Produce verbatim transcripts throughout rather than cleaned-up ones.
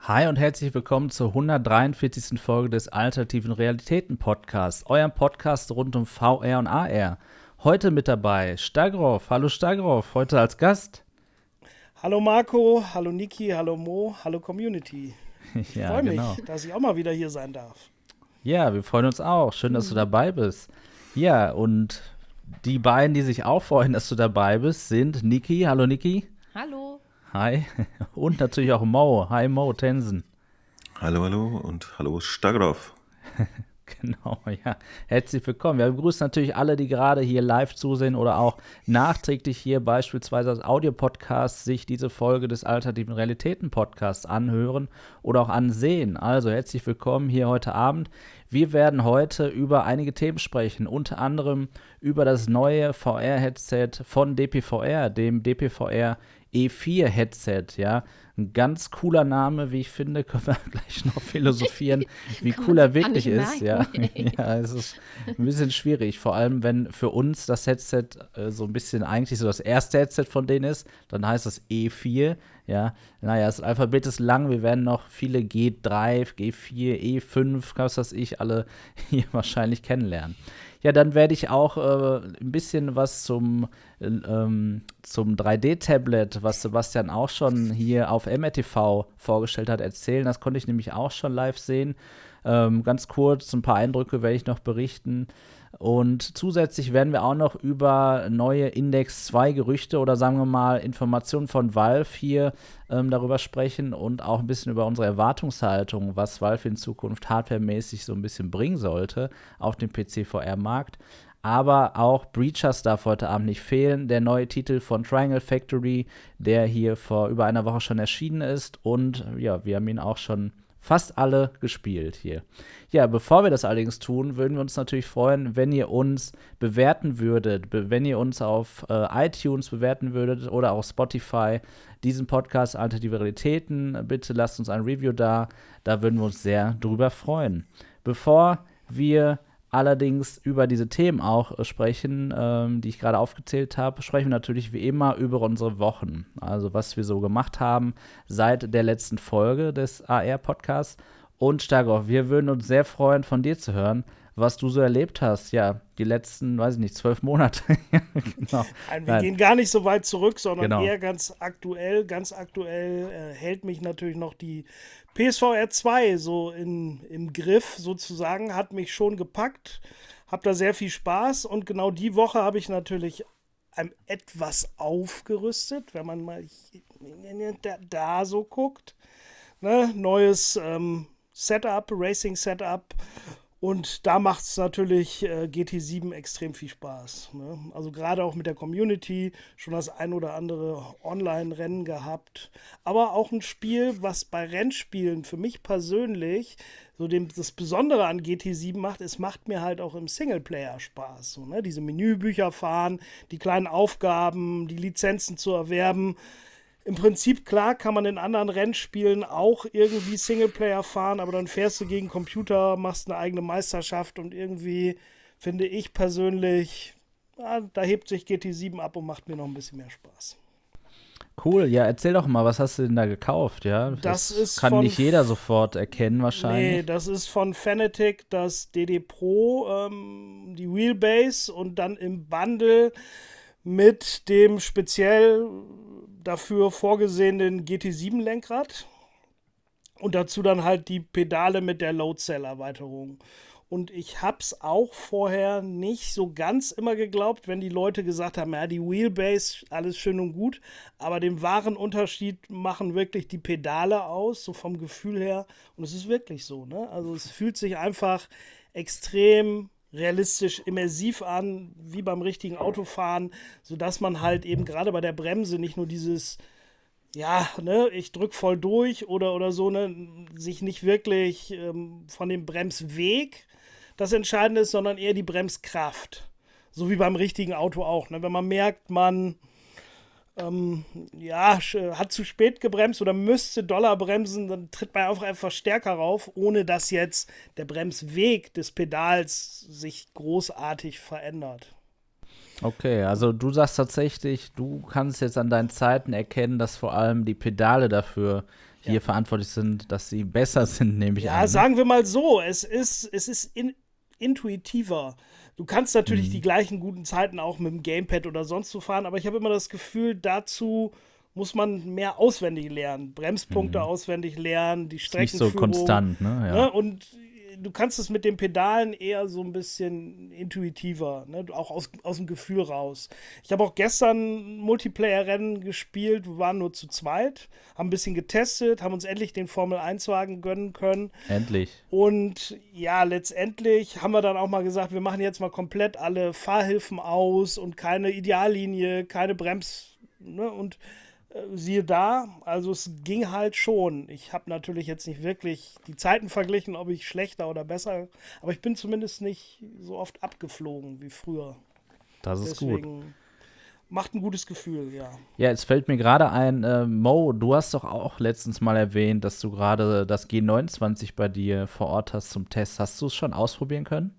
Hi und herzlich willkommen zur hundertdreiundvierzigsten Folge des Alternativen Realitäten Podcasts, eurem Podcast rund um V R und A R. Heute mit dabei Stagroff. Hallo Stagroff, heute als Gast. Hallo Marco, hallo Niki, hallo Mo, hallo Community. Ich ja, freue mich, genau. dass ich auch mal wieder hier sein darf. Ja, wir freuen uns auch. Schön, dass du dabei bist. Ja, und die beiden, die sich auch freuen, dass du dabei bist, sind Niki. Hallo Niki. Hallo. Hi. Und natürlich auch Mo. Hi Mo Tensen. Hallo, hallo und hallo Stagroff. Genau, ja. Herzlich willkommen. Wir begrüßen natürlich alle, die gerade hier live zusehen oder auch nachträglich hier beispielsweise als Audiopodcast sich diese Folge des Alternativen Realitäten Podcasts anhören oder auch ansehen. Also herzlich willkommen hier heute Abend. Wir werden heute über einige Themen sprechen, unter anderem über das neue V R-Headset von D P V R, dem D P V R E vier Headset, ja. Ein ganz cooler Name, wie ich finde, können wir gleich noch philosophieren, wie cool er wirklich ist. Ja. ja, es ist ein bisschen schwierig, vor allem wenn für uns das Headset äh, so ein bisschen eigentlich so das erste Headset von denen ist, dann heißt das E vier. Ja, naja, das Alphabet ist lang, wir werden noch viele G drei, G vier, E fünf, was weiß ich, alle hier wahrscheinlich kennenlernen. Ja, dann werde ich auch äh, ein bisschen was zum, ähm, zum drei D-Tablet, was Sebastian auch schon hier auf M R T V vorgestellt hat, erzählen. Das konnte ich nämlich auch schon live sehen. Ähm, ganz kurz, ein paar Eindrücke werde ich noch berichten. Und zusätzlich werden wir auch noch über neue Index zwei Gerüchte oder sagen wir mal Informationen von Valve hier ähm, darüber sprechen und auch ein bisschen über unsere Erwartungshaltung, was Valve in Zukunft hardwaremäßig so ein bisschen bringen sollte auf dem P C V R-Markt. Aber auch Breachers darf heute Abend nicht fehlen, der neue Titel von Triangle Factory, der hier vor über einer Woche schon erschienen ist. Und ja, wir haben ihn auch schon fast alle gespielt hier. Ja, bevor wir das allerdings tun, würden wir uns natürlich freuen, wenn ihr uns bewerten würdet, be- wenn ihr uns auf äh, iTunes bewerten würdet oder auf Spotify, diesen Podcast Alternative Realitäten. Bitte lasst uns ein Review da, da würden wir uns sehr drüber freuen. Bevor wir allerdings über diese Themen auch äh, sprechen, ähm, die ich gerade aufgezählt habe, sprechen wir natürlich wie immer über unsere Wochen. Also was wir so gemacht haben seit der letzten Folge des A R-Podcasts. Und Stagroff, wir würden uns sehr freuen, von dir zu hören, was du so erlebt hast. Ja, die letzten, weiß ich nicht, zwölf Monate. genau. Nein, wir Nein. gehen gar nicht so weit zurück, sondern genau. eher ganz aktuell. Ganz aktuell äh, hält mich natürlich noch die P S V R zwei so in, im Griff sozusagen, hat mich schon gepackt, habe da sehr viel Spaß und genau die Woche habe ich natürlich ähm, etwas aufgerüstet, wenn man mal da, da so guckt. Ne? Neues ähm, Setup, Racing-Setup. Und da macht es natürlich äh, G T sieben extrem viel Spaß. Ne? Also gerade auch mit der Community schon das ein oder andere Online-Rennen gehabt. Aber auch ein Spiel, was bei Rennspielen für mich persönlich so dem, das Besondere an G T sieben macht, es macht mir halt auch im Singleplayer Spaß. So, ne? Diese Menübücher fahren, die kleinen Aufgaben, die Lizenzen zu erwerben. Im Prinzip, klar, kann man in anderen Rennspielen auch irgendwie Singleplayer fahren, aber dann fährst du gegen Computer, machst eine eigene Meisterschaft und irgendwie finde ich persönlich, ja, da hebt sich G T sieben ab und macht mir noch ein bisschen mehr Spaß. Cool, ja, erzähl doch mal, was hast du denn da gekauft, ja? Das, das ist kann von, nicht jeder sofort erkennen wahrscheinlich. Nee, das ist von Fanatec, das D D Pro, ähm, die Wheelbase und dann im Bundle mit dem speziell dafür vorgesehenen G T sieben Lenkrad und dazu dann halt die Pedale mit der Load Cell Erweiterung. Und ich hab's auch vorher nicht so ganz immer geglaubt, wenn die Leute gesagt haben, ja, die Wheelbase, alles schön und gut, aber den wahren Unterschied machen wirklich die Pedale aus, so vom Gefühl her. Und es ist wirklich so, ne? Also es fühlt sich einfach extrem realistisch, immersiv an, wie beim richtigen Autofahren, sodass man halt eben gerade bei der Bremse nicht nur dieses, ja, ne, ich drück voll durch oder, oder so, ne, sich nicht wirklich ähm, von dem Bremsweg das Entscheidende ist, sondern eher die Bremskraft. So wie beim richtigen Auto auch, ne? Wenn man merkt, man ähm, ja, hat zu spät gebremst oder müsste doller bremsen, dann tritt man auch einfach stärker rauf, ohne dass jetzt der Bremsweg des Pedals sich großartig verändert. Okay, also du sagst tatsächlich, du kannst jetzt an deinen Zeiten erkennen, dass vor allem die Pedale dafür die ja. verantwortlich sind, dass sie besser sind, nehme ich ja, an. Ja, sagen wir mal so, es ist, es ist in, intuitiver. Du kannst natürlich mhm. die gleichen guten Zeiten auch mit dem Gamepad oder sonst so fahren, aber ich habe immer das Gefühl, dazu muss man mehr auswendig lernen. Bremspunkte mhm. auswendig lernen, die Streckenführung. Nicht so konstant, ne? Ja. ne? Und du kannst es mit den Pedalen eher so ein bisschen intuitiver, ne? Auch aus, aus dem Gefühl raus. Ich habe auch gestern Multiplayer-Rennen gespielt, wir waren nur zu zweit, haben ein bisschen getestet, haben uns endlich den Formel eins Wagen gönnen können. Endlich. Und ja, letztendlich haben wir dann auch mal gesagt, wir machen jetzt mal komplett alle Fahrhilfen aus und keine Ideallinie, keine Brems, ne? Und siehe da, also es ging halt schon. Ich habe natürlich jetzt nicht wirklich die Zeiten verglichen, ob ich schlechter oder besser, aber ich bin zumindest nicht so oft abgeflogen wie früher. Das ist Deswegen gut. Macht ein gutes Gefühl, ja. Ja, jetzt fällt mir gerade ein, äh, Mo, du hast doch auch letztens mal erwähnt, dass du gerade das G neunundzwanzig bei dir vor Ort hast zum Test. Hast du es schon ausprobieren können?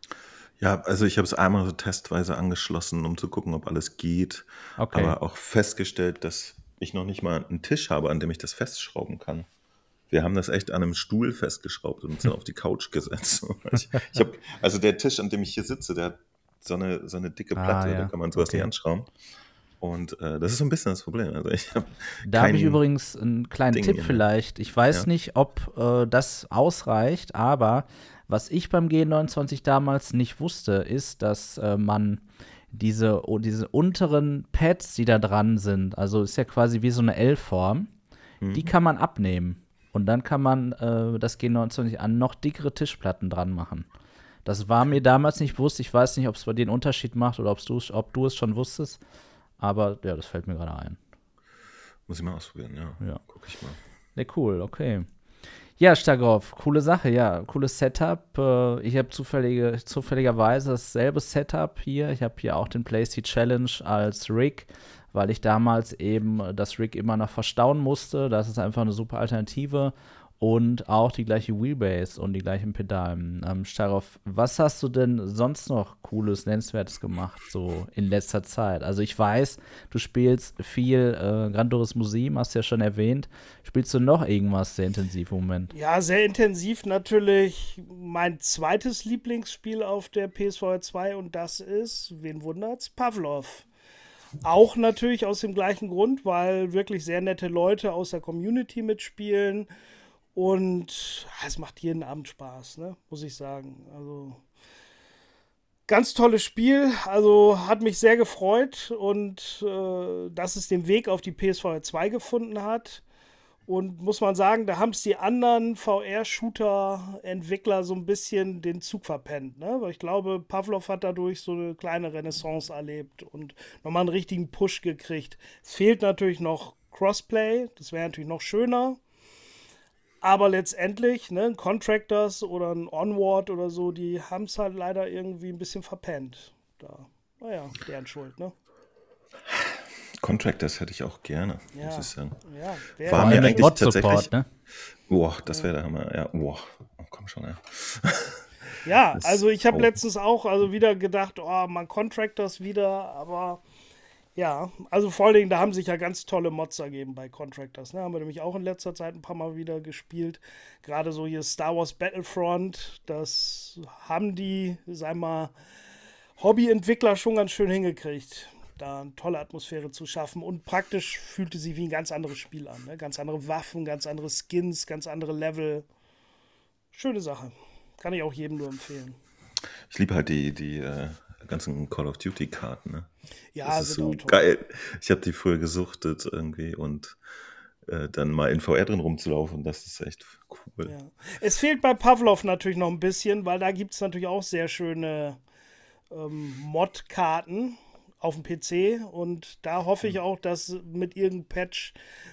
Ja, also ich habe es einmal so testweise angeschlossen, um zu gucken, ob alles geht. Okay. Aber auch festgestellt, dass ich noch nicht mal einen Tisch habe, an dem ich das festschrauben kann. Wir haben das echt an einem Stuhl festgeschraubt und sind auf die Couch gesetzt. Ich, ich hab, also der Tisch, an dem ich hier sitze, der hat so eine, so eine dicke Platte, Ah, ja. da kann man sowas Okay. nicht anschrauben. Und äh, das ist so ein bisschen das Problem. Also ich hab Da habe ich kein übrigens einen kleinen Ding Tipp hier. vielleicht. Ich weiß Ja. nicht, ob äh, das ausreicht, aber was ich beim G neunundzwanzig damals nicht wusste, ist, dass äh, man diese, oh, diese unteren Pads, die da dran sind, also ist ja quasi wie so eine L-Form, Mhm. die kann man abnehmen. Und dann kann man äh, das G neunundzwanzig an noch dickere Tischplatten dran machen. Das war mir damals nicht bewusst. Ich weiß nicht, ob es bei dir einen Unterschied macht oder ob's du, ob du es schon wusstest. Aber ja, das fällt mir gerade ein. Muss ich mal ausprobieren, ja. Ja. Guck ich mal. Ne, cool, okay. Ja, Stagroff, coole Sache, ja, cooles Setup. Äh, Ich habe zufällige, zufälligerweise dasselbe Setup hier. Ich habe hier auch den PlayStation Challenge als Rig, weil ich damals eben das Rig immer noch verstauen musste. Das ist einfach eine super Alternative. Und auch die gleiche Wheelbase und die gleichen Pedalen. Ähm, Staroff, was hast du denn sonst noch Cooles, Nennenswertes gemacht, so in letzter Zeit? Also ich weiß, du spielst viel äh, Gran Turismo sieben, hast du ja schon erwähnt. Spielst du noch irgendwas sehr intensiv im Moment? Ja, sehr intensiv natürlich mein zweites Lieblingsspiel auf der P S V R zwei und das ist, wen wundert's, Pavlov. Auch natürlich aus dem gleichen Grund, weil wirklich sehr nette Leute aus der Community mitspielen und ah, es macht jeden Abend Spaß, ne? Muss ich sagen. Also ganz tolles Spiel, also hat mich sehr gefreut und äh, dass es den Weg auf die P S V R zwei gefunden hat. Und muss man sagen, da haben es die anderen V R-Shooter-Entwickler so ein bisschen den Zug verpennt. Ne? Weil ich glaube, Pavlov hat dadurch so eine kleine Renaissance erlebt und nochmal einen richtigen Push gekriegt. Es fehlt natürlich noch Crossplay, das wäre natürlich noch schöner. Aber letztendlich, ne, ein Contractors oder ein Onward oder so, die haben es halt leider irgendwie ein bisschen verpennt. Da, naja, deren Schuld, ne? Contractors hätte ich auch gerne, Ja. muss ich sagen. Ja, War Vor mir allem mit eigentlich Mod-Support, tatsächlich- ne? Boah, das wäre der Hammer. Ja, boah. Oh, komm schon, ja. Ja, Das- also ich habe oh. letztens auch also wieder gedacht, oh, man Contractors wieder, aber ja, also vor allen Dingen, da haben sich ja ganz tolle Mods ergeben bei Contractors. Ne? Haben wir nämlich auch in letzter Zeit ein paar Mal wieder gespielt. Gerade so hier Star Wars Battlefront, das haben die, sag mal, Hobbyentwickler schon ganz schön hingekriegt, da eine tolle Atmosphäre zu schaffen. Und praktisch fühlte sich wie ein ganz anderes Spiel an. Ne? Ganz andere Waffen, ganz andere Skins, ganz andere Level. Schöne Sache. Kann ich auch jedem nur empfehlen. Ich liebe halt die, die äh, ganzen Call of Duty-Karten. Ne? Ja, Das ist sind so auch toll. geil. Ich habe die früher gesuchtet irgendwie und äh, dann mal in V R drin rumzulaufen, das ist echt cool. Ja. Es fehlt bei Pavlov natürlich noch ein bisschen, weil da gibt es natürlich auch sehr schöne ähm, Mod-Karten auf dem P C und da hoffe ich auch, dass mit irgendeinem Patch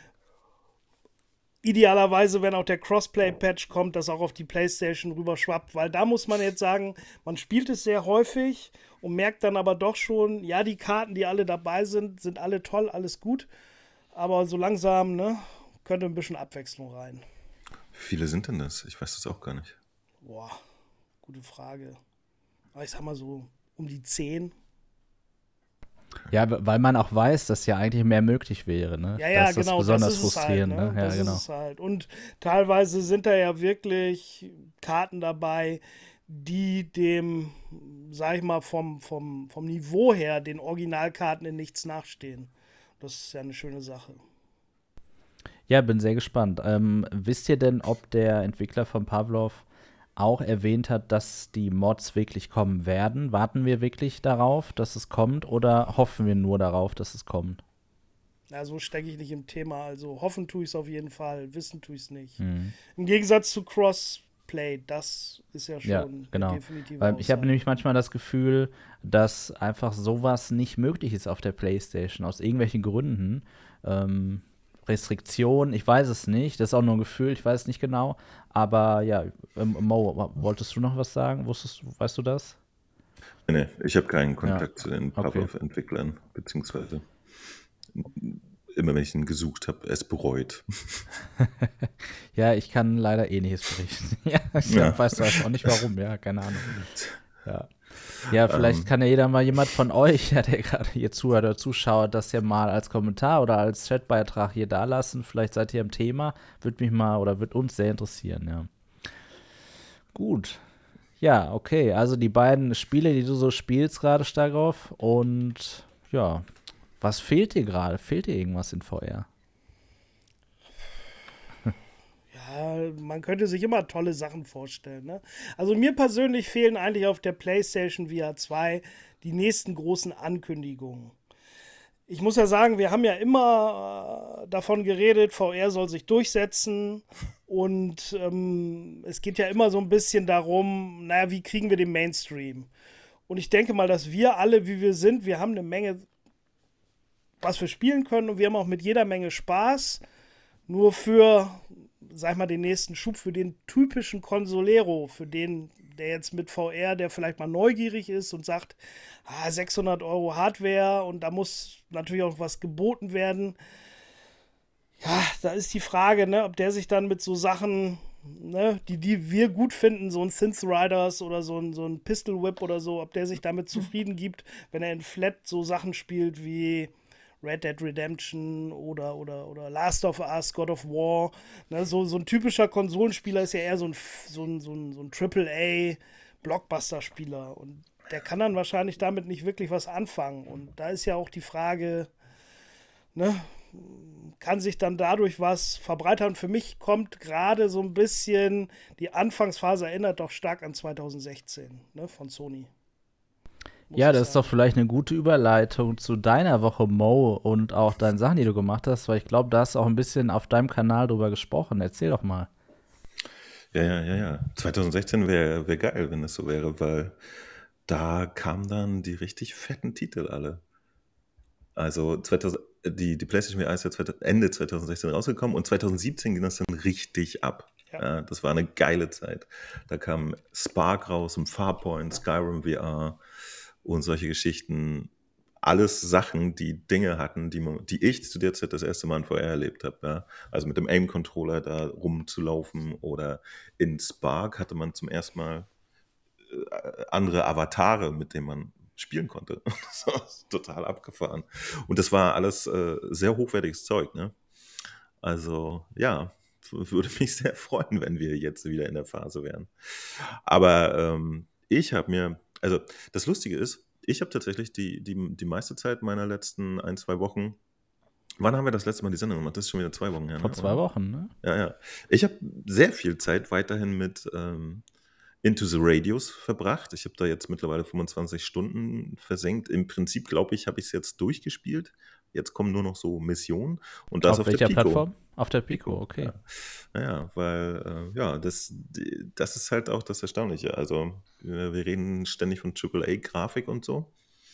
idealerweise, wenn auch der Crossplay-Patch kommt, das auch auf die PlayStation rüberschwappt, weil da muss man jetzt sagen, man spielt es sehr häufig und merkt dann aber doch schon, ja, die Karten, die alle dabei sind, sind alle toll, alles gut, aber so langsam, ne, könnte ein bisschen Abwechslung rein. Wie viele sind denn das? Ich weiß das auch gar nicht. Boah, gute Frage. Aber ich sag mal so um die zehn. Ja, weil man auch weiß, dass ja eigentlich mehr möglich wäre, ne? Ja, ja, Das ist genau, besonders das ist es halt, frustrierend, ne? ne? Ja, Das genau. ist es halt. Und teilweise sind da ja wirklich Karten dabei, die dem, sag ich mal, vom, vom, vom Niveau her den Originalkarten in nichts nachstehen. Das ist ja eine schöne Sache. Ja, bin sehr gespannt. Ähm, wisst ihr denn, ob der Entwickler von Pavlov auch erwähnt hat, dass die Mods wirklich kommen werden? Warten wir wirklich darauf, dass es kommt, oder hoffen wir nur darauf, dass es kommt? Ja, so stecke ich nicht im Thema. Also hoffen tue ich es auf jeden Fall, wissen tue ich es nicht. Mhm. Im Gegensatz zu Crossplay, das ist ja Ja, schon eine genau. definitive Weil ich habe Aussage. nämlich manchmal das Gefühl, dass einfach sowas nicht möglich ist auf der PlayStation, aus irgendwelchen Gründen. Ähm, Restriktionen, ich weiß es nicht. Das ist auch nur ein Gefühl, ich weiß es nicht genau. Aber ja, ähm, Mo, wolltest du noch was sagen? Wusstest, weißt du das? Nee, ich habe keinen Ja, Kontakt zu den okay. Pavlov-Entwicklern, beziehungsweise immer wenn ich ihn gesucht habe, es bereut. Ja, ich kann leider Ähnliches berichten. Ja, ich Ja. weiß auch nicht warum, ja, keine Ahnung. Ja. Ja, vielleicht Ähm, kann ja jeder mal jemand von euch, ja, der gerade hier zuhört oder zuschaut, das ja mal als Kommentar oder als Chatbeitrag hier da lassen. Vielleicht seid ihr im Thema. Würde mich mal oder würde uns sehr interessieren, ja. Gut. Ja, okay. Also die beiden Spiele, die du so spielst gerade, Starkov. Und ja, was fehlt dir gerade? Fehlt dir irgendwas in V R? Ja, man könnte sich immer tolle Sachen vorstellen. Ne? Also mir persönlich fehlen eigentlich auf der PlayStation V R zwei die nächsten großen Ankündigungen. Ich muss ja sagen, wir haben ja immer äh, davon geredet, V R soll sich durchsetzen und ähm, es geht ja immer so ein bisschen darum, naja, wie kriegen wir den Mainstream? Und ich denke mal, dass wir alle, wie wir sind, wir haben eine Menge, was wir spielen können und wir haben auch mit jeder Menge Spaß. Nur für, sag ich mal, den nächsten Schub, für den typischen Consolero, für den, der jetzt mit V R, der vielleicht mal neugierig ist und sagt, ah, sechshundert Euro Hardware und da muss natürlich auch was geboten werden. Ja, da ist die Frage, ne, ob der sich dann mit so Sachen, ne, die, die wir gut finden, so ein Synth Riders oder so ein, so ein Pistol Whip oder so, ob der sich damit zufrieden gibt, wenn er in Flat so Sachen spielt wie Red Dead Redemption oder, oder, oder Last of Us, God of War. Ne, so, so ein typischer Konsolenspieler ist ja eher so ein, so ein, so ein, so ein Triple A Blockbuster-Spieler. Und der kann dann wahrscheinlich damit nicht wirklich was anfangen. Und da ist ja auch die Frage, ne, kann sich dann dadurch was verbreitern. Und für mich kommt gerade so ein bisschen, die Anfangsphase erinnert doch stark an zwanzig sechzehn, ne, von Sony. Muss Ja, ich das ist doch sagen. vielleicht eine gute Überleitung zu deiner Woche, Mo, und auch deinen Sachen, die du gemacht hast, weil ich glaube, da hast du auch ein bisschen auf deinem Kanal drüber gesprochen. Erzähl doch mal. ja, ja, ja, ja. zwanzig sechzehn wäre wär geil, wenn es so wäre, weil da kamen dann die richtig fetten Titel alle. Also zweitausend, die, die PlayStation V R ist ja zweitausend, Ende zwanzig sechzehn rausgekommen und zwanzig siebzehn ging das dann richtig ab. Ja. Ja, das war eine geile Zeit. Da kam Spark raus und Farpoint, Skyrim V R und solche Geschichten. Alles Sachen, die Dinge hatten, die, man, die ich zu der Zeit das erste Mal in V R erlebt habe. Ja. Also mit dem Aim-Controller da rumzulaufen oder in Spark hatte man zum ersten Mal äh, andere Avatare, mit denen man spielen konnte. Das war total abgefahren. Und das war alles äh, sehr hochwertiges Zeug. Ne? Also ja, w- würde mich sehr freuen, wenn wir jetzt wieder in der Phase wären. Aber ähm, ich habe mir, also das Lustige ist, ich habe tatsächlich die, die, die meiste Zeit meiner letzten ein, zwei Wochen, wann haben wir das letzte Mal die Sendung gemacht? Das ist schon wieder zwei Wochen her, Vor ne? zwei Oder? Wochen, ne? Ja, ja. Ich habe sehr viel Zeit weiterhin mit ähm, Into the Radios verbracht. Ich habe da jetzt mittlerweile fünfundzwanzig Stunden versenkt. Im Prinzip, glaube ich, habe ich es jetzt durchgespielt. Jetzt kommen nur noch so Missionen und das Auf auf der welcher Pico. Plattform? Auf der Pico, Pico, okay. ja. Naja, weil, äh, ja, das, die- das ist halt auch das Erstaunliche. Also, wir, wir reden ständig von Triple A-Grafik und so.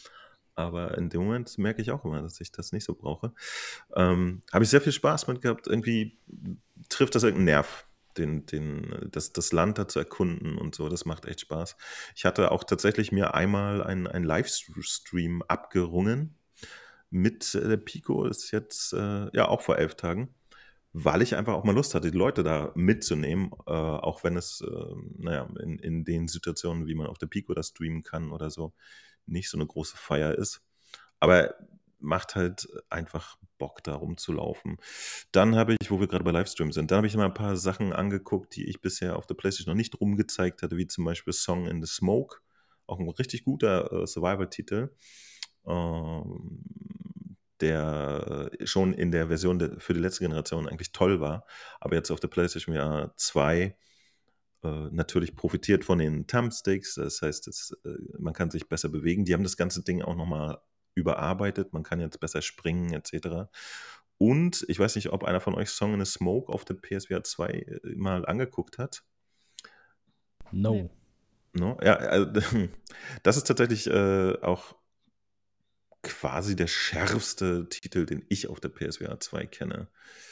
Aber in dem Moment merke ich auch immer, dass ich das nicht so brauche. Ähm, habe ich sehr viel Spaß mit gehabt. Irgendwie trifft das irgendeinen Nerv, den, den, das, das Land da zu erkunden und so. Das macht echt Spaß. Ich hatte auch tatsächlich mir einmal einen, einen Livestream abgerungen mit äh, der Pico. Das ist jetzt äh, ja auch vor elf Tagen, weil ich einfach auch mal Lust hatte, die Leute da mitzunehmen, äh, auch wenn es, äh, naja, in, in den Situationen, wie man auf der Pico das streamen kann oder so, nicht so eine große Feier ist. aber macht halt einfach Bock, da rumzulaufen. Dann habe ich, wo wir gerade bei Livestream sind, dann habe ich mal ein paar Sachen angeguckt, die ich bisher auf der PlayStation noch nicht rumgezeigt hatte, wie zum Beispiel Song in the Smoke, auch ein richtig guter äh, Survival-Titel, ähm, der äh, schon in der Version der, für die letzte Generation eigentlich toll war, aber jetzt auf der PlayStation V R zwei äh, natürlich profitiert von den Thumbsticks, das heißt, es, äh, man kann sich besser bewegen. Die haben das ganze Ding auch nochmal überarbeitet, man kann jetzt besser springen et cetera. Und ich weiß nicht, ob einer von euch Song in a Smoke auf der P S V R zwei äh, mal angeguckt hat. No. No? Ja, also, das ist tatsächlich äh, auch quasi der schärfste Titel, den ich auf der P S V R zwei kenne.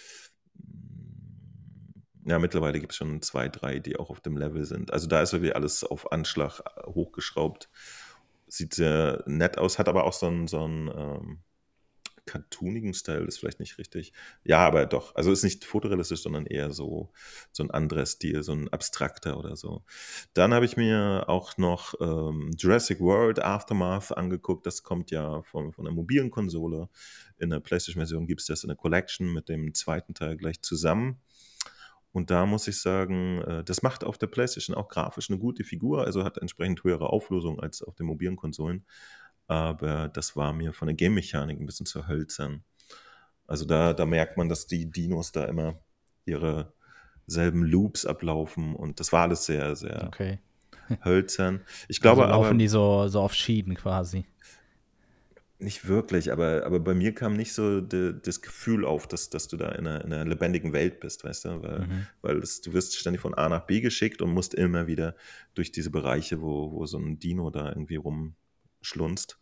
Ja, mittlerweile gibt es schon zwei, drei, die auch auf dem Level sind. Also da ist wirklich alles auf Anschlag äh, hochgeschraubt. Sieht sehr nett aus, hat aber auch so einen, so einen ähm, cartoonigen Style, ist vielleicht nicht richtig. Ja, aber doch. Also ist nicht fotorealistisch, sondern eher so, so ein anderer Stil, so ein abstrakter oder so. Dann habe ich mir auch noch ähm, Jurassic World Aftermath angeguckt. Das kommt ja von, von der mobilen Konsole. In der PlayStation-Version gibt es das in der Collection mit dem zweiten Teil gleich zusammen. Und da muss ich sagen, äh, das macht auf der PlayStation auch grafisch eine gute Figur, also hat entsprechend höhere Auflösung als auf den mobilen Konsolen. Aber das war mir von der Game-Mechanik ein bisschen zu hölzern. Also da, da merkt man, dass die Dinos da immer ihre selben Loops ablaufen und das war alles sehr, sehr Okay. hölzern. Ich glaube Also laufen aber die so, so auf Schienen quasi. nicht wirklich, aber, aber bei mir kam nicht so de, das Gefühl auf, dass, dass du da in einer, in einer lebendigen Welt bist, weißt du? Weil, Mhm. weil es, du wirst ständig von A nach B geschickt und musst immer wieder durch diese Bereiche, wo, wo so ein Dino da irgendwie rumschlunzt.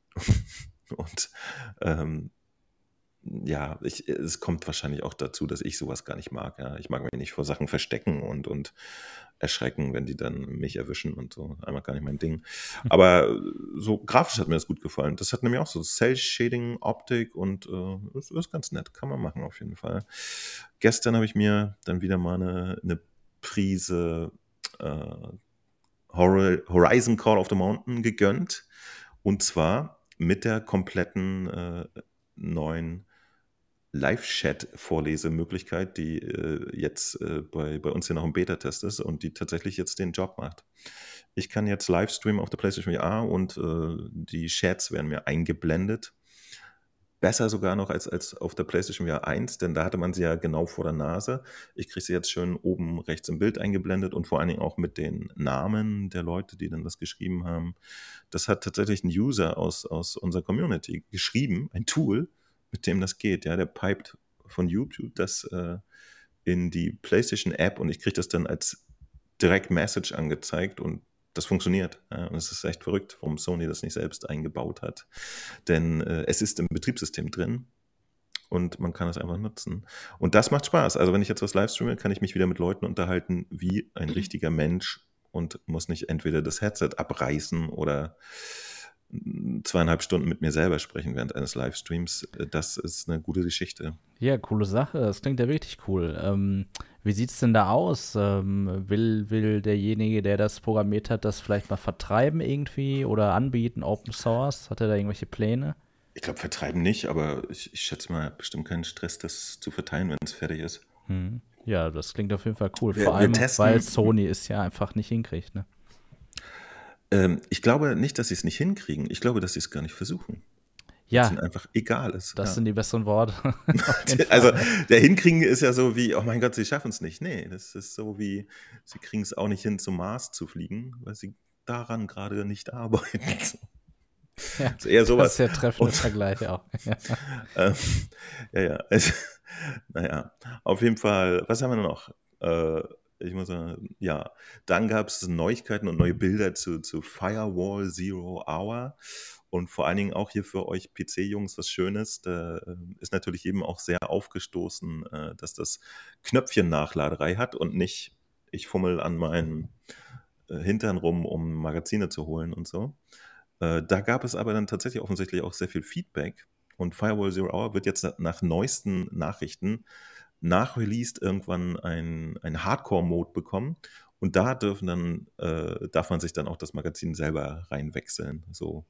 Und ähm, ja, ich, es kommt wahrscheinlich auch dazu, dass ich sowas gar nicht mag. Ja. Ich mag mich nicht vor Sachen verstecken und, und erschrecken, wenn die dann mich erwischen und so. Einmal gar nicht mein Ding. Aber so grafisch hat mir das gut gefallen. Das hat nämlich auch so Cell-Shading-Optik und äh, ist, ist ganz nett. Kann man machen auf jeden Fall. Gestern habe ich mir dann wieder mal eine, eine Prise äh, Horizon Call of the Mountain gegönnt. Und zwar mit der kompletten äh, neuen Live-Chat-Vorlesemöglichkeit, die äh, jetzt äh, bei, bei uns hier noch im Beta-Test ist und die tatsächlich jetzt den Job macht. Ich kann jetzt Livestreamen auf der PlayStation V R und äh, die Chats werden mir eingeblendet. Besser sogar noch als, als auf der PlayStation V R eins, denn da hatte man sie ja genau vor der Nase. Ich kriege sie jetzt schön oben rechts im Bild eingeblendet und vor allen Dingen auch mit den Namen der Leute, die dann das geschrieben haben. Das hat tatsächlich ein User aus, aus unserer Community geschrieben, ein Tool, mit dem das geht. Ja, der pipet von YouTube das äh, in die PlayStation-App und ich kriege das dann als Direct Message angezeigt und das funktioniert. Ja, und es ist echt verrückt, warum Sony das nicht selbst eingebaut hat. Denn äh, es ist im Betriebssystem drin und man kann es einfach nutzen. Und das macht Spaß. Also wenn ich jetzt was livestreame, kann ich mich wieder mit Leuten unterhalten wie ein richtiger Mensch und muss nicht entweder das Headset abreißen oder zweieinhalb Stunden mit mir selber sprechen während eines Livestreams. Das ist eine gute Geschichte. Ja, coole Sache. Das klingt ja richtig cool. Ähm, wie sieht es denn da aus? Ähm, will, will derjenige, der das programmiert hat, das vielleicht mal vertreiben irgendwie oder anbieten, Open Source? Hat er da irgendwelche Pläne? Ich glaube, vertreiben nicht, aber ich, ich schätze mal, bestimmt keinen Stress, das zu verteilen, wenn es fertig ist. Hm. Ja, das klingt auf jeden Fall cool. Wir- Vor wir allem, testen- weil Sony es ja einfach nicht hinkriegt, ne? Ähm, ich glaube nicht, dass sie es nicht hinkriegen. Ich glaube, dass sie es gar nicht versuchen. Ja, Es ihnen einfach egal ist. das ja. sind die besseren Worte. Auf jeden Fall. Also der Hinkriegen ist ja so wie, oh mein Gott, sie schaffen es nicht. Nee, das ist so wie, sie kriegen es auch nicht hin, zum Mars zu fliegen, weil sie daran gerade nicht arbeiten. Ja, ist eher das sowas. ist der treffende Und- Vergleich auch. Ja. Ähm, ja, ja. Es, naja, auf jeden Fall, was haben wir noch? Äh, ich muss sagen, ja, dann gab es Neuigkeiten und neue Bilder zu, zu Firewall Zero Hour. Und vor allen Dingen auch hier für euch P C-Jungs was Schönes. Da äh, ist natürlich jedem auch sehr aufgestoßen, äh, dass das Knöpfchen-Nachladerei hat und nicht, ich fummel an meinen äh, Hintern rum, um Magazine zu holen und so. Äh, da gab es aber dann tatsächlich offensichtlich auch sehr viel Feedback. Und Firewall Zero Hour wird jetzt nach neuesten Nachrichten nach Release irgendwann ein, ein Hardcore-Mode bekommen. Und da dürfen dann, äh, darf man sich dann auch das Magazin selber reinwechseln. So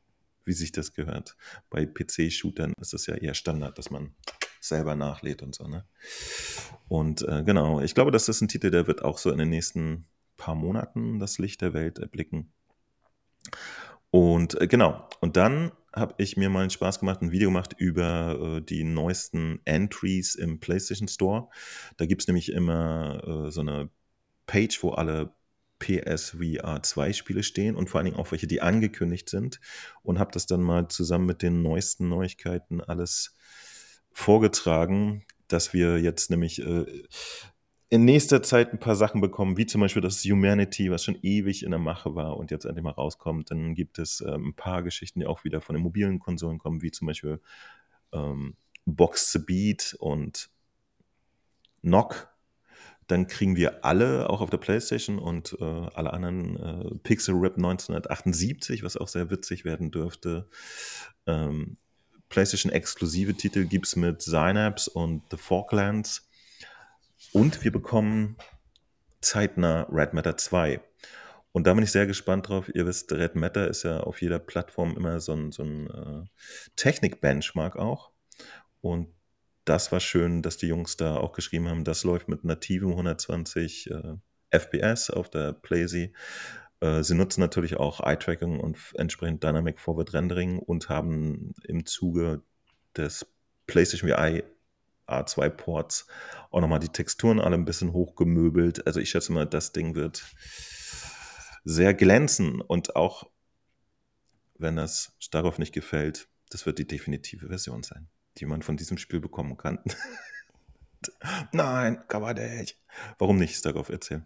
wie sich das gehört. Bei P C-Shootern ist es ja eher Standard, dass man selber nachlädt und so, ne? Und äh, genau, ich glaube, das ist ein Titel, der wird auch so in den nächsten paar Monaten das Licht der Welt erblicken. Und äh, genau, und dann habe ich mir mal einen Spaß gemacht, ein Video gemacht über äh, die neuesten Entries im PlayStation Store. Da gibt es nämlich immer äh, so eine Page, wo alle P S V R zwei Spiele stehen und vor allen Dingen auch welche, die angekündigt sind. Und habe das dann mal zusammen mit den neuesten Neuigkeiten alles vorgetragen, dass wir jetzt nämlich äh, in nächster Zeit ein paar Sachen bekommen, wie zum Beispiel das Humanity, was schon ewig in der Mache war und jetzt endlich mal rauskommt. Dann gibt es ähm, ein paar Geschichten, die auch wieder von den mobilen Konsolen kommen, wie zum Beispiel ähm, Box the Beat und Knock. Dann kriegen wir alle, auch auf der PlayStation und äh, alle anderen, äh, Pixel Rip neunzehnhundertachtundsiebzig, was auch sehr witzig werden dürfte. Ähm, PlayStation-exklusive Titel gibt es mit Synapse und The Falklands. Und wir bekommen zeitnah Red Matter zwei. Und da bin ich sehr gespannt drauf. Ihr wisst, Red Matter ist ja auf jeder Plattform immer so ein, so ein äh, Technik-Benchmark auch. Und das war schön, dass die Jungs da auch geschrieben haben, das läuft mit nativen hundertzwanzig äh, F P S auf der PlayStation. Äh, sie nutzen natürlich auch Eye-Tracking und f- entsprechend Dynamic Forward Rendering und haben im Zuge des PlayStation V R A zwei Ports auch nochmal die Texturen alle ein bisschen hochgemöbelt. Also ich schätze mal, das Ding wird sehr glänzen und auch wenn das Starov nicht gefällt, das wird die definitive Version sein, die man von diesem Spiel bekommen kann. Nein, kann man nicht. Warum nicht, Starov, erzähl.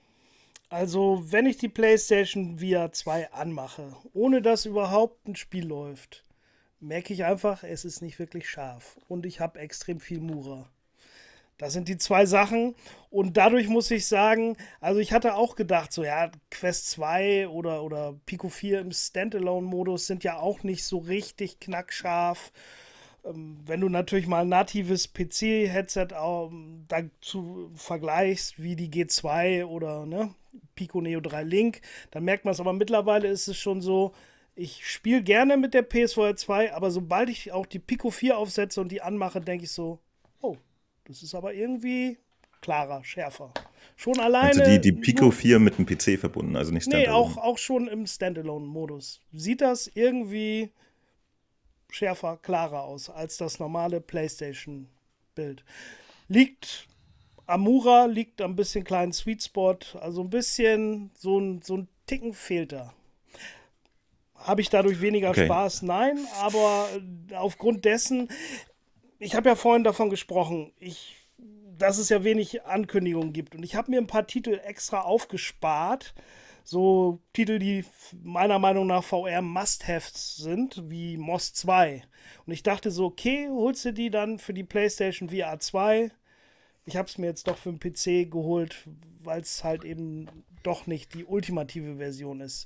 Also, wenn ich die PlayStation V R zwei anmache, ohne dass überhaupt ein Spiel läuft, merke ich einfach, es ist nicht wirklich scharf. Und ich habe extrem viel Mura. Das sind die zwei Sachen. Und dadurch muss ich sagen, also ich hatte auch gedacht, so ja, Quest zwei oder, oder Pico vier im Standalone-Modus sind ja auch nicht so richtig knackscharf. Ähm, wenn du natürlich mal ein natives P C-Headset ähm, dazu vergleichst, wie die G zwei oder ne, Pico Neo drei Link, dann merkt man es. Aber mittlerweile ist es schon so, ich spiele gerne mit der P S V R zwei, aber sobald ich auch die Pico vier aufsetze und die anmache, denke ich so, oh, das ist aber irgendwie klarer, schärfer. Schon Also die, alleine die Pico nur, vier mit dem P C verbunden, also nicht nee, auch, Standalone. auch schon im Standalone-Modus. Sieht das irgendwie schärfer, klarer aus als das normale PlayStation-Bild. Liegt Amura, liegt am bisschen kleinen Sweet Spot, also ein bisschen so ein, so ein Ticken fehlt da. Habe ich dadurch weniger Okay. Spaß? Nein, aber aufgrund dessen, ich habe ja vorhin davon gesprochen, ich, dass es ja wenig Ankündigungen gibt. Und ich habe mir ein paar Titel extra aufgespart. So Titel, die meiner Meinung nach V R-Must-Haves sind, wie Moss zwei. Und ich dachte so, okay, holst du die dann für die PlayStation V R zwei? Ich habe es mir jetzt doch für den P C geholt, weil es halt eben doch nicht die ultimative Version ist.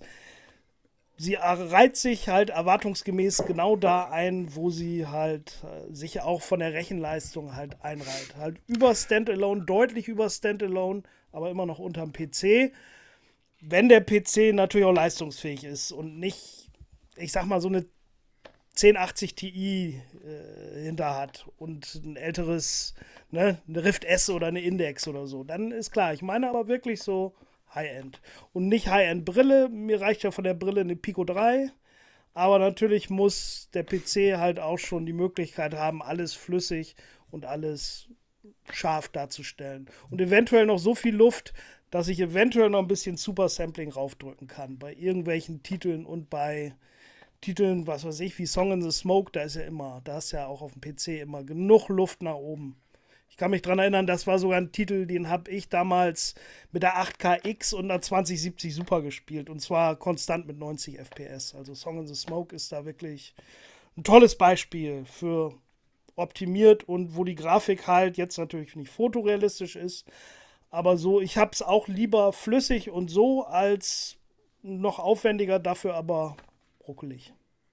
Sie reiht sich halt erwartungsgemäß genau da ein, wo sie halt äh, sich auch von der Rechenleistung halt einreiht. Halt über Standalone, deutlich über Standalone, aber immer noch unterm P C. Wenn der P C natürlich auch leistungsfähig ist und nicht, ich sag mal, so eine zehn achtzig Ti äh, hinter hat und ein älteres, ne, eine Rift S oder eine Index oder so, dann ist klar. Ich meine aber wirklich so High-End. Und nicht High-End-Brille. Mir reicht ja von der Brille eine Pico drei. Aber natürlich muss der P C halt auch schon die Möglichkeit haben, alles flüssig und alles scharf darzustellen. Und eventuell noch so viel Luft, dass ich eventuell noch ein bisschen Super Sampling raufdrücken kann. Bei irgendwelchen Titeln und bei Titeln, was weiß ich, wie Song in the Smoke, da ist ja immer, da ist ja auch auf dem P C immer genug Luft nach oben. Ich kann mich daran erinnern, das war sogar ein Titel, den habe ich damals mit der acht K X und einer zwanzig siebzig Super gespielt. Und zwar konstant mit neunzig F P S. Also Song in the Smoke ist da wirklich ein tolles Beispiel für optimiert und wo die Grafik halt jetzt natürlich nicht fotorealistisch ist. Aber so, ich habe es auch lieber flüssig und so als noch aufwendiger, dafür aber ruckelig.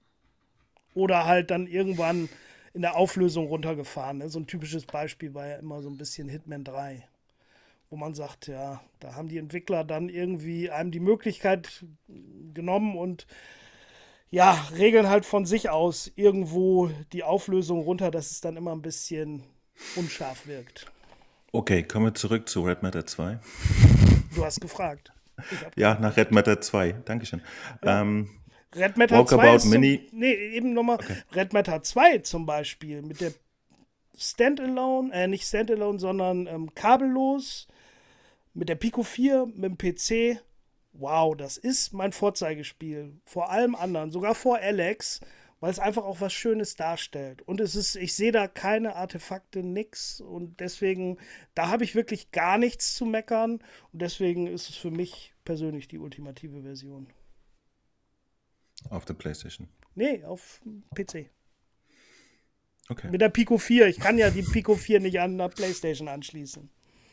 Oder halt dann irgendwann in der Auflösung runtergefahren. Ne? So ein typisches Beispiel war ja immer so ein bisschen Hitman drei. Wo man sagt, ja, da haben die Entwickler dann irgendwie einem die Möglichkeit genommen und ja, regeln halt von sich aus irgendwo die Auflösung runter, dass es dann immer ein bisschen unscharf wirkt. Okay, kommen wir zurück zu Red Matter zwei. Du hast gefragt. Ich hab Ja, nach Red Matter zwei. Dankeschön. Ja. Ähm, Red Matter zwei Walkabout ist zum, Mini. nee, eben nochmal Okay. Red Matter zwei zum Beispiel mit der Standalone, äh, nicht Standalone, sondern ähm, kabellos, mit der Pico vier, mit dem P C. Wow, das ist mein Vorzeigespiel. Vor allem anderen, sogar vor Alex, weil es einfach auch was Schönes darstellt. Und es ist, ich sehe da keine Artefakte, nix. Und deswegen, da habe ich wirklich gar nichts zu meckern. Und deswegen ist es für mich persönlich die ultimative Version. Auf der PlayStation. Nee, auf P C. Okay. Mit der Pico vier. Ich kann ja die Pico vier nicht an der PlayStation anschließen.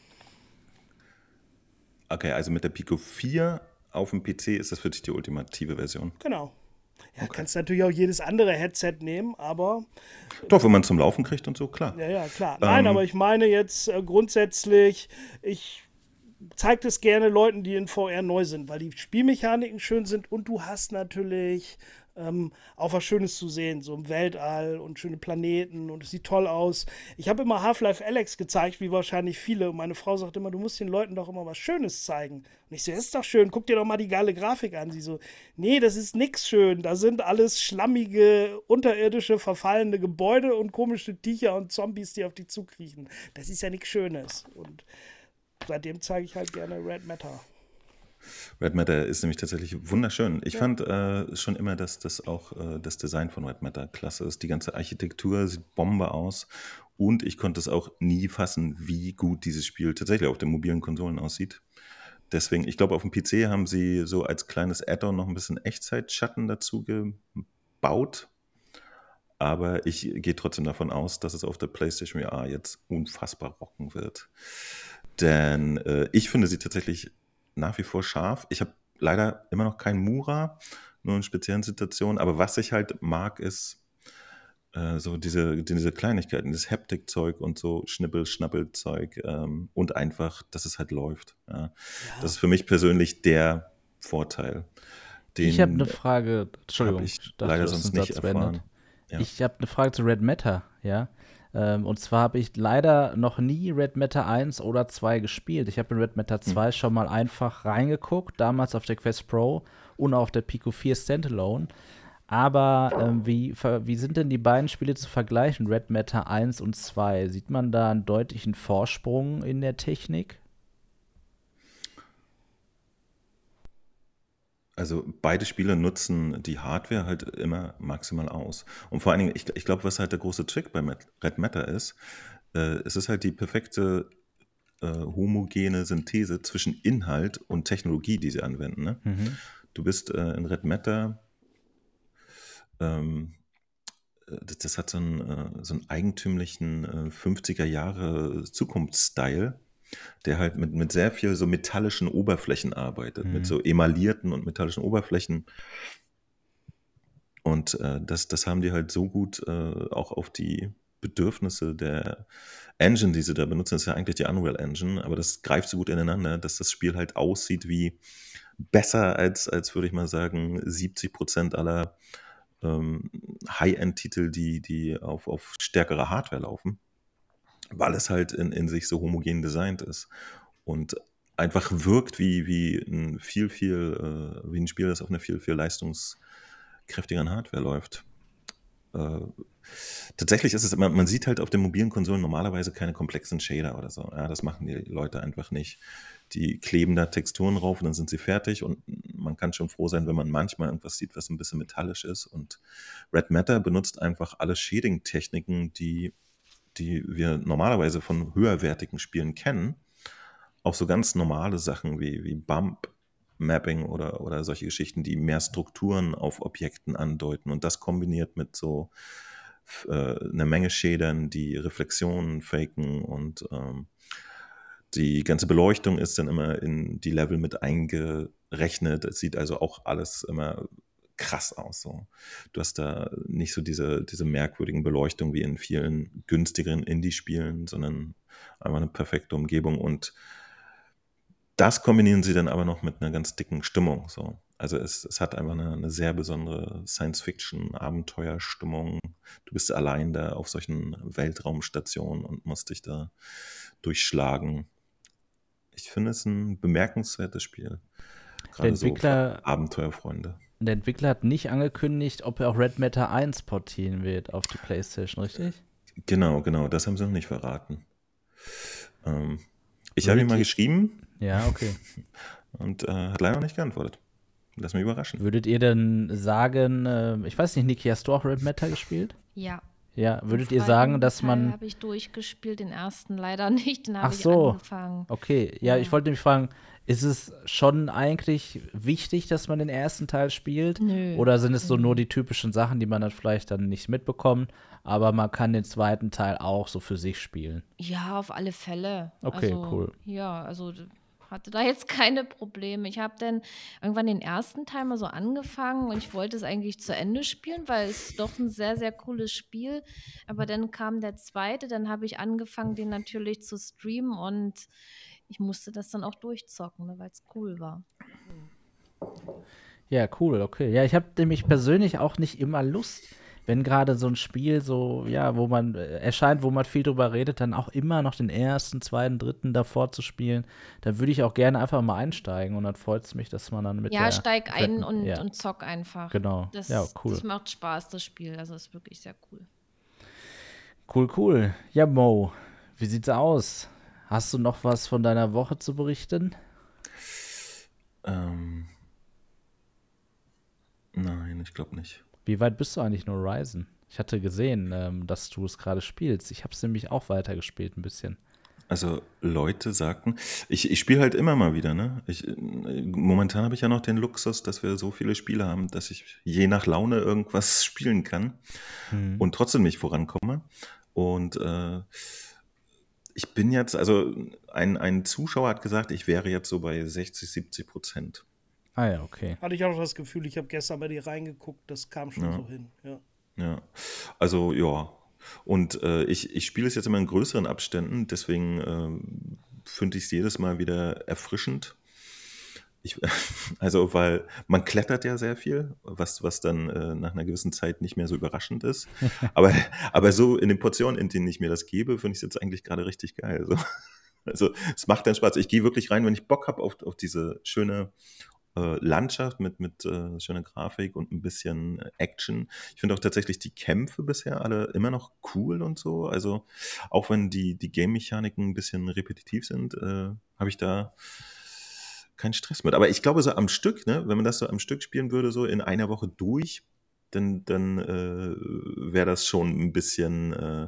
Okay, also mit der Pico vier auf dem P C ist das für dich die ultimative Version. Genau. Ja, okay. Kannst natürlich auch jedes andere Headset nehmen, aber. Doch, wenn man es zum Laufen kriegt und so, klar. Ja, ja, klar. Nein, ähm, aber ich meine jetzt äh, grundsätzlich, ich zeige das gerne Leuten, die in V R neu sind, weil die Spielmechaniken schön sind und du hast natürlich ähm, auch was Schönes zu sehen, so im Weltall und schöne Planeten und es sieht toll aus. Ich habe immer Half-Life Alyx gezeigt, wie wahrscheinlich viele. Und meine Frau sagt immer, du musst den Leuten doch immer was Schönes zeigen. Und ich so, das ist doch schön, guck dir doch mal die geile Grafik an. Sie so, nee, das ist nix schön. Da sind alles schlammige, unterirdische, verfallene Gebäude und komische Tiecher und Zombies, die auf dich zukriechen. Das ist ja nichts Schönes. Und seitdem zeige ich halt gerne Red Matter. Red Matter ist nämlich tatsächlich wunderschön. Ich ja. fand äh, schon immer, dass das auch äh, das Design von Red Matter klasse ist. Die ganze Architektur sieht Bombe aus. Und ich konnte es auch nie fassen, wie gut dieses Spiel tatsächlich auf den mobilen Konsolen aussieht. Deswegen, ich glaube, auf dem P C haben sie so als kleines Add-on noch ein bisschen Echtzeitschatten dazu gebaut. Aber ich gehe trotzdem davon aus, dass es auf der PlayStation V R jetzt unfassbar rocken wird. Denn äh, ich finde sie tatsächlich nach wie vor scharf. Ich habe leider immer noch keinen Mura, nur in speziellen Situationen. Aber was ich halt mag, ist äh, so diese, diese Kleinigkeiten, das Haptik-Zeug und so Schnippel-Schnappel-Zeug ähm, und einfach, dass es halt läuft. Ja. Ja. Das ist für mich persönlich der Vorteil. Den ich habe eine Frage, Entschuldigung, ich ich dachte, leider sonst nicht erfahren. Ja. Ich habe eine Frage zu Red Matter, ja. Ähm, und zwar habe ich leider noch nie Red Matter eins oder zwei gespielt. Ich habe in Red Matter zwei hm. schon mal einfach reingeguckt, damals auf der Quest Pro und auf der Pico vier Standalone. Aber ähm, wie, wie sind denn die beiden Spiele zu vergleichen, Red Matter eins und zwei? Sieht man da einen deutlichen Vorsprung in der Technik? Also beide Spiele nutzen die Hardware halt immer maximal aus. Und vor allen Dingen, ich, ich glaube, was halt der große Trick bei Red Matter ist, äh, es ist halt die perfekte äh, homogene Synthese zwischen Inhalt und Technologie, die sie anwenden. Ne? Mhm. Du bist äh, in Red Matter, ähm, das, das hat so einen, äh, so einen eigentümlichen äh, fünfziger Jahre Zukunftsstyle, der halt mit, mit sehr viel so metallischen Oberflächen arbeitet, mhm. mit so emaillierten und metallischen Oberflächen. Und äh, das, das haben die halt so gut äh, auch auf die Bedürfnisse der Engine, die sie da benutzen, das ist ja eigentlich die Unreal Engine, aber das greift so gut ineinander, dass das Spiel halt aussieht wie besser als, als würde ich mal sagen, siebzig Prozent aller ähm, High-End-Titel, die, die auf, auf stärkere Hardware laufen, weil es halt in, in sich so homogen designt ist und einfach wirkt wie, wie ein viel, viel, äh, wie ein Spiel, das auf einer viel, viel leistungskräftigeren Hardware läuft. Äh, tatsächlich ist es immer, man sieht halt auf den mobilen Konsolen normalerweise keine komplexen Shader oder so. Ja, das machen die Leute einfach nicht. Die kleben da Texturen rauf und dann sind sie fertig und man kann schon froh sein, wenn man manchmal irgendwas sieht, was ein bisschen metallisch ist. Und Red Matter benutzt einfach alle Shading-Techniken, die die wir normalerweise von höherwertigen Spielen kennen, auch so ganz normale Sachen wie, wie Bump, Mapping oder, oder solche Geschichten, die mehr Strukturen auf Objekten andeuten und das kombiniert mit so äh, einer Menge Shadern, die Reflexionen faken und ähm, die ganze Beleuchtung ist dann immer in die Level mit eingerechnet. Es sieht also auch alles immer krass aus. So. Du hast da nicht so diese, diese merkwürdigen Beleuchtung wie in vielen günstigeren Indie-Spielen, sondern einfach eine perfekte Umgebung und das kombinieren sie dann aber noch mit einer ganz dicken Stimmung. So. Also es, es hat einfach eine, eine sehr besondere Science-Fiction-Abenteuerstimmung. Du bist allein da auf solchen Weltraumstationen und musst dich da durchschlagen. Ich finde es ein bemerkenswertes Spiel. Der Gerade so für Entwickler, Abenteuerfreunde. der Entwickler hat nicht angekündigt, ob er auch Red Matter eins portieren wird auf die PlayStation, richtig? Genau, genau, das haben sie noch nicht verraten. Ähm, ich habe ihm Würdet mal ihr- geschrieben Ja, okay. und äh, hat leider noch nicht geantwortet. Lass mich überraschen. Würdet ihr denn sagen, äh, ich weiß nicht, Niki, hast du auch Red Matter gespielt? Ja. Ja, würdet Den ihr sagen, zweiten dass Teil man. habe ich durchgespielt, den ersten leider nicht, den habe Ach ich so. angefangen. Okay, ja, Ja. ich wollte mich fragen, ist es schon eigentlich wichtig, dass man den ersten Teil spielt? Nö. Oder sind es so Nö. nur die typischen Sachen, die man dann vielleicht dann nicht mitbekommt, aber man kann den zweiten Teil auch so für sich spielen? Ja, auf alle Fälle. Okay, also, cool. Ja, also d- hatte da jetzt keine Probleme. Ich habe dann irgendwann den ersten Teil mal so angefangen und ich wollte es eigentlich zu Ende spielen, weil es ist doch ein sehr, sehr cooles Spiel. Aber dann kam der zweite, dann habe ich angefangen, den natürlich zu streamen und ich musste das dann auch durchzocken, ne, weil es cool war. Ja, cool, okay. Ja, ich habe nämlich persönlich auch nicht immer Lust, wenn gerade so ein Spiel so, ja, wo man äh, erscheint, wo man viel drüber redet, dann auch immer noch den ersten, zweiten, dritten davor zu spielen. Da würde ich auch gerne einfach mal einsteigen und dann freut es mich, dass man dann mit Ja, der steig ein kompletten- und, ja, und zock einfach. genau. Das, Ja, cool. das macht Spaß, das Spiel. Also ist wirklich sehr cool. Cool, cool. Ja, Mo, wie sieht's aus? Hast du noch was von deiner Woche zu berichten? Ähm, nein, ich glaube nicht. Wie weit bist du eigentlich in Horizon? Ich hatte gesehen, ähm, dass du es gerade spielst. Ich habe es nämlich auch weitergespielt ein bisschen. Also Leute sagten, ich, ich spiele halt immer mal wieder, ne? Ich, äh, momentan habe ich ja noch den Luxus, dass wir so viele Spiele haben, dass ich je nach Laune irgendwas spielen kann und trotzdem nicht vorankomme. Und äh, ich bin jetzt, also ein, ein Zuschauer hat gesagt, ich wäre jetzt so bei sechzig, siebzig Prozent. Ah ja, okay. Hatte ich auch noch das Gefühl, ich habe gestern bei dir reingeguckt, das kam schon Ja. so hin. Ja. Ja, also ja. Und äh, ich, ich spiele es jetzt immer in größeren Abständen, deswegen ähm, finde ich es jedes Mal wieder erfrischend. Ich, also, weil man klettert ja sehr viel, was, was dann äh, nach einer gewissen Zeit nicht mehr so überraschend ist. Aber, aber so in den Portionen, in denen ich mir das gebe, finde ich es jetzt eigentlich gerade richtig geil. So. Also es macht dann Spaß. Ich gehe wirklich rein, wenn ich Bock habe auf, auf diese schöne äh, Landschaft mit, mit äh, schöner Grafik und ein bisschen äh, Action. Ich finde auch tatsächlich die Kämpfe bisher alle immer noch cool und so. Also auch wenn die, die Game-Mechaniken ein bisschen repetitiv sind, äh, habe ich da keinen Stress mit. Aber ich glaube, so am Stück, ne, wenn man das so am Stück spielen würde, so in einer Woche durch, dann, dann äh, wäre das schon ein bisschen äh,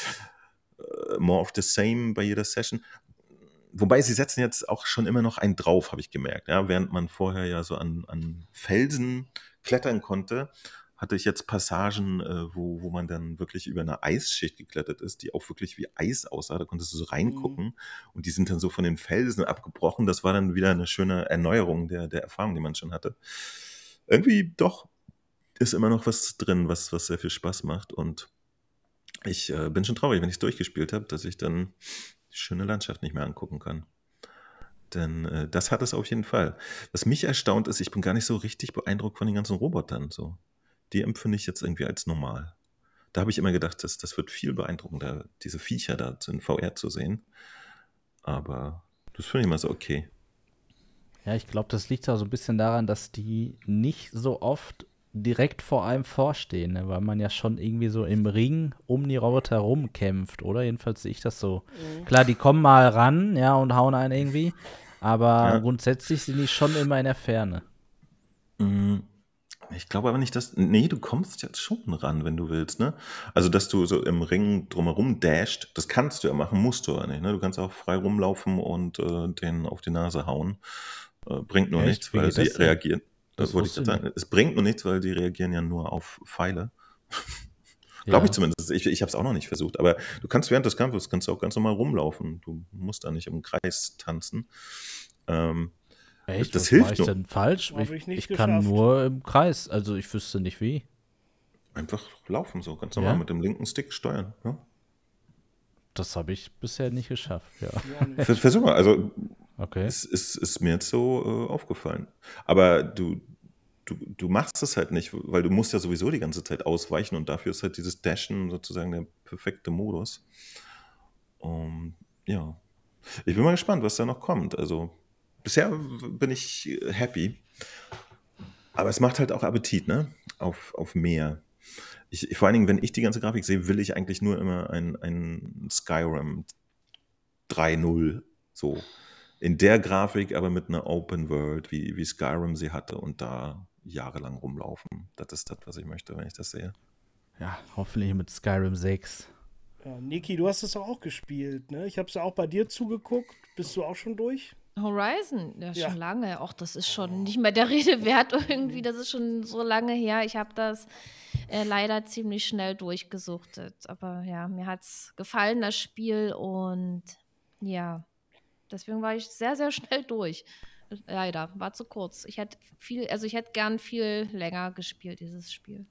äh, more of the same bei jeder Session. Wobei sie setzen jetzt auch schon immer noch einen drauf, habe ich gemerkt. Ja, während man vorher ja so an, an Felsen klettern konnte, hatte ich jetzt Passagen, äh, wo, wo man dann wirklich über eine Eisschicht geklettert ist, die auch wirklich wie Eis aussah. Da konntest du so reingucken Mhm. und die sind dann so von den Felsen abgebrochen. Das war dann wieder eine schöne Erneuerung der, der Erfahrung, die man schon hatte. Irgendwie doch ist immer noch was drin, was, was sehr viel Spaß macht. Und ich äh, bin schon traurig, wenn ich es durchgespielt habe, dass ich dann die schöne Landschaft nicht mehr angucken kann. Denn äh, das hat es auf jeden Fall. Was mich erstaunt ist, ich bin gar nicht so richtig beeindruckt von den ganzen Robotern. So. Die empfinde ich jetzt irgendwie als normal. Da habe ich immer gedacht, das, das wird viel beeindruckender, diese Viecher da in V R zu sehen. Aber das finde ich mal so okay. Ja, ich glaube, das liegt auch so ein bisschen daran, dass die nicht so oft direkt vor einem vorstehen, ne? Weil man ja schon irgendwie so im Ring um die Roboter rumkämpft, oder? Jedenfalls sehe ich das so. Klar, die kommen mal ran, ja, und hauen einen irgendwie, aber Ja. grundsätzlich sind die schon immer in der Ferne. Mm, Ich glaube aber nicht, dass. Nee, du kommst jetzt schon ran, wenn du willst, ne? Also, dass du so im Ring drumherum dasht, das kannst du ja machen, musst du aber nicht, ne? Du kannst auch frei rumlaufen und äh, den auf die Nase hauen. Äh, bringt nur Echt? nichts, Wie weil geht sie das denn? reagieren. Das Das wollte ich wusste gerade ich sagen. Es bringt nur nichts, weil die reagieren ja nur auf Pfeile. Ja. Glaube ich zumindest. Ich, ich habe es auch noch nicht versucht. Aber du kannst während des Kampfes kannst du auch ganz normal rumlaufen. Du musst da nicht im Kreis tanzen. Ähm, Echt? das Was hilft mache ich nur. denn falsch? Hab Ich, ich nicht ich kann geschafft. nur im Kreis, also ich wüsste nicht wie. Einfach laufen so, ganz normal Ja? mit dem linken Stick steuern. Ja? Das habe ich bisher nicht geschafft, ja. Ja, nicht. Vers- Versuch mal, also Okay. es ist, ist mir jetzt so äh, aufgefallen. Aber du, du, du machst es halt nicht, weil du musst ja sowieso die ganze Zeit ausweichen und dafür ist halt dieses Dashen sozusagen der perfekte Modus. Um, ja, ich bin mal gespannt, was da noch kommt. Also bisher bin ich happy, aber es macht halt auch Appetit, ne? Auf, auf mehr. Ich, ich, vor allen Dingen, wenn ich die ganze Grafik sehe, will ich eigentlich nur immer ein, ein Skyrim drei null, so. In der Grafik, aber mit einer Open World, wie, wie Skyrim sie hatte und da jahrelang rumlaufen. Das ist das, was ich möchte, wenn ich das sehe. Ja, hoffentlich mit Skyrim sechs. Ja, Niki, du hast es doch auch gespielt, ne? Ich habe es ja auch bei dir zugeguckt. Bist du auch schon durch? Horizon, ja, Ja. schon lange. Auch das ist schon nicht mehr der Rede wert irgendwie. Das ist schon so lange her. Ich habe das äh, leider ziemlich schnell durchgesuchtet. Aber ja, mir hat es gefallen, das Spiel. Und ja, deswegen war ich sehr, sehr schnell durch. Leider, war zu kurz. Ich hätte viel, also ich hätte gern viel länger gespielt, dieses Spiel.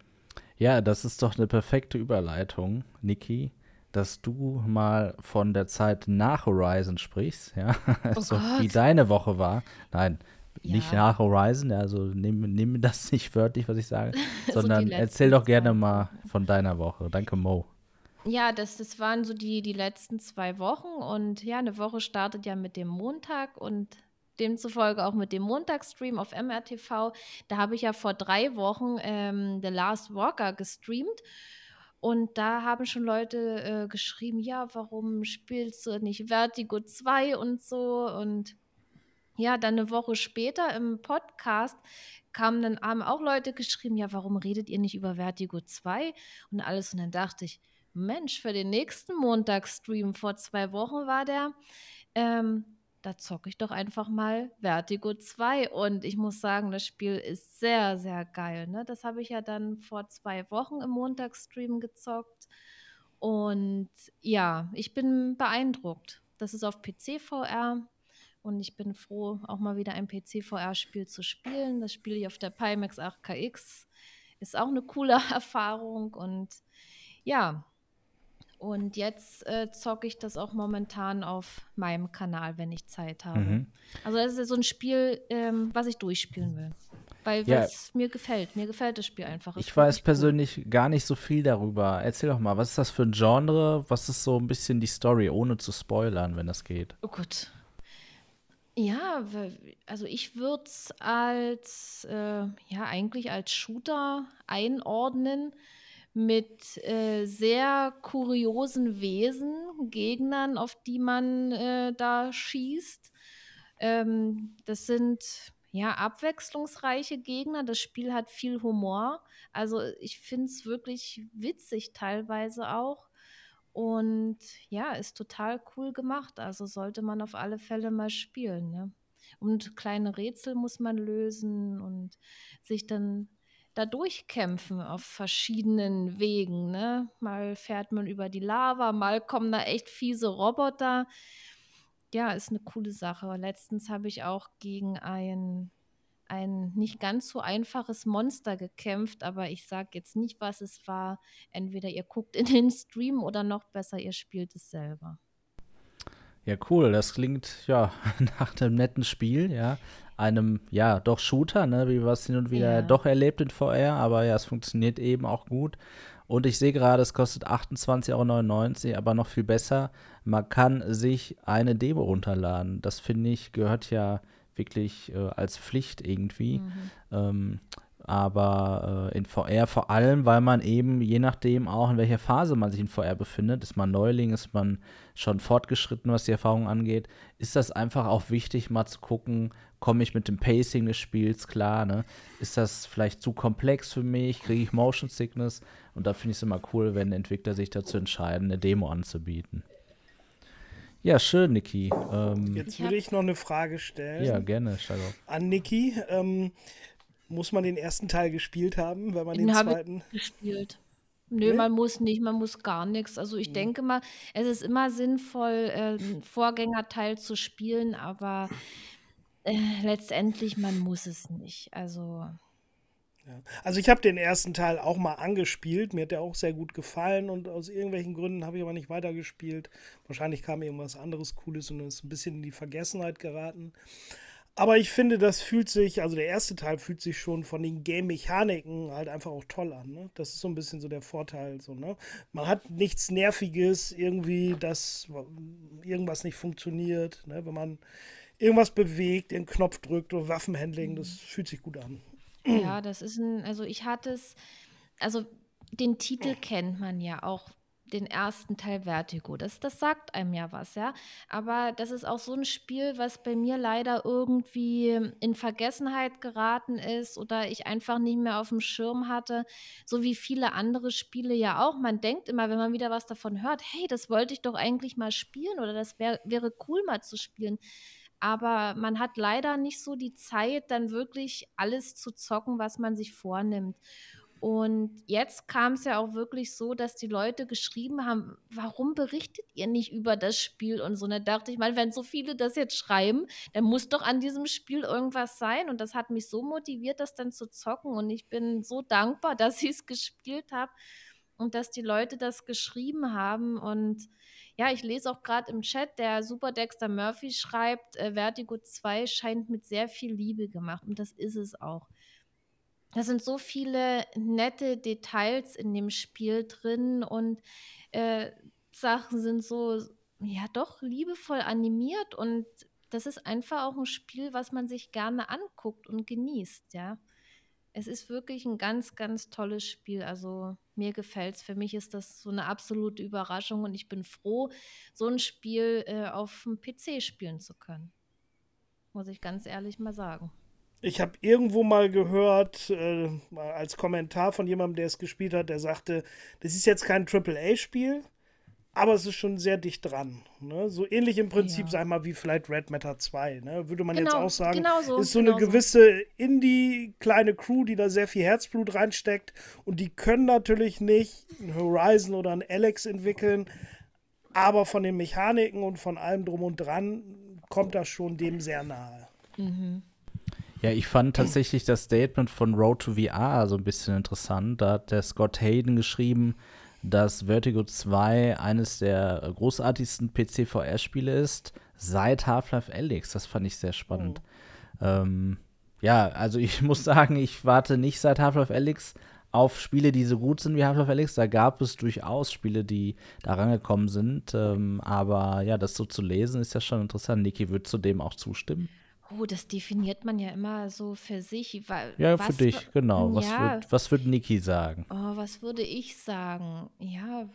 Ja, das ist doch eine perfekte Überleitung, Niki, dass du mal von der Zeit nach Horizon sprichst, ja, also Gott. wie deine Woche war. Nein, Ja. nicht nach Horizon, also nimm, nimm das nicht wörtlich, was ich sage, So sondern die erzähl letzten doch gerne zwei mal von deiner Woche. Danke, Mo. Ja, das, das waren so die, die letzten zwei Wochen und ja, eine Woche startet ja mit dem Montag und demzufolge auch mit dem Montagsstream auf M R T V. Da habe ich ja vor drei Wochen ähm, The Last Walker gestreamt und da haben schon Leute äh, geschrieben, ja, warum spielst du nicht Vertigo zwei und so und ja, dann eine Woche später im Podcast kamen dann haben auch Leute geschrieben, ja, warum redet ihr nicht über Vertigo zwei und alles und dann dachte ich, Mensch, für den nächsten Montagsstream vor zwei Wochen war der, ähm, da zocke ich doch einfach mal Vertigo zwei und ich muss sagen, das Spiel ist sehr, sehr geil, ne? Das habe ich ja dann vor zwei Wochen im Montagsstream gezockt und ja, ich bin beeindruckt. Das ist auf P C V R und ich bin froh, auch mal wieder ein P C V R-Spiel zu spielen. Das spiele ich auf der Pimax acht K X. Ist auch eine coole Erfahrung und ja, und jetzt äh, zocke ich das auch momentan auf meinem Kanal, wenn ich Zeit habe. Mhm. Also das ist ja so ein Spiel, ähm, was ich durchspielen will. Weil Ja. es mir gefällt. Mir gefällt das Spiel einfach. Es Ich ist weiß wirklich cool. persönlich gar nicht so viel darüber. Erzähl doch mal, was ist das für ein Genre? Was ist so ein bisschen die Story, ohne zu spoilern, wenn das geht? Oh Gott. Ja, w- also ich würde es als, äh, ja, eigentlich als Shooter einordnen mit äh, sehr kuriosen Wesen, Gegnern, auf die man äh, da schießt. Ähm, das sind ja abwechslungsreiche Gegner. Das Spiel hat viel Humor. Also ich finde es wirklich witzig teilweise auch. Und ja, ist total cool gemacht. Also sollte man auf alle Fälle mal spielen, ne? Und kleine Rätsel muss man lösen und sich dann da durchkämpfen auf verschiedenen Wegen, ne? Mal fährt man über die Lava, mal kommen da echt fiese Roboter. Ja, ist eine coole Sache. Letztens habe ich auch gegen ein ein nicht ganz so einfaches Monster gekämpft, aber ich sage jetzt nicht, was es war. Entweder ihr guckt in den Stream oder noch besser, ihr spielt es selber. Ja, cool. Das klingt ja nach einem netten Spiel, ja. Einem, ja, doch Shooter, ne, wie wir es hin und wieder Ja. doch erlebt in V R, aber ja, es funktioniert eben auch gut. Und ich sehe gerade, es kostet achtundzwanzig Euro neunundneunzig, aber noch viel besser, man kann sich eine Demo runterladen. Das finde ich, gehört ja wirklich äh, als Pflicht irgendwie. Mhm. Ähm, aber äh, in V R vor allem, weil man eben, je nachdem auch, in welcher Phase man sich in V R befindet, ist man Neuling, ist man schon fortgeschritten, was die Erfahrung angeht, ist das einfach auch wichtig, mal zu gucken, komme ich mit dem Pacing des Spiels klar, ne? Ist das vielleicht zu komplex für mich, kriege ich Motion Sickness? Und da finde ich es immer cool, wenn Entwickler sich dazu entscheiden, eine Demo anzubieten. Ja, schön, Niki. Ähm, Jetzt Ich will hab- ich noch eine Frage stellen ja, gerne, steig auf. an Niki. Ähm, muss man den ersten Teil gespielt haben, wenn man den Den habe zweiten. ich gespielt. Nö, Nee? man muss nicht, man muss gar nichts. Also ich denke mal, es ist immer sinnvoll, äh, 'n Vorgängerteil zu spielen, aber äh, letztendlich, man muss es nicht. Also Also ich habe den ersten Teil auch mal angespielt, mir hat der auch sehr gut gefallen und aus irgendwelchen Gründen habe ich aber nicht weitergespielt. Wahrscheinlich kam irgendwas anderes Cooles und ist ein bisschen in die Vergessenheit geraten. Aber ich finde, das fühlt sich, also der erste Teil fühlt sich schon von den Game-Mechaniken halt einfach auch toll an. Ne? Das ist so ein bisschen so der Vorteil. So, ne? Man hat nichts Nerviges, irgendwie, dass irgendwas nicht funktioniert. Ne? Wenn man irgendwas bewegt, den Knopf drückt oder Waffenhandling, das fühlt sich gut an. Ja, das ist ein, also ich hatte es, also den Titel kennt man ja auch, den ersten Teil Vertigo. Das, das sagt einem ja was, ja. Aber das ist auch so ein Spiel, was bei mir leider irgendwie in Vergessenheit geraten ist oder ich einfach nicht mehr auf dem Schirm hatte, so wie viele andere Spiele ja auch. Man denkt immer, wenn man wieder was davon hört, hey, das wollte ich doch eigentlich mal spielen oder das wär, wäre cool mal zu spielen. Aber man hat leider nicht so die Zeit, dann wirklich alles zu zocken, was man sich vornimmt. Und jetzt kam es ja auch wirklich so, dass die Leute geschrieben haben, warum berichtet ihr nicht über das Spiel und so. Und da dachte ich mal, wenn so viele das jetzt schreiben, dann muss doch an diesem Spiel irgendwas sein. Und das hat mich so motiviert, das dann zu zocken. Und ich bin so dankbar, dass ich es gespielt habe und dass die Leute das geschrieben haben. Und ja, ich lese auch gerade im Chat, der Super Dexter Murphy schreibt, äh, Vertigo zwei scheint mit sehr viel Liebe gemacht. Und das ist es auch. Da sind so viele nette Details in dem Spiel drin und äh, Sachen sind so, ja doch, liebevoll animiert und das ist einfach auch ein Spiel, was man sich gerne anguckt und genießt, ja. Es ist wirklich ein ganz, ganz tolles Spiel. Also mir gefällt's. Für mich ist das so eine absolute Überraschung und ich bin froh, so ein Spiel äh, auf dem P C spielen zu können. Muss ich ganz ehrlich mal sagen. Ich habe irgendwo mal gehört, äh, mal als Kommentar von jemandem, der es gespielt hat, der sagte, das ist jetzt kein Triple A-Spiel, aber es ist schon sehr dicht dran. Ne? So ähnlich im Prinzip, Ja. sag mal, wie vielleicht Red Matter zwei. Ne? Würde man jetzt Genau, auch sagen, genau so, ist so genau eine so. gewisse Indie-kleine Crew, die da sehr viel Herzblut reinsteckt. Und die können natürlich nicht ein Horizon oder ein Alex entwickeln, aber von den Mechaniken und von allem drum und dran kommt das schon dem sehr nahe. Mhm. Ja, ich fand tatsächlich das Statement von Road to V R so ein bisschen interessant. Da hat der Scott Hayden geschrieben, dass Vertigo zwei eines der großartigsten P C-V R-Spiele ist seit Half-Life Alyx. Das fand ich sehr spannend. Oh. Ähm, ja, also ich muss sagen, ich warte nicht seit Half-Life Alyx auf Spiele, die so gut sind wie Half-Life Alyx. Da gab es durchaus Spiele, die da rangekommen sind. Ähm, aber ja, das so zu lesen, ist ja schon interessant. Niki, würdest du dem auch zustimmen? Oh, das definiert man ja immer so für sich. Wa- Ja, für Was, dich, genau. Was ja, würd, was würd Niki sagen? oh, was würde ich sagen? Ja,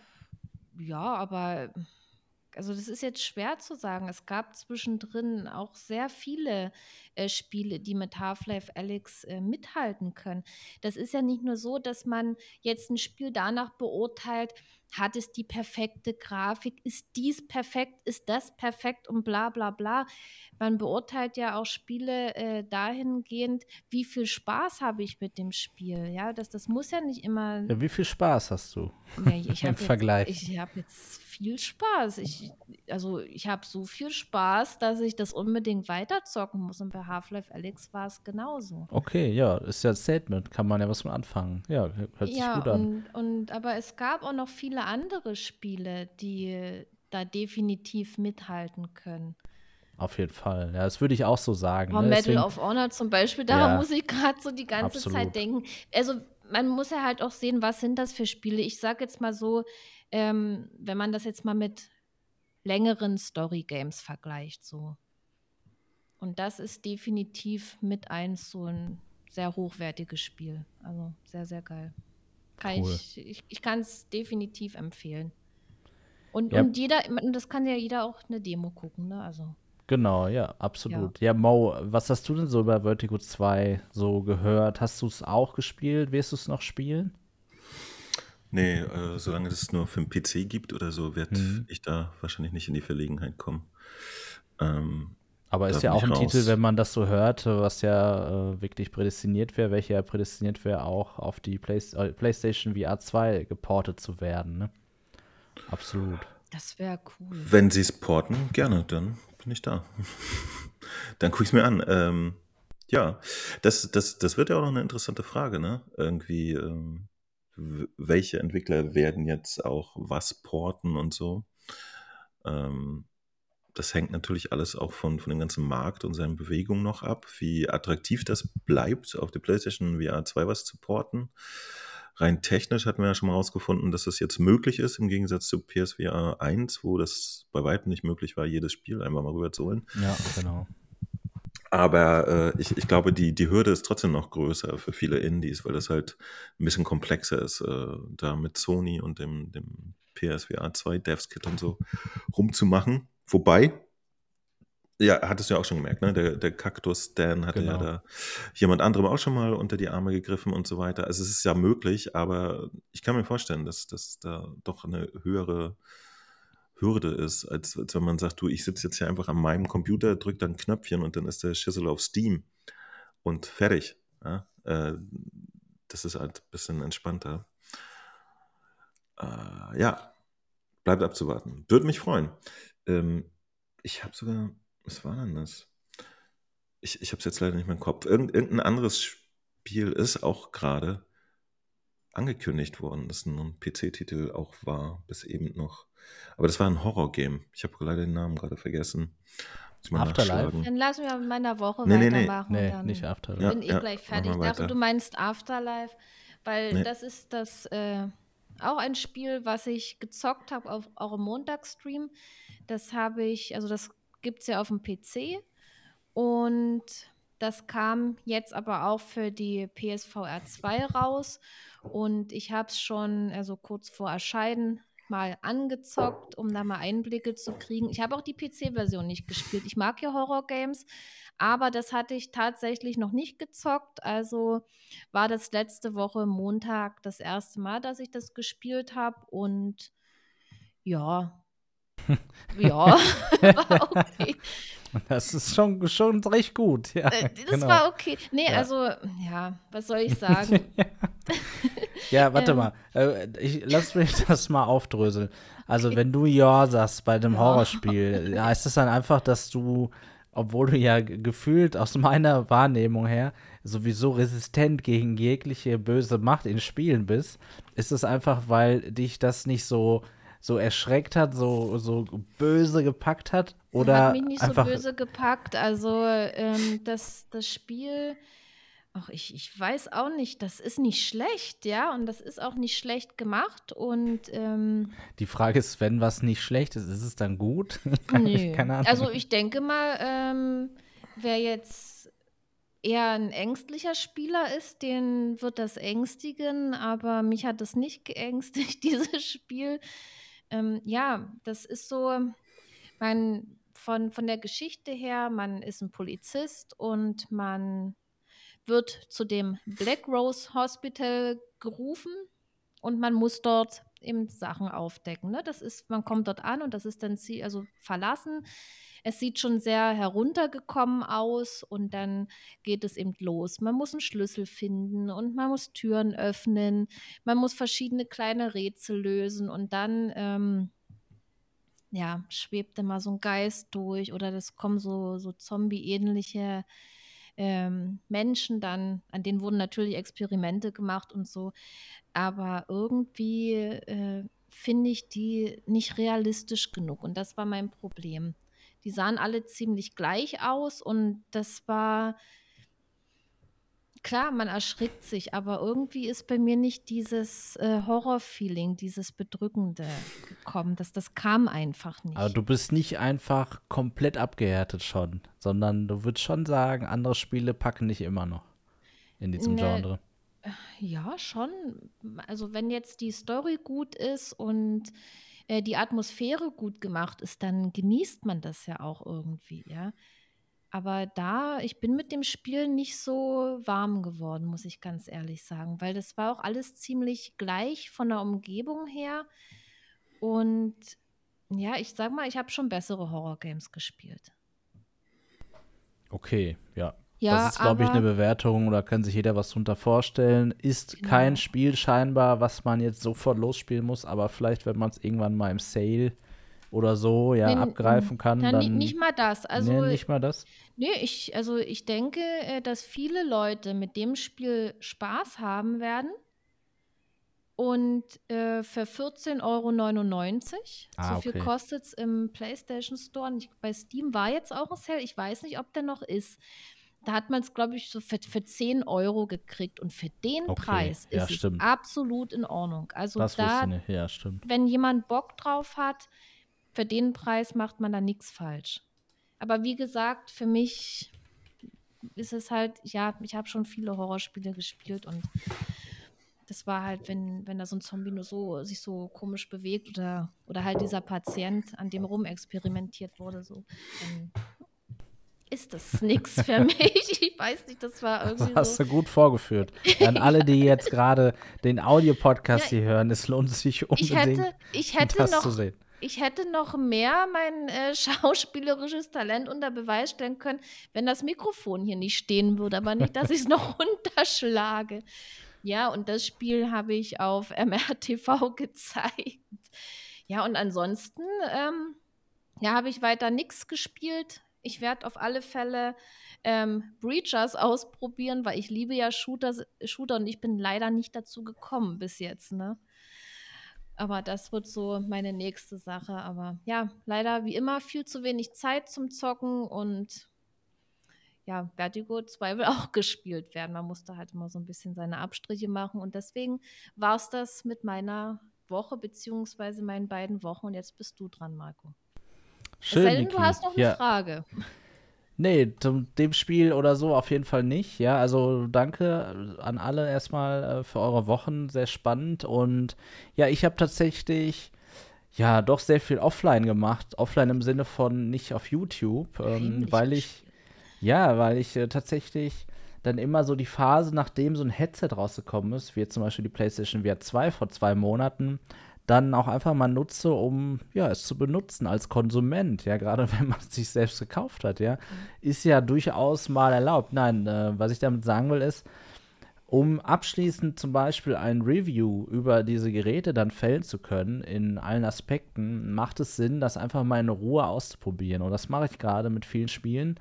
ja, aber also das ist jetzt schwer zu sagen. Es gab zwischendrin auch sehr viele äh, Spiele, die mit Half-Life Alyx äh, mithalten können. Das ist ja nicht nur so, dass man jetzt ein Spiel danach beurteilt, hat es die perfekte Grafik, ist dies perfekt, ist das perfekt und bla bla bla. Man beurteilt ja auch Spiele äh, dahingehend, wie viel Spaß habe ich mit dem Spiel. Ja, das, das muss ja nicht immer. Ja, wie viel Spaß hast du Ja, ich im habe jetzt, Vergleich? ich habe jetzt viel Spaß. Ich, also ich habe so viel Spaß, dass ich das unbedingt weiterzocken muss. Und bei Half-Life Alyx war es genauso. Okay, ja, ist ja ein Statement, kann man ja was mit anfangen. Ja, hört sich Ja, gut an. und, und aber es gab auch noch viele andere Spiele, die da definitiv mithalten können. Auf jeden Fall. Ja, das würde ich auch so sagen. Oh, Ne? Medal Deswegen, of Honor zum Beispiel, daran ja, muss ich gerade so die ganze absolut. Zeit denken. Also man muss ja halt auch sehen, was sind das für Spiele. Ich sage jetzt mal so, ähm, wenn man das jetzt mal mit längeren Story-Games vergleicht, so. Und das ist definitiv mit eins so ein sehr hochwertiges Spiel. Also sehr, sehr geil. Kann Cool. ich ich, ich kann es definitiv empfehlen. Und, Ja, und jeder, das kann ja jeder auch eine Demo gucken, ne? Also, genau, ja, absolut. Ja, Mo, was hast du denn so über Vertigo zwei so gehört? Hast du es auch gespielt? Wirst du es noch spielen? Nee, äh, solange es nur für den P C gibt oder so, werde Mhm. ich da wahrscheinlich nicht in die Verlegenheit kommen. Ähm, Aber da ist ja bin auch ich ein Titel, raus. wenn man das so hört, was ja äh, wirklich prädestiniert wäre, welcher ja prädestiniert wäre, auch auf die Play äh, PlayStation V R zwei geportet zu werden. Ne? Absolut. das wäre cool. Wenn sie es porten, gerne, dann bin ich da. Dann gucke ich es mir an. Ähm, ja, das, das, das wird ja auch noch eine interessante Frage, ne? Irgendwie, ähm, w- welche Entwickler werden jetzt auch was porten und so. Ähm, das hängt natürlich alles auch von, von dem ganzen Markt und seinen Bewegungen noch ab, wie attraktiv das bleibt, auf der PlayStation V R zwei was zu porten. Rein technisch hatten wir ja schon mal herausgefunden, dass das jetzt möglich ist, im Gegensatz zu P S V R eins, wo das bei weitem nicht möglich war, jedes Spiel einfach mal rüber zu holen. Ja, genau. Aber äh, ich, ich glaube, die, die Hürde ist trotzdem noch größer für viele Indies, weil das halt ein bisschen komplexer ist, äh, da mit Sony und dem, dem P S V R zwei Devs-Kit und so rumzumachen. Wobei, ja, hattest du ja auch schon gemerkt, ne? Der, der Kaktus Dan hatte Genau. ja da jemand anderem auch schon mal unter die Arme gegriffen und so weiter. Also es ist ja möglich, aber ich kann mir vorstellen, dass das da doch eine höhere Hürde ist, als, als wenn man sagt, du, ich sitze jetzt hier einfach an meinem Computer, drücke dann ein Knöpfchen und dann ist der Schissel auf Steam und fertig. Ja? Äh, das ist halt ein bisschen entspannter. Äh, ja, bleibt abzuwarten. Würde mich freuen. Ähm, ich habe sogar, was war denn das? Ich, ich habe es jetzt leider nicht mehr im Kopf. Irgend, irgendein anderes Spiel ist auch gerade angekündigt worden, dass ein P C-Titel auch war, bis eben noch. Aber das war ein Horror-Game. Ich habe leider den Namen gerade vergessen. Muss ich mal Afterlife? nachschlagen. Dann lass mich mal mit meiner Woche Nee, nee, nee. weitermachen. Nee, dann nicht Afterlife. Ja, bin ich ja, gleich mach fertig. mal Ich dachte, weiter. du meinst Afterlife, weil Nee. das ist das äh, auch ein Spiel, was ich gezockt habe auf eurem Montagsstream. Das habe ich, also das gibt es ja auf dem P C und das kam jetzt aber auch für die P S V R zwei raus und ich habe es schon, also kurz vor Erscheinen, mal angezockt, um da mal Einblicke zu kriegen. Ich habe auch die P C-Version nicht gespielt. Ich mag ja Horror-Games, aber das hatte ich tatsächlich noch nicht gezockt. Also war das letzte Woche Montag das erste Mal, dass ich das gespielt habe und ja, ja, war okay. Das ist schon, schon recht gut, ja. Äh, Das genau. war okay. Nee, Ja. also, ja, was soll ich sagen? Ja, warte Ähm. mal. Äh, ich, lass mich das mal aufdröseln. Also, wenn du Ja sagst bei dem Ja. Horrorspiel, heißt das dann einfach, dass du, obwohl du ja ge- gefühlt aus meiner Wahrnehmung her sowieso resistent gegen jegliche böse Macht in Spielen bist? Ist es einfach, weil dich das nicht so, so erschreckt hat, so, so böse gepackt hat? Oder Hat mich nicht einfach. so böse gepackt. Also, ähm, das, das Spiel, ach, ich, ich weiß auch nicht, das ist nicht schlecht, ja, und das ist auch nicht schlecht gemacht und ähm, Die Frage ist, wenn was nicht schlecht ist, ist es dann gut? Kann ich, nö. keine Ahnung. Also, ich denke mal, ähm, wer jetzt eher ein ängstlicher Spieler ist, den wird das ängstigen, aber mich hat das nicht geängstigt, dieses Spiel. Ähm, ja, das ist so, man von, von der Geschichte her, man ist ein Polizist und man wird zu dem Black Rose Hospital gerufen und man muss dort eben Sachen aufdecken. Ne? Das ist, man kommt dort an und das ist dann zie- also verlassen. Es sieht schon sehr heruntergekommen aus und dann geht es eben los. Man muss einen Schlüssel finden und man muss Türen öffnen, man muss verschiedene kleine Rätsel lösen und dann ähm, ja, schwebt immer so ein Geist durch oder das kommen so, so Zombie-ähnliche ähm, Menschen dann, an denen wurden natürlich Experimente gemacht und so, aber irgendwie äh, finde ich die nicht realistisch genug und das war mein Problem. Die sahen alle ziemlich gleich aus und das war, klar, man erschrickt sich, aber irgendwie ist bei mir nicht dieses äh, Horror-Feeling, dieses Bedrückende gekommen. Das, das kam einfach Aber nicht. du bist nicht einfach komplett abgehärtet schon, sondern du würdest schon sagen, andere Spiele packen dich immer noch in diesem Ne, Genre. ja, schon. Also wenn jetzt die Story gut ist und äh, die Atmosphäre gut gemacht ist, dann genießt man das ja auch irgendwie, ja. Aber da, ich bin mit dem Spiel nicht so warm geworden, muss ich ganz ehrlich sagen, weil das war auch alles ziemlich gleich von der Umgebung her. Und ja, ich sag mal, ich habe schon bessere Horror-Games gespielt. Okay, ja. Ja, Das ist, glaube ich, eine aber Bewertung, da kann sich jeder was drunter vorstellen. Ist genau. kein Spiel scheinbar, was man jetzt sofort losspielen muss, aber vielleicht, wenn man es irgendwann mal im Sale oder so ja Nee, n- abgreifen kann, na, ni- dann. nicht mal das. Also Nee, nicht mal das. nee, ich, also ich denke, äh, dass viele Leute mit dem Spiel Spaß haben werden und äh, für vierzehn Euro neunundneunzig. Ah, So viel okay. kostet es im PlayStation Store. Und ich, bei Steam war jetzt auch ein Sale. Ich weiß nicht, ob der noch ist. Da hat man es, glaube ich, so für, für zehn Euro gekriegt. Und für den Okay, Preis ja, ist es stimmt. absolut in Ordnung. Also Das wusste ich da, nicht. Ja, stimmt. wenn jemand Bock drauf hat, für den Preis macht man da nichts falsch. Aber wie gesagt, für mich ist es halt, ja, ich habe schon viele Horrorspiele gespielt und das war halt, wenn, wenn da so ein Zombie nur so sich so komisch bewegt oder, oder halt dieser Patient, an dem rumexperimentiert wurde, so, dann ist das nichts für mich. Ich weiß nicht, das war Das irgendwie hast so. du gut vorgeführt. An alle, die jetzt gerade den Audiopodcast Ja, hier hören, es lohnt sich Ich unbedingt, hätte, ich hätte das zu noch, sehen. ich hätte noch mehr mein äh, schauspielerisches Talent unter Beweis stellen können, wenn das Mikrofon hier nicht stehen würde, aber nicht, dass ich es noch runterschlage. Ja, und das Spiel habe ich auf M R T V gezeigt. Ja, und ansonsten ähm, ja, habe ich weiter nichts gespielt. Ich werde auf alle Fälle ähm, Breachers ausprobieren, weil ich liebe ja Shooter, Shooter und ich bin leider nicht dazu gekommen bis jetzt, ne? Aber das wird so meine nächste Sache. Aber ja, leider wie immer viel zu wenig Zeit zum Zocken und ja, Vertigo zwei will auch gespielt werden. Man musste halt immer so ein bisschen seine Abstriche machen und deswegen war es das mit meiner Woche beziehungsweise meinen beiden Wochen und jetzt bist du dran, Marco. Es sei Schön, denn, du Niki. hast noch eine Ja, Frage. nee, zum dem Spiel oder so auf jeden Fall nicht. Ja, also danke an alle erstmal äh, für eure Wochen, sehr spannend. Und ja, ich habe tatsächlich ja doch sehr viel offline gemacht. Offline im Sinne von nicht auf YouTube, ähm, Heimlich weil ich gespielt. ja, weil ich äh, tatsächlich dann immer so die Phase, nachdem so ein Headset rausgekommen ist, wie jetzt zum Beispiel die PlayStation V R zwei vor zwei Monaten, dann auch einfach mal nutze, um ja, es zu benutzen als Konsument. Ja, gerade wenn man es sich selbst gekauft hat, ja, ist ja durchaus mal erlaubt. Nein, äh, was ich damit sagen will, ist, um abschließend zum Beispiel ein Review über diese Geräte dann fällen zu können, in allen Aspekten, macht es Sinn, das einfach mal in Ruhe auszuprobieren. Und das mache ich gerade mit vielen Spielen.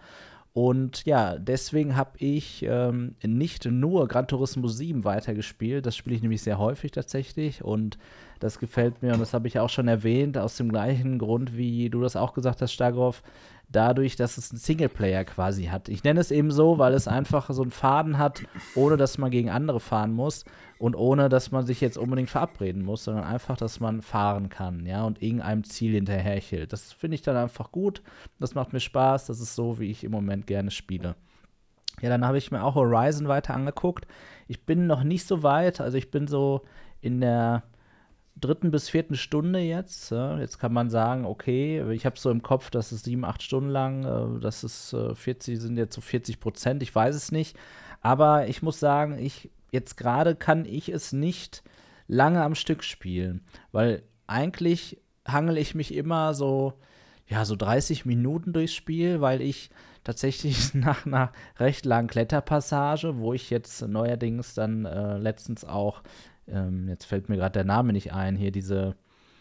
Und ja, deswegen habe ich ähm, nicht nur Gran Turismo sieben weitergespielt, das spiele ich nämlich sehr häufig tatsächlich und das gefällt mir und das habe ich auch schon erwähnt, aus dem gleichen Grund, wie du das auch gesagt hast, Stagroff, dadurch, dass es einen Singleplayer quasi hat. Ich nenne es eben so, weil es einfach so einen Faden hat, ohne dass man gegen andere fahren muss und ohne, dass man sich jetzt unbedingt verabreden muss, sondern einfach, dass man fahren kann, ja, und irgendeinem Ziel hinterherchillt. Das finde ich dann einfach gut, das macht mir Spaß, das ist so, wie ich im Moment gerne spiele. Ja, dann habe ich mir auch Horizon weiter angeguckt. Ich bin noch nicht so weit, also ich bin so in der dritten bis vierten Stunde jetzt. Ja. Jetzt kann man sagen, okay, ich habe so im Kopf, dass es sieben, acht Stunden lang, äh, das ist äh, vierzig, sind jetzt so vierzig Prozent, ich weiß es nicht. Aber ich muss sagen, ich jetzt gerade kann ich es nicht lange am Stück spielen, weil eigentlich hangel ich mich immer so, ja, so dreißig Minuten durchs Spiel, weil ich tatsächlich nach einer recht langen Kletterpassage, wo ich jetzt neuerdings dann äh, letztens auch Ähm, jetzt fällt mir gerade der Name nicht ein, hier diese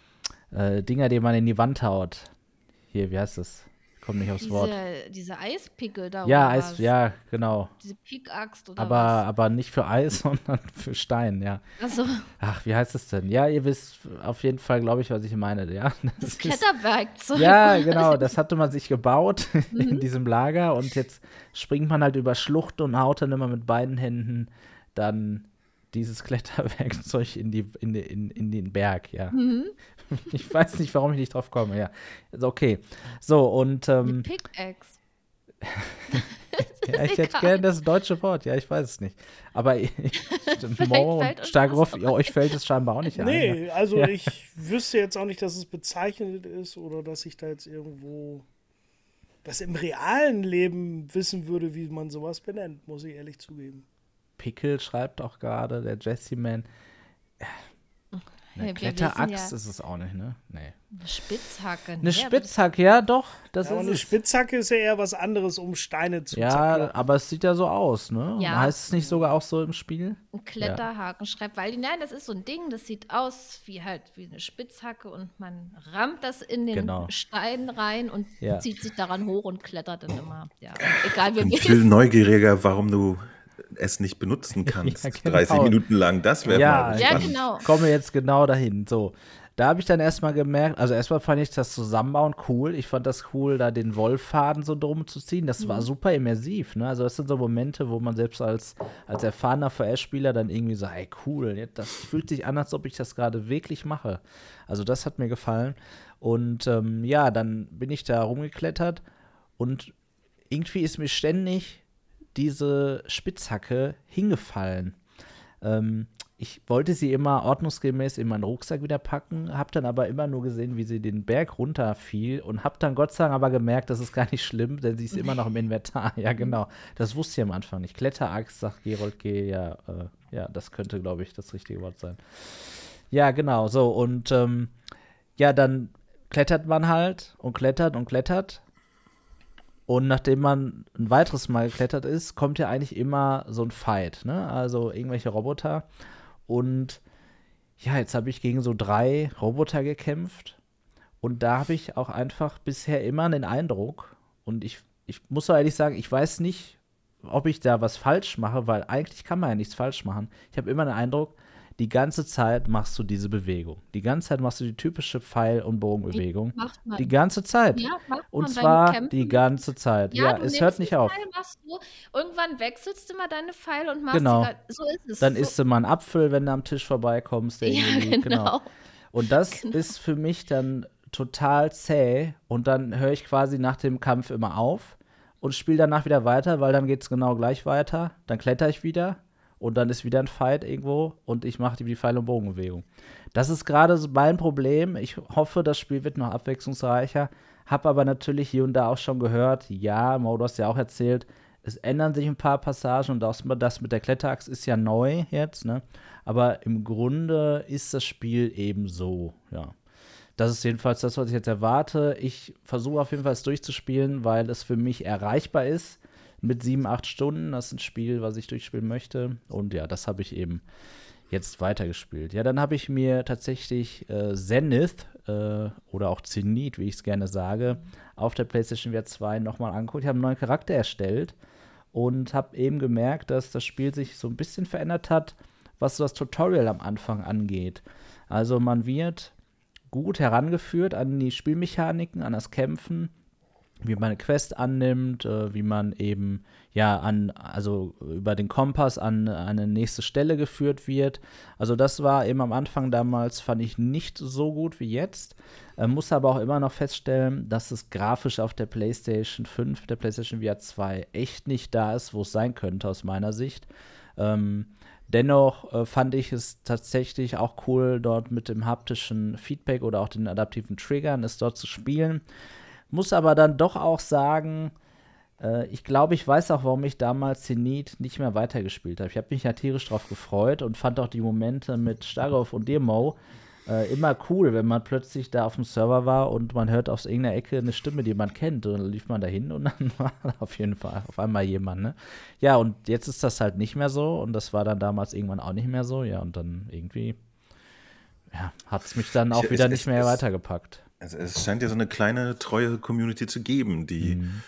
äh, Dinger, die man in die Wand haut. Hier, wie heißt das? Komm nicht aufs Wort. Diese, diese Eispickel da Ja, oder Eis, was? ja, genau. Diese Pickaxt oder Aber, was? aber nicht für Eis, sondern für Stein, ja. Also, Ach, wie heißt das denn? Ja, ihr wisst auf jeden Fall, glaube ich, was ich meine, ja. das ist- Kletterwerkzeug. Ja, oder? genau, das hatte man sich gebaut in diesem Lager und jetzt springt man halt über Schluchten und haut dann immer mit beiden Händen dann dieses Kletterwerkzeug in, die, in, die, in, in den Berg, ja. Mhm. Ich weiß nicht, warum ich nicht drauf komme, ja. Ist okay. So, und Eine ähm, Pickaxe. ja, ich hätte egal. gerne das deutsche Wort, ja, ich weiß es nicht. Aber Vielleicht Mo fällt und uns Stagroff, was ja, euch fällt es scheinbar auch nicht ein. Ja. Nee, also Ja. ich wüsste jetzt auch nicht, dass es bezeichnet ist oder dass ich da jetzt irgendwo das im realen Leben wissen würde, wie man sowas benennt, muss ich ehrlich zugeben. Pickel schreibt auch gerade, der Jesse-Man. Eine Ja, wir Kletteraxt wissen ja- ist es auch nicht, ne? Nee. Eine Spitzhacke. Eine nee, aber Spitzhacke, ja, doch, das Ja, aber ist eine es. Spitzhacke ist ja eher was anderes, um Steine zu Ja, zerkloppen. aber es sieht ja so aus, ne? Ja. Heißt es nicht sogar auch so im Spiel? Ein Kletterhaken schreibt, weil nein, das ist so ein Ding, das sieht aus wie halt wie eine Spitzhacke und man rammt das in den Genau. Stein rein und Ja. zieht sich daran hoch und klettert dann immer. Ja, und egal Ich wie bin wir viel wissen. neugieriger, warum du es nicht benutzen kannst, Ja, genau. dreißig Minuten lang, das wäre Ja, mal Ja, spannend. genau. Ich komme jetzt genau dahin. So, da habe ich dann erstmal gemerkt, also erstmal fand ich das Zusammenbauen cool. Ich fand das cool, da den Wollfaden so drum zu ziehen. Das war super immersiv, ne? Also das sind so Momente, wo man selbst als, als erfahrener V R-Spieler dann irgendwie so, ey, cool, jetzt- das fühlt sich an, als ob ich das gerade wirklich mache. Also das hat mir gefallen. Und ähm, ja, dann bin ich da rumgeklettert und irgendwie ist mir ständig diese Spitzhacke hingefallen. Ähm, ich wollte sie immer ordnungsgemäß in meinen Rucksack wieder packen, habe dann aber immer nur gesehen, wie sie den Berg runterfiel und habe dann Gott sei Dank aber gemerkt, das ist gar nicht schlimm, denn sie ist immer noch im Inventar. Ja, genau. Das wusste ich am Anfang nicht. Kletteraxt, sagt Gerold G. Ja, äh, ja, das könnte, glaube ich, das richtige Wort sein. Ja, genau. So, und ähm, ja, dann klettert man halt und klettert und klettert. Und nachdem man ein weiteres Mal geklettert ist, kommt ja eigentlich immer so ein Fight, ne? Also irgendwelche Roboter. Und ja, jetzt habe ich gegen so drei Roboter gekämpft. Und da habe ich auch einfach bisher immer den Eindruck, und ich, ich muss so ehrlich sagen, ich weiß nicht, ob ich da was falsch mache, weil eigentlich kann man ja nichts falsch machen. Ich habe immer den Eindruck, die ganze Zeit machst du diese Bewegung. Die ganze Zeit machst du die typische Pfeil- und Bogenbewegung. Macht man. Die ganze Zeit. Ja, macht Und man beim zwar Kämpfen. die ganze Zeit. Ja, Ja, du es nimmst hört nicht einen auf. Pfeil, machst du, irgendwann wechselst du mal deine Pfeile und machst Genau. die, ga- so ist es. Dann so, isst du mal einen Apfel, wenn du am Tisch vorbeikommst. Der ja, irgendwie liegt. genau. Und das Genau. ist für mich dann total zäh. Und dann höre ich quasi nach dem Kampf immer auf und spiele danach wieder weiter, weil dann geht es genau gleich weiter. Dann kletter ich wieder und dann ist wieder ein Fight irgendwo und ich mache die Pfeil- und Bogenbewegung. Das ist gerade so mein Problem. Ich hoffe, das Spiel wird noch abwechslungsreicher. Hab aber natürlich hier und da auch schon gehört, ja, Mo, du hast ja auch erzählt, es ändern sich ein paar Passagen und das, das mit der Kletteraxt ist ja neu jetzt, ne? Aber im Grunde ist das Spiel eben so, ja. Das ist jedenfalls das, was ich jetzt erwarte. Ich versuche auf jeden Fall es durchzuspielen, weil es für mich erreichbar ist mit sieben, acht Stunden. Das ist ein Spiel, was ich durchspielen möchte. Und ja, das habe ich eben jetzt weitergespielt. Ja, dann habe ich mir tatsächlich äh, Zenith äh, oder auch Zenith, wie ich es gerne sage, auf der PlayStation V R zwei nochmal angeguckt. Ich habe einen neuen Charakter erstellt und habe eben gemerkt, dass das Spiel sich so ein bisschen verändert hat, was so das Tutorial am Anfang angeht. Also man wird gut herangeführt an die Spielmechaniken, an das Kämpfen, wie man eine Quest annimmt, äh, wie man eben ja an, also über den Kompass an eine nächste Stelle geführt wird. Also das war eben am Anfang damals, fand ich nicht so gut wie jetzt. Äh, muss aber auch immer noch feststellen, dass es grafisch auf der PlayStation fünf, der PlayStation V R zwei echt nicht da ist, wo es sein könnte aus meiner Sicht. Ähm, Dennoch äh, fand ich es tatsächlich auch cool, dort mit dem haptischen Feedback oder auch den adaptiven Triggern es dort zu spielen. Muss aber dann doch auch sagen, äh, ich glaube, ich weiß auch, warum ich damals Zenith nicht mehr weitergespielt habe. Ich habe mich ja tierisch drauf gefreut und fand auch die Momente mit Starov und Demo äh, immer cool, wenn man plötzlich da auf dem Server war und man hört aus irgendeiner Ecke eine Stimme, die man kennt. Und dann lief man da hin und dann war auf jeden Fall auf einmal jemand, ne? Ja, und jetzt ist das halt nicht mehr so und das war dann damals irgendwann auch nicht mehr so. Ja, und dann irgendwie ja, hat es mich dann auch Ich- wieder es- nicht es- mehr es- weitergepackt. Also es scheint ja so eine kleine, treue Community zu geben, die Mhm.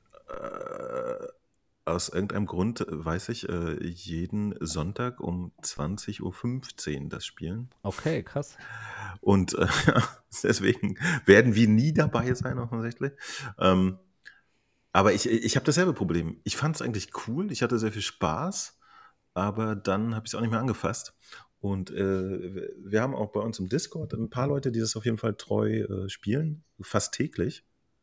äh, aus irgendeinem Grund, äh, weiß ich, äh, jeden Sonntag um zwanzig Uhr fünfzehn das spielen. Okay, krass. Und äh, deswegen werden wir nie dabei sein, offensichtlich. Ähm, aber ich, ich habe dasselbe Problem. Ich fand es eigentlich cool, ich hatte sehr viel Spaß, aber dann habe ich es auch nicht mehr angefasst. Und äh, wir haben auch bei uns im Discord ein paar Leute, die das auf jeden Fall treu äh, spielen, fast täglich.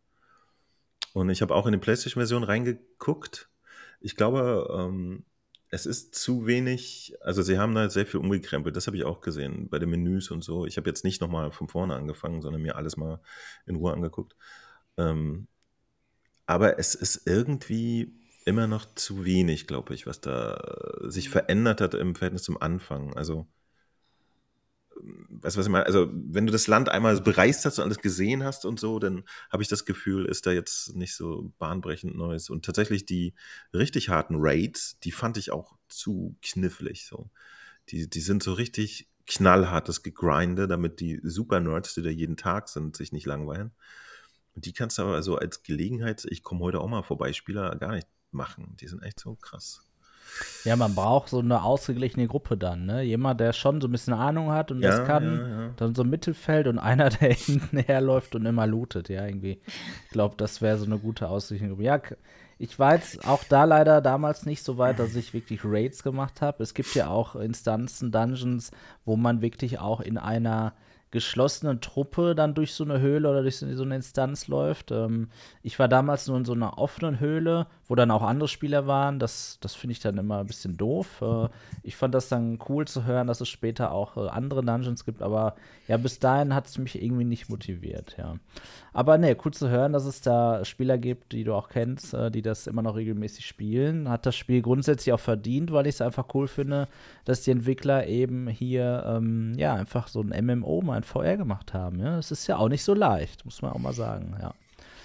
Und ich habe auch in die PlayStation-Version reingeguckt. Ich glaube, ähm, es ist zu wenig, also sie haben da sehr viel umgekrempelt, das habe ich auch gesehen, bei den Menüs und so. Ich habe jetzt nicht nochmal von vorne angefangen, sondern mir alles mal in Ruhe angeguckt. Ähm, aber es ist irgendwie immer noch zu wenig, glaube ich, was da äh, sich verändert hat im Verhältnis zum Anfang. Also, weißt du, was ich meine? Also, wenn du das Land einmal bereist hast und alles gesehen hast und so, dann habe ich das Gefühl, ist da jetzt nicht so bahnbrechend Neues. Und tatsächlich die richtig harten Raids, die fand ich auch zu knifflig. So. Die, die sind so richtig knallhartes Gegrinde, damit die Super-Nerds, die da jeden Tag sind, sich nicht langweilen. Und die kannst du aber so als Gelegenheit, ich komme heute auch mal vorbei, Spieler gar nicht machen. Die sind echt so krass. Ja, man braucht so eine ausgeglichene Gruppe dann, ne? Jemand, der schon so ein bisschen Ahnung hat und Ja, das kann, ja, ja. dann so im Mittelfeld und einer, der hinten herläuft und immer lootet, ja, irgendwie. Ich glaube, das wäre so eine gute ausgeglichene Gruppe. Ja, k- ich war jetzt auch da leider damals nicht so weit, dass ich wirklich Raids gemacht habe. Es gibt ja auch Instanzen, Dungeons, wo man wirklich auch in einer geschlossenen Truppe dann durch so eine Höhle oder durch so so eine Instanz läuft. Ähm, ich war damals nur in so einer offenen Höhle, wo dann auch andere Spieler waren. Das, das finde ich dann immer ein bisschen doof. Äh, ich fand das dann cool zu hören, dass es später auch äh, andere Dungeons gibt, aber ja, bis dahin hat es mich irgendwie nicht motiviert, ja. Aber ne, cool zu hören, dass es da Spieler gibt, die du auch kennst, äh, die das immer noch regelmäßig spielen. Hat das Spiel grundsätzlich auch verdient, weil ich es einfach cool finde, dass die Entwickler eben hier ähm, ja einfach so ein M M O mal in V R gemacht haben. Ja? Das ist ja auch nicht so leicht, muss man auch mal sagen. Ja.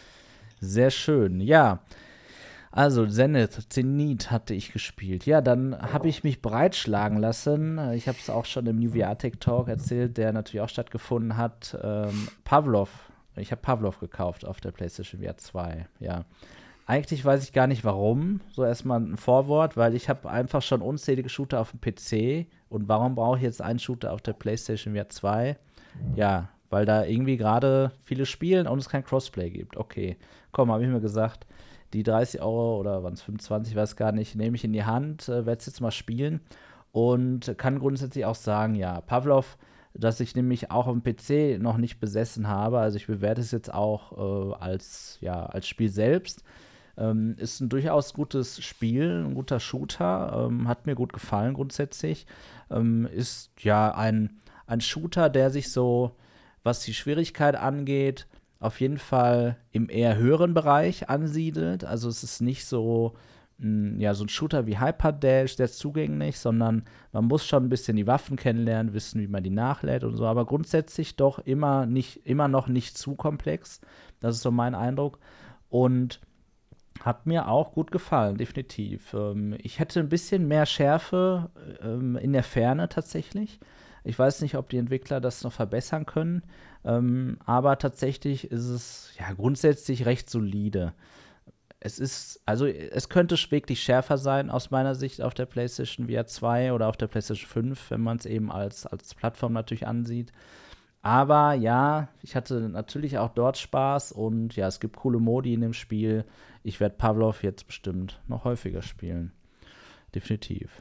Sehr schön. Ja, also Zenith, Zenith hatte ich gespielt. Ja, dann habe ich mich breitschlagen lassen. Ich habe es auch schon im New V R Tech Talk erzählt, der natürlich auch stattgefunden hat. Ähm, Pavlov. Ich habe Pavlov gekauft auf der PlayStation V R zwei. Ja. Eigentlich weiß ich gar nicht warum. So erstmal ein Vorwort, weil ich habe einfach schon unzählige Shooter auf dem P C. Und warum brauche ich jetzt einen Shooter auf der PlayStation V R zwei? Ja, weil da irgendwie gerade viele spielen und es kein Crossplay gibt. Okay, komm, habe ich mir gesagt, die dreißig Euro oder waren es fünfundzwanzig, ich weiß gar nicht, nehme ich in die Hand, äh, werde es jetzt mal spielen und kann grundsätzlich auch sagen, ja, Pavlov, dass ich nämlich auch auf dem P C noch nicht besessen habe, also ich bewerte es jetzt auch äh, als, ja, als Spiel selbst. Ähm, ist ein durchaus gutes Spiel, ein guter Shooter, ähm, hat mir gut gefallen grundsätzlich. Ähm, ist ja ein, ein Shooter, der sich so, was die Schwierigkeit angeht, auf jeden Fall im eher höheren Bereich ansiedelt. Also es ist nicht so, mh, ja, so ein Shooter wie Hyperdash, der ist zugänglich, sondern man muss schon ein bisschen die Waffen kennenlernen, wissen, wie man die nachlädt und so, aber grundsätzlich doch immer, nicht, immer noch nicht zu komplex. Das ist so mein Eindruck. Und hat mir auch gut gefallen, definitiv. Ähm, ich hätte ein bisschen mehr Schärfe ähm, in der Ferne tatsächlich. Ich weiß nicht, ob die Entwickler das noch verbessern können, ähm, aber tatsächlich ist es ja grundsätzlich recht solide. Es ist, also es könnte wirklich schärfer sein aus meiner Sicht auf der PlayStation V R zwei oder auf der PlayStation fünf, wenn man es eben als, als Plattform natürlich ansieht. Aber ja, ich hatte natürlich auch dort Spaß und ja, es gibt coole Modi in dem Spiel. Ich werde Pavlov jetzt bestimmt noch häufiger spielen. Definitiv.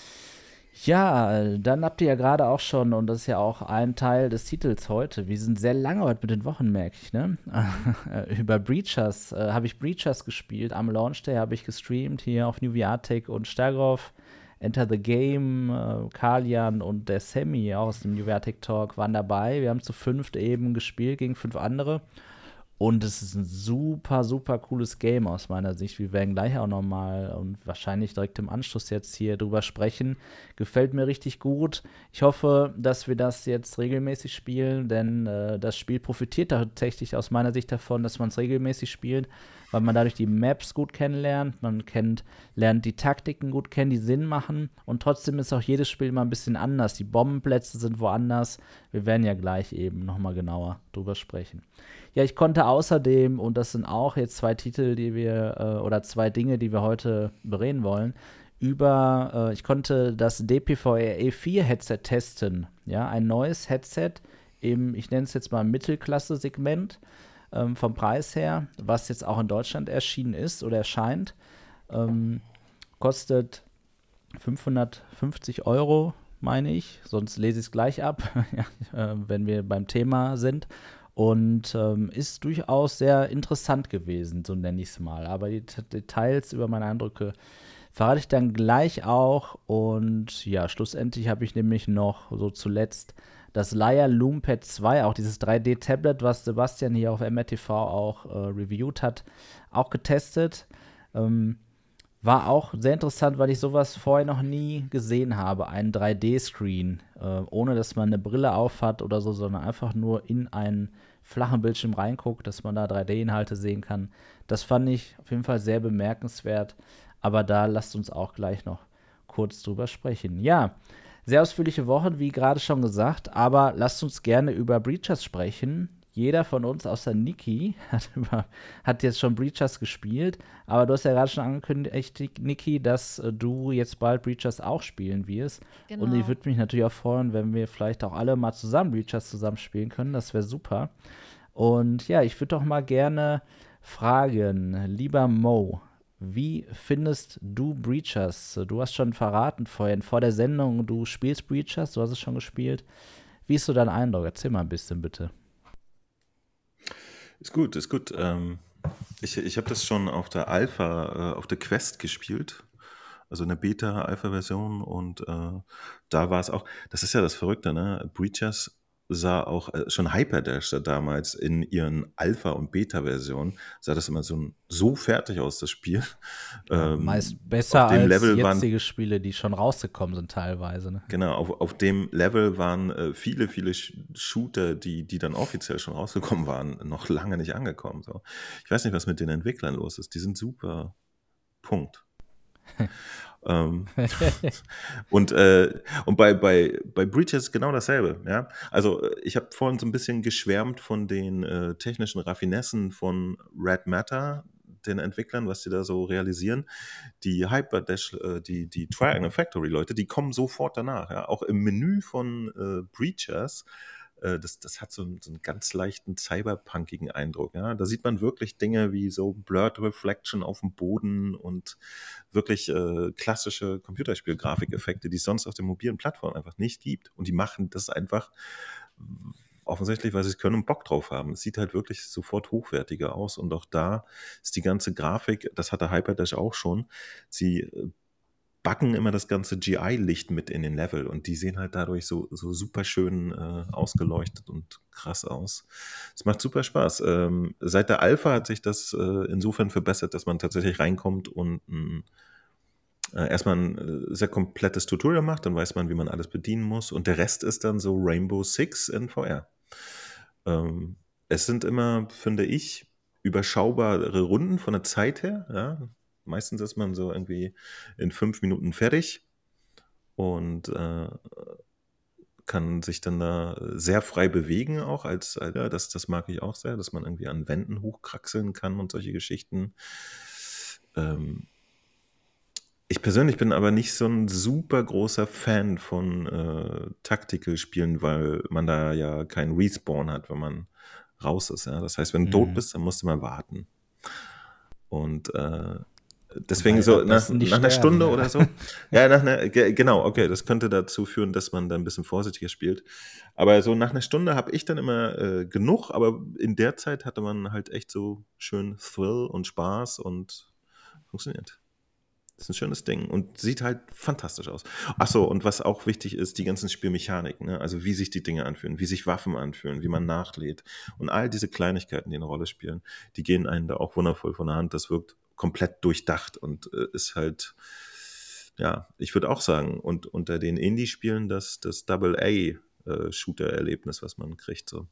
Ja, dann habt ihr ja gerade auch schon, und das ist ja auch ein Teil des Titels heute, wir sind sehr lange heute mit den Wochen, merke ich, ne? Über Breachers, äh, habe ich Breachers gespielt, am Launch Day habe ich gestreamt, hier auf New V R Tech und Stargrove, Enter the Game, äh, Kalian und der Sammy auch aus dem New V R Tech Talk waren dabei. Wir haben zu fünft eben gespielt gegen fünf andere. Und es ist ein super, super cooles Game aus meiner Sicht. Wir werden gleich auch noch mal und wahrscheinlich direkt im Anschluss jetzt hier drüber sprechen. Gefällt mir richtig gut. Ich hoffe, dass wir das jetzt regelmäßig spielen, denn äh, das Spiel profitiert tatsächlich aus meiner Sicht davon, dass man es regelmäßig spielt, weil man dadurch die Maps gut kennenlernt, man kennt, lernt die Taktiken gut kennen, die Sinn machen und trotzdem ist auch jedes Spiel mal ein bisschen anders. Die Bombenplätze sind woanders. Wir werden ja gleich eben noch mal genauer drüber sprechen. Ja, ich konnte außerdem, und das sind auch jetzt zwei Titel, die wir, äh, oder zwei Dinge, die wir heute bereden wollen, über, äh, ich konnte das D P V R E vier Headset testen. Ja, ein neues Headset im, ich nenne es jetzt mal Mittelklasse-Segment ähm, vom Preis her, was jetzt auch in Deutschland erschienen ist oder erscheint. Ähm, kostet fünfhundertfünfzig Euro, meine ich, sonst lese ich es gleich ab, ja, äh, wenn wir beim Thema sind. Und ähm, ist durchaus sehr interessant gewesen, so nenne ich es mal. Aber die T- Details über meine Eindrücke verrate ich dann gleich auch. Und ja, schlussendlich habe ich nämlich noch so zuletzt das Laya Loompad zwei, auch dieses drei D-Tablet, was Sebastian hier auf M R T V auch äh, reviewed hat, auch getestet. Ähm, War auch sehr interessant, weil ich sowas vorher noch nie gesehen habe. Ein drei D-Screen, äh, ohne dass man eine Brille aufhat oder so, sondern einfach nur in einen flachen Bildschirm reinguckt, dass man da drei D-Inhalte sehen kann. Das fand ich auf jeden Fall sehr bemerkenswert. Aber da lasst uns auch gleich noch kurz drüber sprechen. Ja, sehr ausführliche Wochen, wie gerade schon gesagt. Aber lasst uns gerne über Breachers sprechen. jeder von uns außer Niki hat, über, hat jetzt schon Breachers gespielt, aber du hast ja gerade schon angekündigt, Niki, dass äh, du jetzt bald Breachers auch spielen wirst. Genau. Und ich würde mich natürlich auch freuen, wenn wir vielleicht auch alle mal zusammen Breachers zusammen spielen können. Das wäre super. Und ja, ich würde doch mal gerne fragen, lieber Mo, wie findest du Breachers? Du hast schon verraten vorhin, vor der Sendung, du spielst Breachers, du hast es schon gespielt. Wie ist so dein Eindruck? Erzähl mal ein bisschen, bitte. Ist gut, ist gut. Ähm, ich ich habe das schon auf der Alpha, äh, auf der Quest gespielt. Also eine Beta-Alpha-Version und äh, da war es auch, das ist ja das Verrückte, ne? Breachers sah auch äh, schon Hyperdash da damals in ihren Alpha- und Beta-Versionen, sah das immer so, so fertig aus, das Spiel. Ja, Ähm, meist besser auf dem als Level waren jetzige Spiele, die schon rausgekommen sind teilweise. Ne? Genau, auf, auf dem Level waren äh, viele, viele Sh Shooter, die, die dann offiziell schon rausgekommen waren, noch lange nicht angekommen. So. Ich weiß nicht, was mit den Entwicklern los ist. Die sind super. Punkt. ähm, und äh, und bei, bei, bei Breachers genau dasselbe. Ja? Also äh, ich habe vorhin so ein bisschen geschwärmt von den äh, technischen Raffinessen von Red Matter, den Entwicklern, was sie da so realisieren. Die Hyperdash, äh, die, die Triangle Factory Leute, die kommen sofort danach. Ja? Auch im Menü von äh, Breachers, äh, das, das hat so einen, so einen ganz leichten cyberpunkigen Eindruck. Ja? Da sieht man wirklich Dinge wie so Blurred Reflection auf dem Boden und wirklich äh, klassische Computerspiel-Grafikeffekte, die es sonst auf den mobilen Plattformen einfach nicht gibt. Und die machen das einfach offensichtlich, weil sie es können und Bock drauf haben. Es sieht halt wirklich sofort hochwertiger aus und auch da ist die ganze Grafik, das hatte Hyperdash auch schon, sie äh, backen immer das ganze G I-Licht mit in den Level und die sehen halt dadurch so, so super schön äh, ausgeleuchtet und krass aus. Es macht super Spaß. Ähm, seit der Alpha hat sich das äh, insofern verbessert, dass man tatsächlich reinkommt und ein äh, erstmal ein äh, sehr komplettes Tutorial macht, dann weiß man, wie man alles bedienen muss und der Rest ist dann so Rainbow Six in V R. Ähm, es sind immer, finde ich, überschaubare Runden von der Zeit her. Ja? Meistens ist man so irgendwie in fünf Minuten fertig und äh, kann sich dann da sehr frei bewegen auch als, als ja, das, das mag ich auch sehr, dass man irgendwie an Wänden hochkraxeln kann und solche Geschichten. Ähm, Ich persönlich bin aber nicht so ein super großer Fan von äh, Tactical-Spielen, weil man da ja keinen Respawn hat, wenn man raus ist. Ja? Das heißt, wenn du tot Mhm. bist, dann musst du mal warten. Und äh, Am deswegen so nach, besten nicht nach einer sterben, Stunde ja. oder so. Ja, nach einer, ge- genau, okay, das könnte dazu führen, dass man dann ein bisschen vorsichtiger spielt. Aber so nach einer Stunde habe ich dann immer äh, genug, aber in der Zeit hatte man halt echt so schön Thrill und Spaß und funktioniert. Das ist ein schönes Ding und sieht halt fantastisch aus. Achso, und was auch wichtig ist, die ganzen Spielmechaniken, ne? Also wie sich die Dinge anfühlen, wie sich Waffen anfühlen, wie man nachlädt. Und all diese Kleinigkeiten, die eine Rolle spielen, die gehen einem da auch wundervoll von der Hand. Das wirkt komplett durchdacht und äh, ist halt, ja, ich würde auch sagen, und unter den Indie-Spielen das, das Double-A-Shooter-Erlebnis, was man kriegt. So.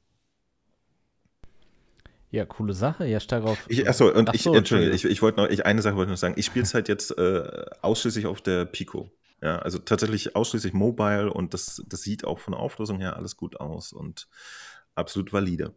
Ja, coole Sache. Ja, stark auf. Ich, achso, und Ach ich, so, entschuldige, Entschuldige. ich, ich wollte noch, ich, eine Sache wollte ich noch sagen. Ich spiele es halt jetzt äh, ausschließlich auf der Pico. Ja, also tatsächlich ausschließlich mobile und das, das sieht auch von der Auflösung her alles gut aus und absolut valide.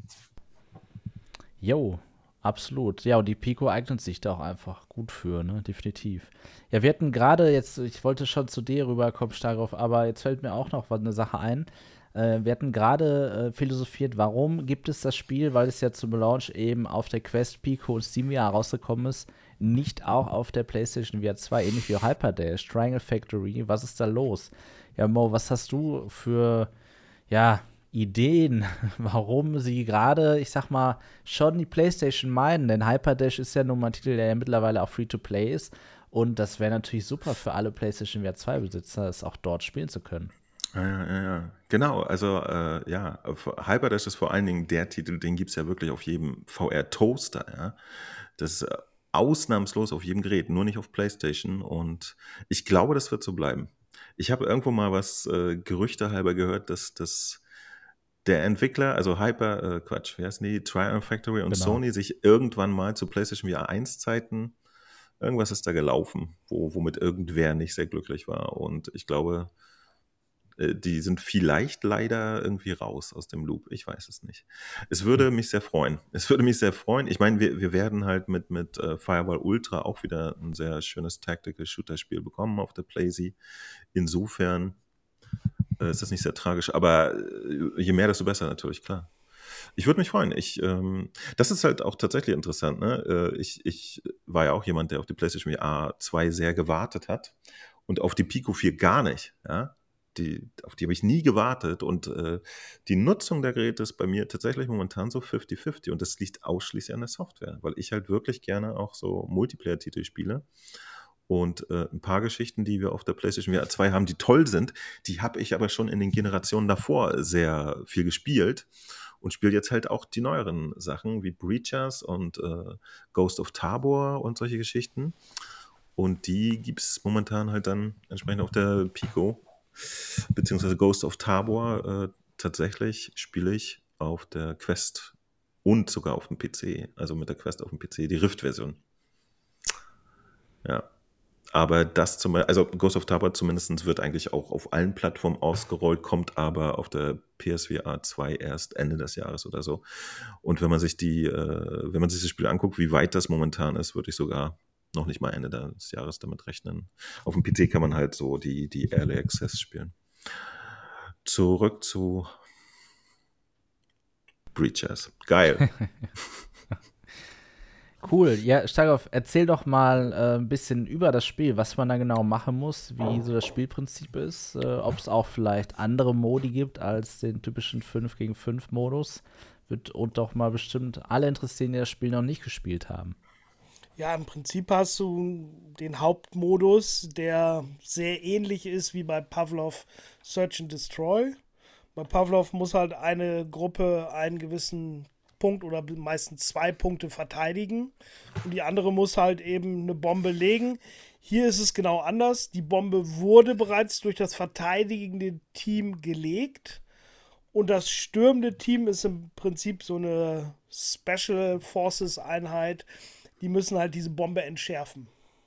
Jo, absolut. Ja, und die Pico eignet sich da auch einfach gut für, ne? Definitiv. Ja, wir hatten gerade jetzt, ich wollte schon zu dir rüberkommen, Starov, aber jetzt fällt mir auch noch was- eine Sache ein. Äh, wir hatten gerade äh, philosophiert, warum gibt es das Spiel, weil es ja zum Launch eben auf der Quest, Pico und Steam ja rausgekommen ist, nicht auch auf der PlayStation V R zwei, ähnlich wie Hyperdash, Triangle Factory. Was ist da los? Ja, Mo, was hast du für, ja, Ideen, warum sie gerade, ich sag mal, schon die PlayStation meinen? Denn Hyperdash ist ja nun mal ein Titel, der ja mittlerweile auch Free-to-Play ist. Und das wäre natürlich super für alle PlayStation V R zwei Besitzer, es auch dort spielen zu können. Ja, ja, ja, ja. Genau, also äh, ja, Hyperdash ist vor allen Dingen der Titel, den gibt es ja wirklich auf jedem V R-Toaster, ja. Das ist äh, ausnahmslos auf jedem Gerät, nur nicht auf PlayStation und ich glaube, das wird so bleiben. Ich habe irgendwo mal was äh, Gerüchte halber gehört, dass das der Entwickler, also Hyper, äh, Quatsch, wie heißen die, Triumph Factory und Genau. Sony sich irgendwann mal zu PlayStation V R eins Zeiten, irgendwas ist da gelaufen, wo, womit irgendwer nicht sehr glücklich war und ich glaube, Äh, die sind vielleicht leider irgendwie raus aus dem Loop. Ich weiß es nicht. Es würde mich sehr freuen. Es würde mich sehr freuen. Ich meine, wir, wir werden halt mit, mit äh, Firewall Ultra auch wieder ein sehr schönes Tactical-Shooter-Spiel bekommen auf der PlayStation. Insofern äh, ist das nicht sehr tragisch. Aber äh, je mehr, desto besser natürlich, klar. Ich würde mich freuen. Ich, ähm, das ist halt auch tatsächlich interessant. Ne? Äh, ich, ich war ja auch jemand, der auf die PlayStation V R zwei sehr gewartet hat und auf die Pico vier gar nicht. Ja? Die, auf die habe ich nie gewartet und äh, die Nutzung der Geräte ist bei mir tatsächlich momentan so fünfzig fünfzig und das liegt ausschließlich an der Software, weil ich halt wirklich gerne auch so Multiplayer-Titel spiele. Und äh, ein paar Geschichten, die wir auf der PlayStation V R zwei haben, die toll sind, die habe ich aber schon in den Generationen davor sehr viel gespielt und spiele jetzt halt auch die neueren Sachen wie Breachers und äh, Ghost of Tabor und solche Geschichten. Und die gibt es momentan halt dann entsprechend auf der Pico, beziehungsweise Ghost of Tabor. Äh, tatsächlich spiele ich auf der Quest und sogar auf dem P C, also mit der Quest auf dem P C, die Rift-Version. Ja. Aber das zum Beispiel, also Ghost of Tabor zumindest wird eigentlich auch auf allen Plattformen ausgerollt, kommt aber auf der P S V R zwei erst Ende des Jahres oder so. Und wenn man sich die, äh, wenn man sich das Spiel anguckt, wie weit das momentan ist, würde ich sogar noch nicht mal Ende des Jahres damit rechnen. Auf dem P C kann man halt so die, die Early Access spielen. Zurück zu Breachers. Geil. Cool. Ja, Starkov, erzähl doch mal äh, ein bisschen über das Spiel, was man da genau machen muss, wie so das Spielprinzip ist, äh, ob es auch vielleicht andere Modi gibt als den typischen fünf gegen fünf Modus. Wird und doch mal bestimmt alle interessieren, die das Spiel noch nicht gespielt haben. Ja, im Prinzip hast du den Hauptmodus, der sehr ähnlich ist wie bei Pavlov Search and Destroy. Bei Pavlov muss halt eine Gruppe einen gewissen Punkt oder meistens zwei Punkte verteidigen und die andere muss halt eben eine Bombe legen. Hier ist es genau anders. Die Bombe wurde bereits durch das verteidigende Team gelegt und das stürmende Team ist im Prinzip so eine Special Forces Einheit. Die müssen halt diese Bombe entschärfen.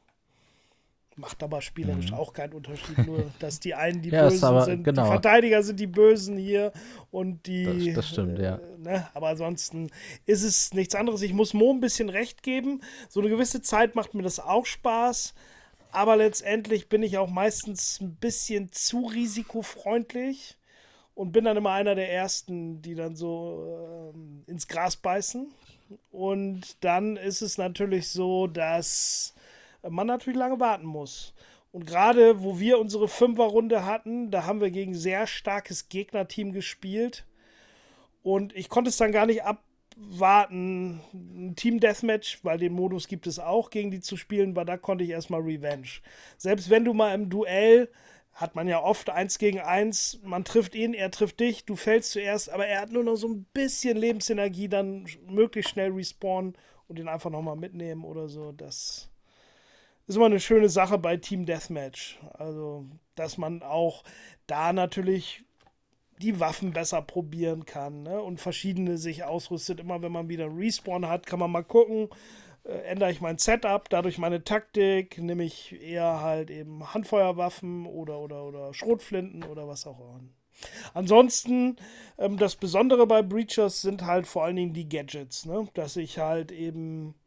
Macht aber spielerisch mhm. auch keinen Unterschied, nur dass die einen die ja, Bösen aber, sind. Genau. Die Verteidiger sind die Bösen hier und die. Das, das stimmt, äh, ja. Ne? Aber ansonsten ist es nichts anderes. Ich muss Mo ein bisschen recht geben. So eine gewisse Zeit macht mir das auch Spaß. Aber letztendlich bin ich auch meistens ein bisschen zu risikofreundlich und bin dann immer einer der Ersten, die dann so äh, ins Gras beißen. Und dann ist es natürlich so, dass man natürlich lange warten muss. Und gerade, wo wir unsere Fünferrunde hatten, da haben wir gegen ein sehr starkes Gegnerteam gespielt. Und ich konnte es dann gar nicht abwarten, ein Team-Deathmatch, weil den Modus gibt es auch, gegen die zu spielen, weil da konnte ich erstmal Revenge. Selbst wenn du mal im Duell, hat man ja oft eins gegen eins, man trifft ihn, er trifft dich, du fällst zuerst, aber er hat nur noch so ein bisschen Lebensenergie, dann möglichst schnell respawnen und ihn einfach nochmal mitnehmen oder so. Das ist immer eine schöne Sache bei Team Deathmatch. Also, dass man auch da natürlich die Waffen besser probieren kann, ne? Und verschiedene sich ausrüstet. Immer wenn man wieder einen Respawn hat, kann man mal gucken, äh, ändere ich mein Setup, dadurch meine Taktik, nehme ich eher halt eben Handfeuerwaffen oder, oder, oder Schrotflinten oder was auch immer. Ansonsten, ähm, das Besondere bei Breachers sind halt vor allen Dingen die Gadgets, ne? Dass ich halt eben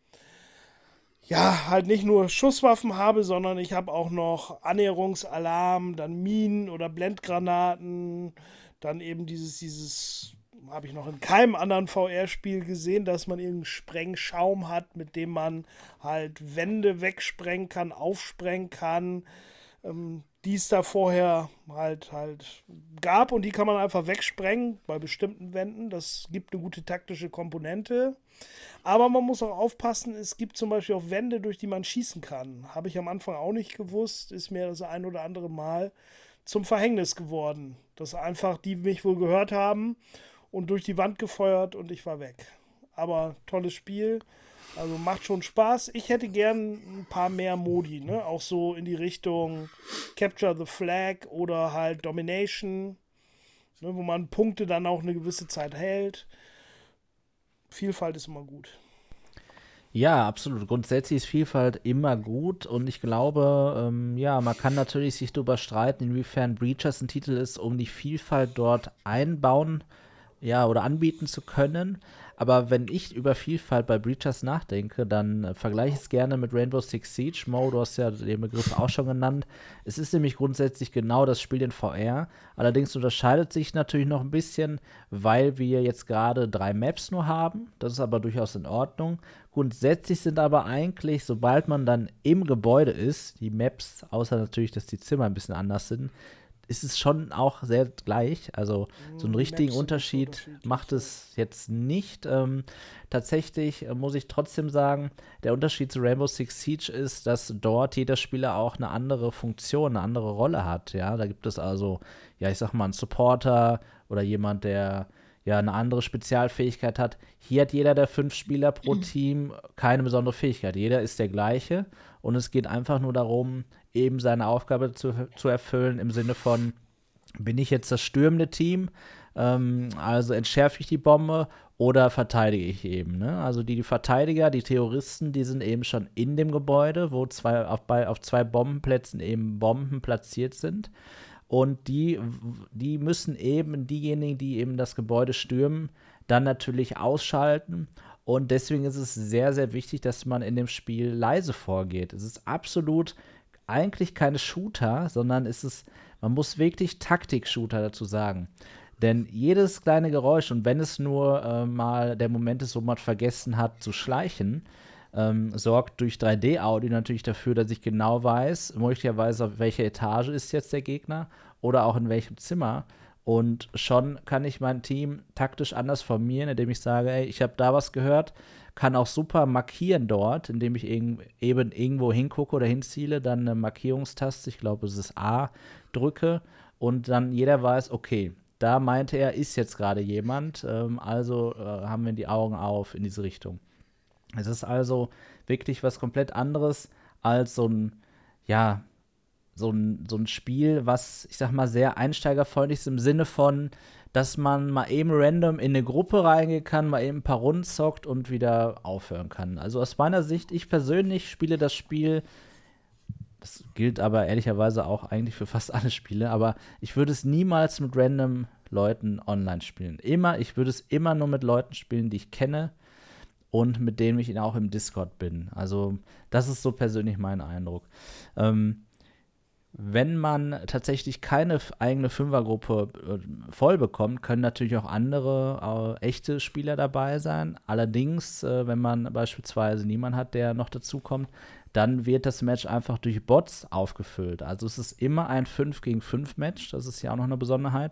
ja, halt nicht nur Schusswaffen habe, sondern ich habe auch noch Annäherungsalarm, dann Minen oder Blendgranaten, dann eben dieses, dieses, habe ich noch in keinem anderen V R-Spiel gesehen, dass man irgendeinen Sprengschaum hat, mit dem man halt Wände wegsprengen kann, aufsprengen kann, ähm, die es da vorher halt halt gab und die kann man einfach wegsprengen bei bestimmten Wänden. Das gibt eine gute taktische Komponente. Aber man muss auch aufpassen, es gibt zum Beispiel auch Wände, durch die man schießen kann. Habe ich am Anfang auch nicht gewusst, ist mir das ein oder andere Mal zum Verhängnis geworden. Dass einfach die mich wohl gehört haben und durch die Wand gefeuert und ich war weg. Aber tolles Spiel, also macht schon Spaß. Ich hätte gern ein paar mehr Modi, ne? Auch so in die Richtung Capture the Flag oder halt Domination, ne? Wo man Punkte dann auch eine gewisse Zeit hält. Vielfalt ist immer gut. Ja, absolut. Grundsätzlich ist Vielfalt immer gut und ich glaube, ähm, ja, man kann natürlich sich darüber streiten, inwiefern Breachers ein Titel ist, um die Vielfalt dort einbauen, ja, oder anbieten zu können. Aber wenn ich über Vielfalt bei Breachers nachdenke, dann äh, vergleiche ich es gerne mit Rainbow Six Siege. Mo, du hast ja den Begriff auch schon genannt. Es ist nämlich grundsätzlich genau das Spiel in V R. Allerdings unterscheidet sich natürlich noch ein bisschen, weil wir jetzt gerade drei Maps nur haben. Das ist aber durchaus in Ordnung. Grundsätzlich sind aber eigentlich, sobald man dann im Gebäude ist, die Maps, außer natürlich, dass die Zimmer ein bisschen anders sind, ist es schon auch sehr gleich. Also so einen Die richtigen Maps sind Unterschied unterschiedlich, macht ja. es jetzt nicht. Ähm, tatsächlich äh, muss ich trotzdem sagen, der Unterschied zu Rainbow Six Siege ist, dass dort jeder Spieler auch eine andere Funktion, eine andere Rolle hat. Ja, da gibt es also, ja, ich sag mal, einen Supporter oder jemand, der ja eine andere Spezialfähigkeit hat. Hier hat jeder der fünf Spieler pro Team keine besondere Fähigkeit. Jeder ist der gleiche und es geht einfach nur darum, eben seine Aufgabe zu, zu erfüllen im Sinne von, bin ich jetzt das stürmende Team, ähm, also entschärfe ich die Bombe oder verteidige ich eben. Ne? Also die, die Verteidiger, die Terroristen, die sind eben schon in dem Gebäude, wo zwei, auf, bei, auf zwei Bombenplätzen eben Bomben platziert sind. Und die, die müssen eben, diejenigen, die eben das Gebäude stürmen, dann natürlich ausschalten. Und deswegen ist es sehr, sehr wichtig, dass man in dem Spiel leise vorgeht. Es ist absolut eigentlich keine Shooter, sondern es ist, man muss wirklich Taktik-Shooter dazu sagen. Denn jedes kleine Geräusch, und wenn es nur äh, mal der Moment ist, wo man vergessen hat zu schleichen, ähm, sorgt durch drei D-Audio natürlich dafür, dass ich genau weiß, möglicherweise auf welcher Etage ist jetzt der Gegner oder auch in welchem Zimmer. Und schon kann ich mein Team taktisch anders formieren, indem ich sage, ey, ich habe da was gehört, kann auch super markieren dort, indem ich eben irgendwo hingucke oder hinziele, dann eine Markierungstaste, ich glaube, es ist A, drücke und dann jeder weiß, okay, da meinte er, ist jetzt gerade jemand, ähm, also äh, haben wir die Augen auf in diese Richtung. Es ist also wirklich was komplett anderes als so ein, ja, so ein, so ein Spiel, was, ich sag mal, sehr einsteigerfreundlich ist im Sinne von, dass man mal eben random in eine Gruppe reingehen kann, mal eben ein paar Runden zockt und wieder aufhören kann. Also aus meiner Sicht, ich persönlich spiele das Spiel, das gilt aber ehrlicherweise auch eigentlich für fast alle Spiele, aber ich würde es niemals mit random Leuten online spielen. Immer, ich würde es immer nur mit Leuten spielen, die ich kenne und mit denen ich auch im Discord bin. Also das ist so persönlich mein Eindruck. Ähm, wenn man tatsächlich keine f- eigene Fünfergruppe äh, voll bekommt, können natürlich auch andere äh, echte Spieler dabei sein. Allerdings, äh, wenn man beispielsweise niemanden hat, der noch dazukommt, dann wird das Match einfach durch Bots aufgefüllt. Also es ist immer ein fünf gegen fünf Match, das ist ja auch noch eine Besonderheit.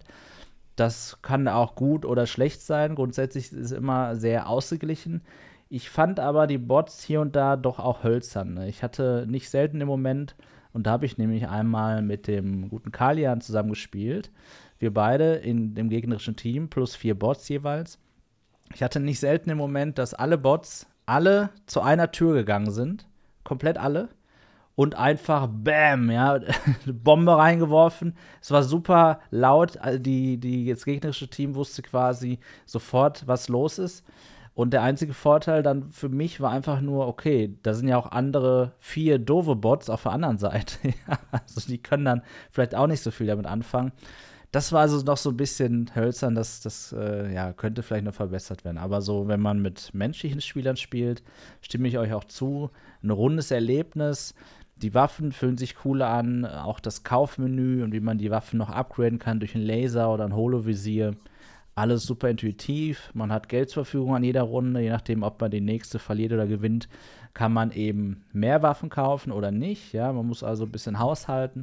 Das kann auch gut oder schlecht sein. Grundsätzlich ist es immer sehr ausgeglichen. Ich fand aber die Bots hier und da doch auch hölzern. Ne? Ich hatte nicht selten im Moment, und da habe ich nämlich einmal mit dem guten Kalian zusammen gespielt. Wir beide in dem gegnerischen Team plus vier Bots jeweils. Ich hatte nicht selten im Moment, dass alle Bots alle zu einer Tür gegangen sind. Komplett alle. Und einfach Bam, ja, eine Bombe reingeworfen. Es war super laut. Also die, die das gegnerische Team wusste quasi sofort, was los ist. Und der einzige Vorteil dann für mich war einfach nur, okay, da sind ja auch andere vier doofe Bots auf der anderen Seite. Ja, also die können dann vielleicht auch nicht so viel damit anfangen. Das war also noch so ein bisschen hölzern, das, das äh, ja, könnte vielleicht noch verbessert werden. Aber so, wenn man mit menschlichen Spielern spielt, stimme ich euch auch zu. Ein rundes Erlebnis. Die Waffen fühlen sich cool an, auch das Kaufmenü und wie man die Waffen noch upgraden kann durch einen Laser oder ein Holovisier. Alles super intuitiv. Man hat Geld zur Verfügung an jeder Runde, je nachdem, ob man die nächste verliert oder gewinnt, kann man eben mehr Waffen kaufen oder nicht. Ja, man muss also ein bisschen haushalten.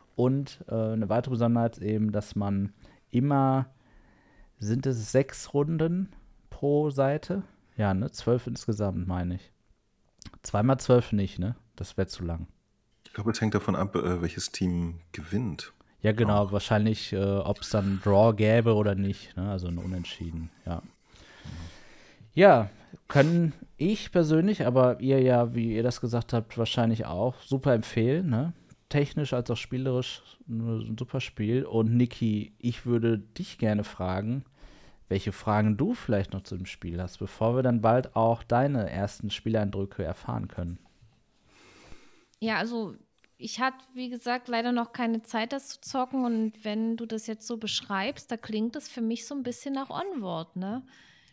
Und äh, eine weitere Besonderheit ist eben, dass man immer, sind es sechs Runden pro Seite? Ja, ne, zwölf insgesamt, meine ich. Zweimal zwölf nicht, ne? Das wäre zu lang. Ich glaube, es hängt davon ab, äh, welches Team gewinnt. Ja, genau, Auch. wahrscheinlich, äh, ob es dann einen Draw gäbe oder nicht, ne? Also ein Unentschieden, ja. Ja, können ich persönlich, aber ihr ja, wie ihr das gesagt habt, wahrscheinlich auch super empfehlen, ne? Technisch als auch spielerisch ein super Spiel. Und Niki, ich würde dich gerne fragen, welche Fragen du vielleicht noch zu dem Spiel hast, bevor wir dann bald auch deine ersten Spieleindrücke erfahren können. Ja, also ich hatte, wie gesagt, leider noch keine Zeit, das zu zocken. Und wenn du das jetzt so beschreibst, da klingt es für mich so ein bisschen nach Onward, ne?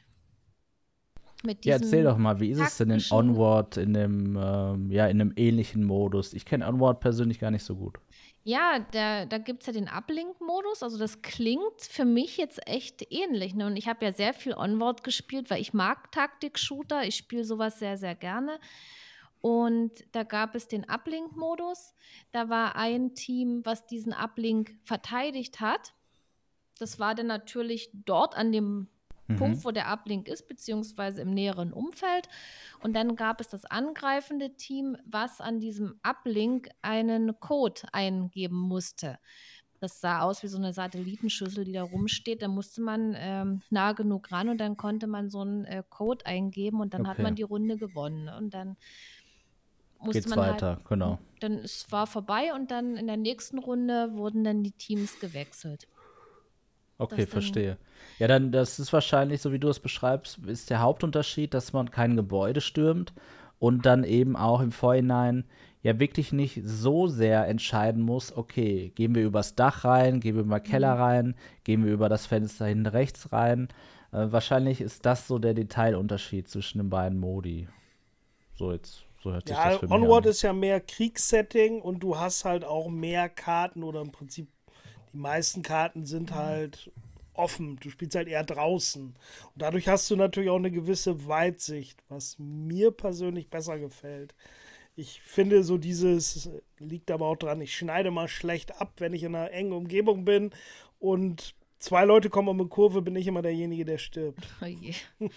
Mit Ja, erzähl diesem doch mal, wie ist es denn in taktischen- Onward in dem, ähm, ja, in einem ähnlichen Modus? Ich kenne Onward persönlich gar nicht so gut. Ja, da, da gibt es ja den Uplink-Modus. Also das klingt für mich jetzt echt ähnlich. Ne? Und ich habe ja sehr viel Onward gespielt, weil ich mag Taktik-Shooter. Ich spiele sowas sehr, sehr gerne. Und da gab es den Uplink-Modus. Da war ein Team, was diesen Uplink verteidigt hat. Das war dann natürlich dort an dem Punkt, wo der Uplink ist, beziehungsweise im näheren Umfeld. Und dann gab es das angreifende Team, was an diesem Uplink einen Code eingeben musste. Das sah aus wie so eine Satellitenschüssel, die da rumsteht. Da musste man ähm, nah genug ran und dann konnte man so einen äh, Code eingeben und dann hat Okay. man die Runde gewonnen. Und dann musste Geht's man weiter, halt, genau. dann es war vorbei und dann in der nächsten Runde wurden dann die Teams gewechselt. Okay, Das dann- verstehe. Ja, dann, das ist wahrscheinlich, so wie du es beschreibst, ist der Hauptunterschied, dass man kein Gebäude stürmt und dann eben auch im Vorhinein ja wirklich nicht so sehr entscheiden muss, okay, gehen wir übers Dach rein, gehen wir über den Keller rein, gehen wir über das Fenster hinten rechts rein. Äh, wahrscheinlich ist das so der Detailunterschied zwischen den beiden Modi. So jetzt, so hört sich das Ja, für mich Onward an. ist ja mehr Kriegssetting und du hast halt auch mehr Karten oder im Prinzip die meisten Karten sind halt offen. Du spielst halt eher draußen. Und dadurch hast du natürlich auch eine gewisse Weitsicht, was mir persönlich besser gefällt. Ich finde so dieses, liegt aber auch dran, ich schneide mal schlecht ab, wenn ich in einer engen Umgebung bin und zwei Leute kommen um eine Kurve, bin ich immer derjenige, der stirbt. Oh je.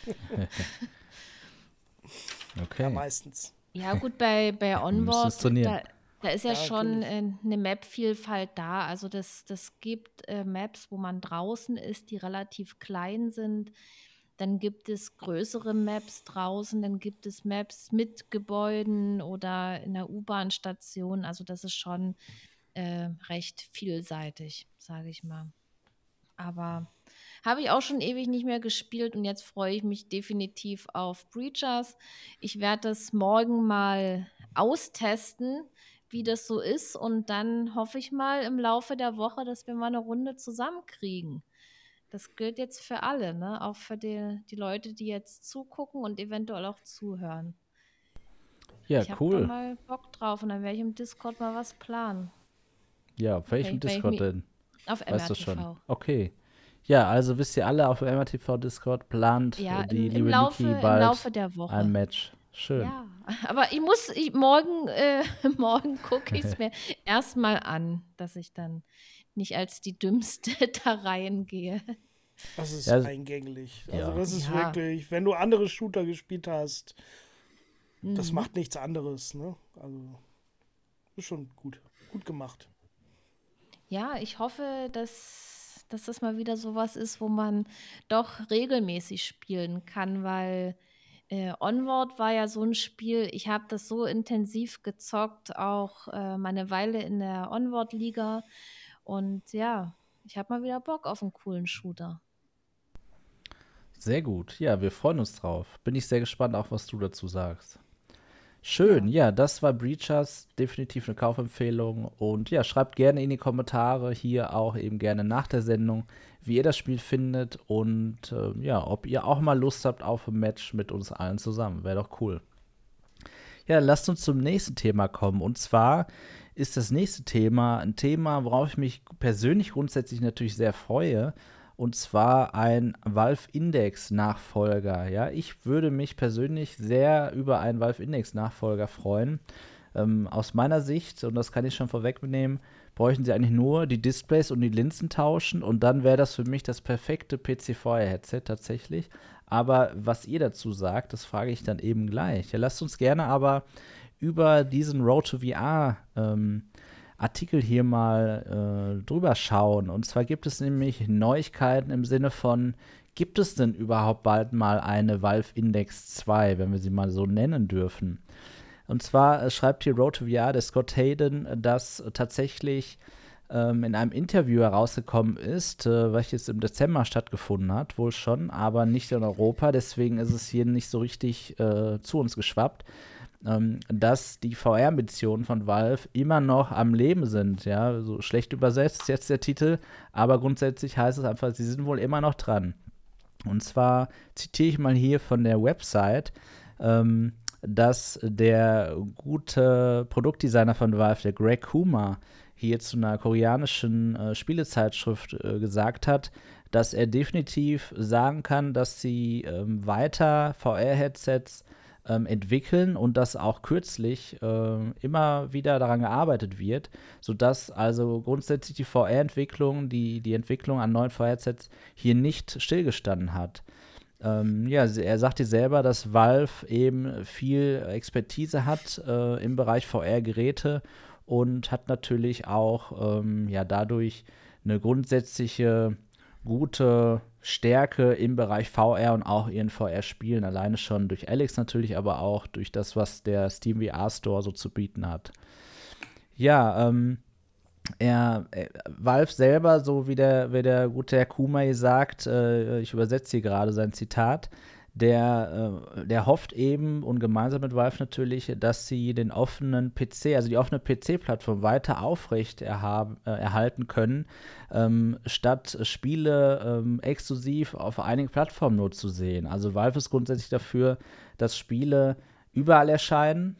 Okay. Ja, meistens. Ja, gut, bei, bei müssen es Onward, trainieren. da, da ist ja, Ja, schon natürlich. äh, eine Map-Vielfalt da. Also das, das gibt äh, Maps, wo man draußen ist, die relativ klein sind. Dann gibt es größere Maps draußen, dann gibt es Maps mit Gebäuden oder in der U-Bahn-Station. Also das ist schon äh, recht vielseitig, sage ich mal. Aber habe ich auch schon ewig nicht mehr gespielt und jetzt freue ich mich definitiv auf Breachers. Ich werde das morgen mal austesten, wie das so ist und dann hoffe ich mal im Laufe der Woche, dass wir mal eine Runde zusammenkriegen. Das gilt jetzt für alle, ne? Auch für die, die Leute, die jetzt zugucken und eventuell auch zuhören. Ja, Ich habe da cool. mal Bock drauf und dann werde ich im Discord mal was planen. Ja, auf welchem Wenn ich- wenn ich Discord mi- denn? Auf Weißt du M R T V. schon? Okay. Ja, also wisst ihr alle, auf dem M R T V Discord plant Ja, äh, die im, im, liebe Laufe, Niki im bald Laufe der Woche. ein Match. Schön. Ja, aber ich muss, ich, morgen, äh, morgen gucke ich es mir erstmal an, dass ich dann nicht als die Dümmste da reingehe. Das ist Ja, eingänglich. ja. Also das ist Ja. wirklich, wenn du andere Shooter gespielt hast, das Mhm. macht nichts anderes, ne? Also ist schon gut. Gut gemacht. Ja, ich hoffe, dass, dass das mal wieder sowas ist, wo man doch regelmäßig spielen kann, weil äh, Onward war ja so ein Spiel, ich habe das so intensiv gezockt, auch äh, meine Weile in der Onward-Liga. Und ja, ich habe mal wieder Bock auf einen coolen Shooter. Sehr gut. Ja, wir freuen uns drauf. Bin ich sehr gespannt, auch was du dazu sagst. Schön, ja, das war Breachers, definitiv eine Kaufempfehlung. Und ja, schreibt gerne in die Kommentare, hier auch eben gerne nach der Sendung, wie ihr das Spiel findet und äh, ja, ob ihr auch mal Lust habt auf ein Match mit uns allen zusammen. Wäre doch cool. Ja, dann lasst uns zum nächsten Thema kommen. Und zwar ist das nächste Thema ein Thema, worauf ich mich persönlich grundsätzlich natürlich sehr freue. Und zwar ein Valve-Index-Nachfolger. Ja, ich würde mich persönlich sehr über einen Valve-Index-Nachfolger freuen. Ähm, aus meiner Sicht, und das kann ich schon vorwegnehmen, bräuchten sie eigentlich nur die Displays und die Linsen tauschen und dann wäre das für mich das perfekte P C V R-Headset tatsächlich. Aber was ihr dazu sagt, das frage ich dann eben gleich. Ja, lasst uns gerne aber über diesen Road to V R ähm, Artikel hier mal äh, drüber schauen. Und zwar gibt es nämlich Neuigkeiten im Sinne von, gibt es denn überhaupt bald mal eine Valve Index zwei, wenn wir sie mal so nennen dürfen? Und zwar äh, schreibt hier Road to V R, der Scott Hayden, dass äh, tatsächlich ähm, in einem Interview herausgekommen ist, äh, was jetzt im Dezember stattgefunden hat, wohl schon, aber nicht in Europa. Deswegen ist es hier nicht so richtig äh, zu uns geschwappt, ähm, dass die V R-Ambitionen von Valve immer noch am Leben sind. Ja, so schlecht übersetzt jetzt der Titel, aber grundsätzlich heißt es einfach, sie sind wohl immer noch dran. Und zwar zitiere ich mal hier von der Website, ähm, dass der gute Produktdesigner von Valve, der Greg Kuma, hier zu einer koreanischen äh, Spielezeitschrift äh, gesagt hat, dass er definitiv sagen kann, dass sie ähm, weiter V R-Headsets ähm, entwickeln und dass auch kürzlich äh, immer wieder daran gearbeitet wird, sodass also grundsätzlich die V R-Entwicklung, die, die Entwicklung an neuen V R-Headsets hier nicht stillgestanden hat. Ähm, ja, er sagte selber, dass Valve eben viel Expertise hat äh, im Bereich V R-Geräte und hat natürlich auch ähm, ja, dadurch eine grundsätzliche gute Stärke im Bereich V R und auch ihren V R-Spielen. Alleine schon durch Alex natürlich, aber auch durch das, was der Steam V R Store so zu bieten hat. Ja, ähm, er, äh, Valve selber, so wie der, wie der gute Herr Kumai sagt, äh, ich übersetze hier gerade sein Zitat, der, äh, der hofft eben und gemeinsam mit Valve natürlich, dass sie den offenen P C, also die offene P C-Plattform weiter aufrecht erhaben, äh, erhalten können, ähm, statt Spiele ähm, exklusiv auf einigen Plattformen nur zu sehen. Also Valve ist grundsätzlich dafür, dass Spiele überall erscheinen.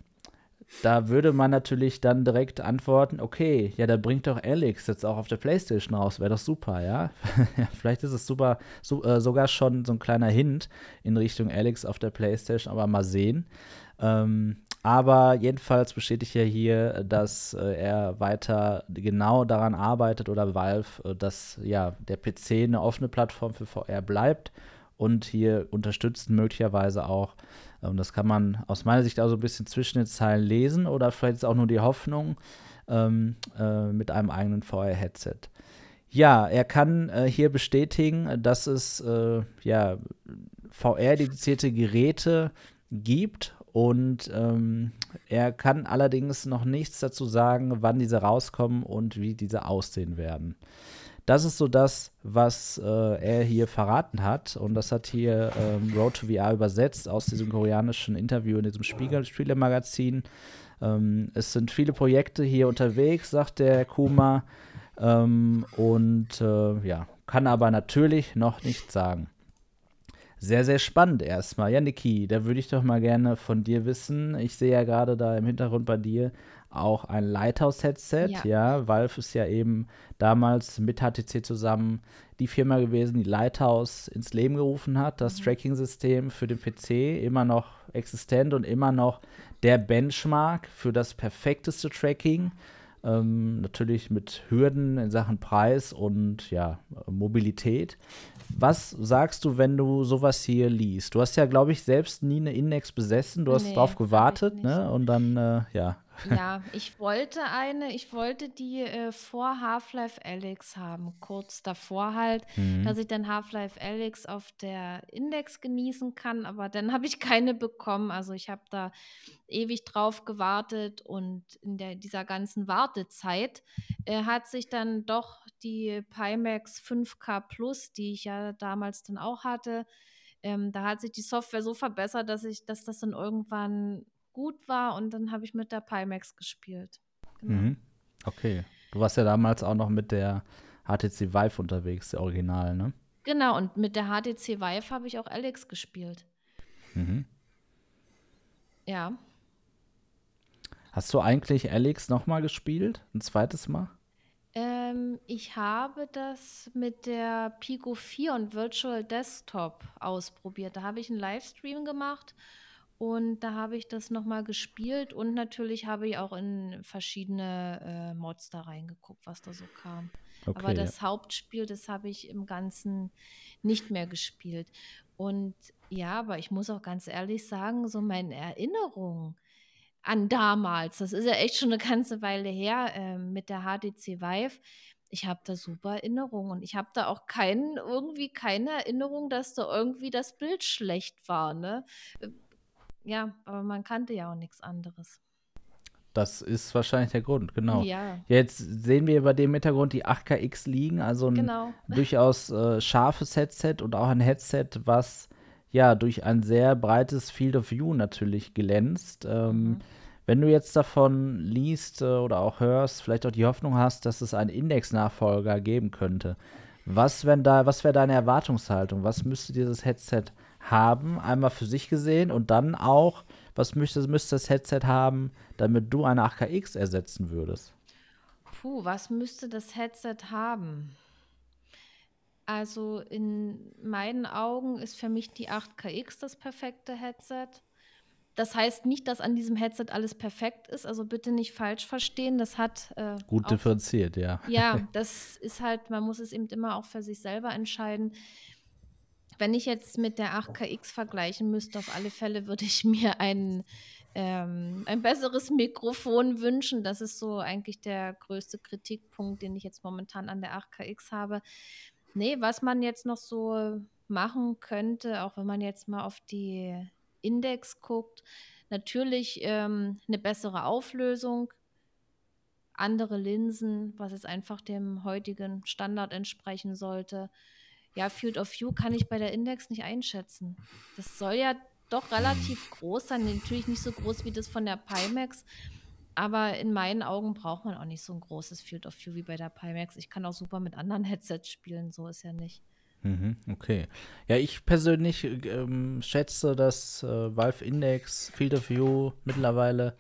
Da würde man natürlich dann direkt antworten, okay, ja, da bringt doch Alex jetzt auch auf der PlayStation raus, wäre doch super, ja? Vielleicht ist es super, so, äh, sogar schon so ein kleiner Hint in Richtung Alex auf der PlayStation, aber mal sehen. Ähm, aber jedenfalls bestätigt er hier, dass äh, er weiter genau daran arbeitet oder Valve, äh, dass ja, der P C eine offene Plattform für V R bleibt und hier unterstützen möglicherweise auch. Und das kann man aus meiner Sicht auch so ein bisschen zwischen den Zeilen lesen oder vielleicht ist auch nur die Hoffnung ähm, äh, mit einem eigenen V R-Headset. Ja, er kann äh, hier bestätigen, dass es äh, ja, V R-dedizierte Geräte gibt und ähm, er kann allerdings noch nichts dazu sagen, wann diese rauskommen und wie diese aussehen werden. Das ist so das, was äh, er hier verraten hat. Und das hat hier ähm, Road to V R übersetzt aus diesem koreanischen Interview in diesem Spiegel-Spiele-Magazin. Ähm, es sind viele Projekte hier unterwegs, sagt der Kuma. Ähm, und äh, ja, kann aber natürlich noch nichts sagen. Sehr, sehr spannend erstmal. Ja, Niki, da würde ich doch mal gerne von dir wissen. Ich sehe ja gerade da im Hintergrund bei dir auch ein Lighthouse-Headset. Ja. ja, Valve ist ja eben damals mit H T C zusammen die Firma gewesen, die Lighthouse ins Leben gerufen hat. Das mhm. Tracking-System für den P C immer noch existent und immer noch der Benchmark für das perfekteste Tracking. Ähm, natürlich mit Hürden in Sachen Preis und ja, Mobilität. Was sagst du, wenn du sowas hier liest? Du hast ja, glaube ich, selbst nie eine Index besessen. Du hast nee, drauf gewartet, ne? Und dann, äh, ja. Ja, ich wollte eine, ich wollte die äh, vor Half-Life Alyx haben, kurz davor halt, mhm. dass ich dann Half-Life Alyx auf der Index genießen kann, aber dann habe ich keine bekommen. Also ich habe da ewig drauf gewartet und in der, dieser ganzen Wartezeit äh, hat sich dann doch die Pimax fünf K Plus, die ich ja damals dann auch hatte, ähm, da hat sich die Software so verbessert, dass ich, dass das dann irgendwann gut war und dann habe ich mit der Pimax gespielt. Genau. Mhm. Okay. Du warst ja damals auch noch mit der H T C Vive unterwegs, der Original, ne? Genau, und mit der H T C Vive habe ich auch Alex gespielt. Mhm. Ja. Hast du eigentlich Alex nochmal gespielt? Ein zweites Mal? Ähm, ich habe das mit der Pico vier und Virtual Desktop ausprobiert. Da habe ich einen Livestream gemacht und da habe ich das nochmal gespielt und natürlich habe ich auch in verschiedene äh, Mods da reingeguckt, was da so kam. Okay, aber das ja. Hauptspiel, das habe ich im Ganzen nicht mehr gespielt. Und ja, aber ich muss auch ganz ehrlich sagen, so meine Erinnerungen an damals, das ist ja echt schon eine ganze Weile her, äh, mit der H T C Vive. Ich habe da super Erinnerungen und ich habe da auch kein, irgendwie keine Erinnerung, dass da irgendwie das Bild schlecht war, ne? Ja, aber man kannte ja auch nichts anderes. Das ist wahrscheinlich der Grund, genau. Ja, Jetzt sehen wir bei dem Hintergrund die acht K X liegen, also ein genau. durchaus äh, scharfes Headset und auch ein Headset, was ja durch ein sehr breites Field of View natürlich glänzt. Ähm, Mhm. wenn du jetzt davon liest äh, oder auch hörst, vielleicht auch die Hoffnung hast, dass es einen Index-Nachfolger geben könnte, was, wenn da, was wäre deine Erwartungshaltung? Was müsste dieses Headset haben, einmal für sich gesehen und dann auch, was müsste, müsste das Headset haben, damit du eine acht K X ersetzen würdest? Puh, was müsste das Headset haben? Also in meinen Augen ist für mich die acht K X das perfekte Headset. Das heißt nicht, dass an diesem Headset alles perfekt ist, also bitte nicht falsch verstehen. Das hat äh, Gut auch, differenziert, ja. ja, das ist halt, man muss es eben immer auch für sich selber entscheiden. Wenn ich jetzt mit der acht K X vergleichen müsste, auf alle Fälle würde ich mir ein, ähm, ein besseres Mikrofon wünschen. Das ist so eigentlich der größte Kritikpunkt, den ich jetzt momentan an der acht K X habe. Nee, was man jetzt noch so machen könnte, auch wenn man jetzt mal auf die Index guckt, natürlich ähm, eine bessere Auflösung, andere Linsen, was jetzt einfach dem heutigen Standard entsprechen sollte. Ja, Field of View kann ich bei der Index nicht einschätzen. Das soll ja doch relativ groß sein, natürlich nicht so groß wie das von der Pimax, aber in meinen Augen braucht man auch nicht so ein großes Field of View wie bei der Pimax. Ich kann auch super mit anderen Headsets spielen, so ist ja nicht. Mhm, okay. Ja, ich persönlich ähm, schätze das äh, Valve Index Field of View mittlerweile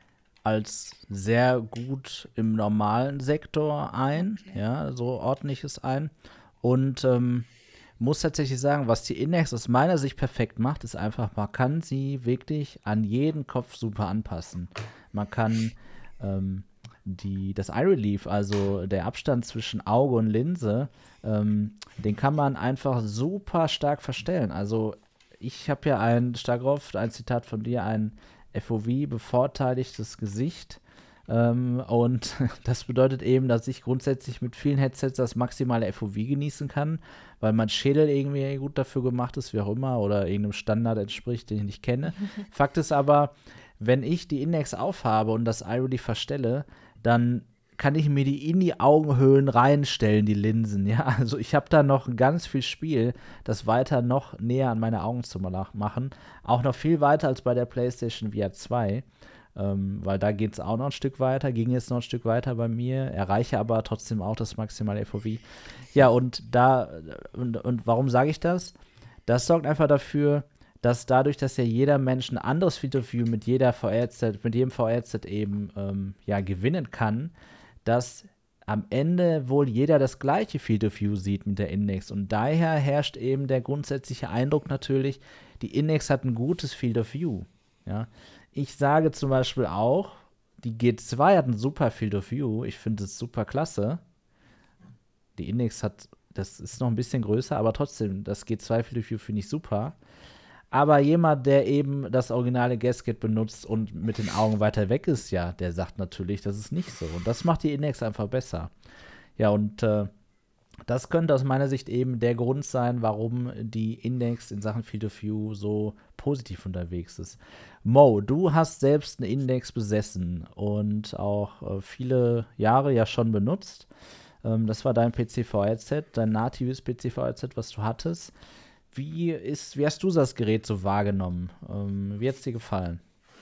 als sehr gut im normalen Sektor ein. Okay. Ja, so ordne ich es ein. Und ähm, muss tatsächlich sagen, was die Index aus meiner Sicht perfekt macht, ist einfach, man kann sie wirklich an jeden Kopf super anpassen. Man kann ähm, die, das Eye Relief, also der Abstand zwischen Auge und Linse, ähm, den kann man einfach super stark verstellen. Also ich habe ja ein, stark oft, ein Zitat von dir, ein F O V bevorteiligtes Gesicht. Ähm, und das bedeutet eben, dass ich grundsätzlich mit vielen Headsets das maximale F O V genießen kann, weil mein Schädel irgendwie gut dafür gemacht ist, wie auch immer, oder irgendeinem Standard entspricht, den ich nicht kenne. Fakt ist aber, wenn ich die Index aufhabe und das Eye Relief verstelle, dann kann ich mir die in die Augenhöhlen reinstellen, die Linsen, ja. Also ich habe da noch ganz viel Spiel, das weiter noch näher an meine Augen zu machen. Auch noch viel weiter als bei der PlayStation V R zwei. Ähm, weil da geht es auch noch ein Stück weiter, ging jetzt noch ein Stück weiter bei mir, erreiche aber trotzdem auch das maximale F O V. Ja, und da, und, und warum sage ich das? Das sorgt einfach dafür, dass dadurch, dass ja jeder Mensch ein anderes Field of View mit jeder V R-Headset, mit jedem V R-Headset eben ähm, ja, gewinnen kann, dass am Ende wohl jeder das gleiche Field of View sieht mit der Index. Und daher herrscht eben der grundsätzliche Eindruck natürlich, die Index hat ein gutes Field of View. Ja. Ich sage zum Beispiel auch, die G zwei hat ein super Field of View. Ich finde es super klasse. Die Index hat, das ist noch ein bisschen größer, aber trotzdem, das G zwei Field of View finde ich super. Aber jemand, der eben das originale Gasket benutzt und mit den Augen weiter weg ist, ja, der sagt natürlich, das ist nicht so. Und das macht die Index einfach besser. Ja, und äh, das könnte aus meiner Sicht eben der Grund sein, warum die Index in Sachen Field of View so positiv unterwegs ist. Mo, du hast selbst eine Index besessen und auch äh, viele Jahre ja schon benutzt. Ähm, das war dein P C V R-Headset, dein natives P C V R-Headset, was du hattest. Wie, ist, wie hast du das Gerät so wahrgenommen? Ähm, wie hat es dir gefallen?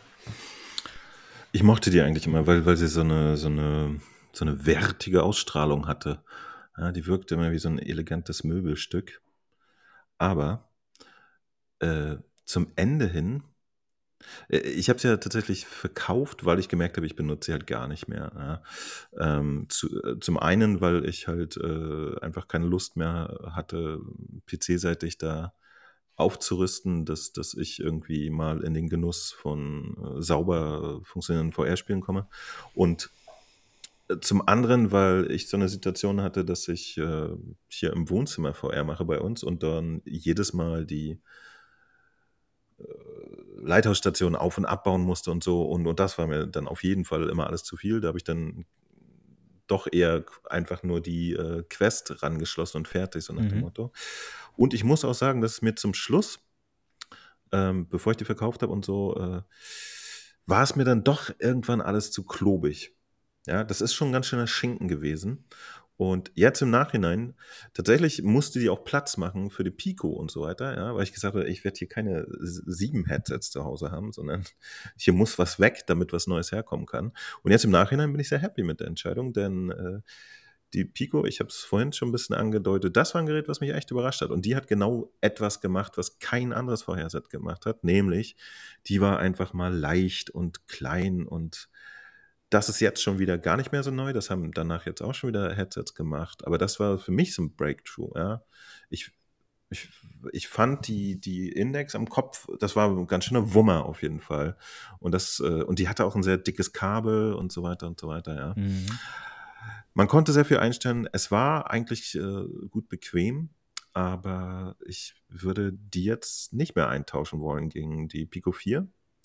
Ich mochte die eigentlich immer, weil, weil sie so eine, so, eine, so eine wertige Ausstrahlung hatte. Ja, die wirkte immer wie so ein elegantes Möbelstück. Aber äh, zum Ende hin, äh, ich habe sie ja tatsächlich verkauft, weil ich gemerkt habe, ich benutze sie halt gar nicht mehr. Ja. Ähm, zu, äh, zum einen, weil ich halt äh, einfach keine Lust mehr hatte, P C-seitig da aufzurüsten, dass, dass ich irgendwie mal in den Genuss von äh, sauber funktionierenden V R-Spielen komme. Und äh, zum anderen, weil ich so eine Situation hatte, dass ich äh, hier im Wohnzimmer V R mache bei uns und dann jedes Mal die äh, Leithausstation auf- und abbauen musste und so. Und, und das war mir dann auf jeden Fall immer alles zu viel. Da habe ich dann doch eher einfach nur die äh, Quest rangeschlossen und fertig, so nach dem Mhm. Motto. Und ich muss auch sagen, dass es mir zum Schluss, ähm, bevor ich die verkauft habe und so, äh, war es mir dann doch irgendwann alles zu klobig. Ja, das ist schon ein ganz schöner Schinken gewesen. Und jetzt im Nachhinein, tatsächlich musste die auch Platz machen für die Pico und so weiter, ja, weil ich gesagt habe, ich werde hier keine s- sieben Headsets zu Hause haben, sondern hier muss was weg, damit was Neues herkommen kann. Und jetzt im Nachhinein bin ich sehr happy mit der Entscheidung, denn äh, die Pico, ich habe es vorhin schon ein bisschen angedeutet, das war ein Gerät, was mich echt überrascht hat. Und die hat genau etwas gemacht, was kein anderes V R-Set gemacht hat, nämlich die war einfach mal leicht und klein und das ist jetzt schon wieder gar nicht mehr so neu. Das haben danach jetzt auch schon wieder Headsets gemacht. Aber das war für mich so ein Breakthrough. Ja. Ich, ich, ich fand die, die Index am Kopf, das war ein ganz schöner Wummer auf jeden Fall. Und, das, äh, und die hatte auch ein sehr dickes Kabel und so weiter und so weiter. Ja. Mhm. Man konnte sehr viel einstellen. Es war eigentlich äh, gut bequem. Aber ich würde die jetzt nicht mehr eintauschen wollen gegen die Pico vier.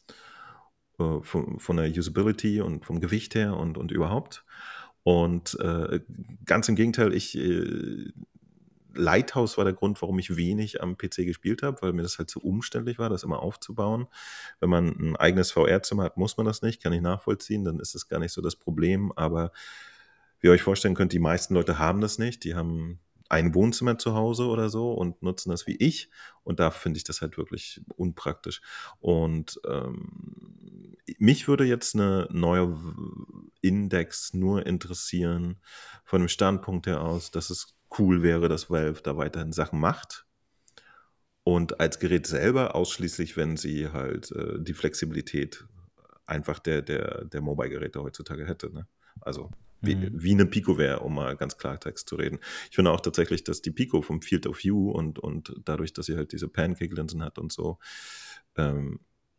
Äh, von, von der Usability und vom Gewicht her und, und überhaupt. Und äh, ganz im Gegenteil, ich äh, Lighthouse war der Grund, warum ich wenig am P C gespielt habe, weil mir das halt zu umständlich war, das immer aufzubauen. Wenn man ein eigenes V R-Zimmer hat, muss man das nicht, kann ich nachvollziehen, dann ist das gar nicht so das Problem. Aber wie ihr euch vorstellen könnt, die meisten Leute haben das nicht. Die haben ein Wohnzimmer zu Hause oder so und nutzen das wie ich. Und da finde ich das halt wirklich unpraktisch. Und ähm, mich würde jetzt eine neue Index nur interessieren, von dem Standpunkt her aus, dass es cool wäre, dass Valve da weiterhin Sachen macht. Und als Gerät selber ausschließlich, wenn sie halt äh, die Flexibilität einfach der, der, der Mobile-Geräte heutzutage hätte. Ne? Also wie, Mhm. wie eine Pico wäre, um mal ganz Klartext zu reden. Ich finde auch tatsächlich, dass die Pico vom Field of View und, und dadurch, dass sie halt diese Pancake-Linsen hat und so, ähm,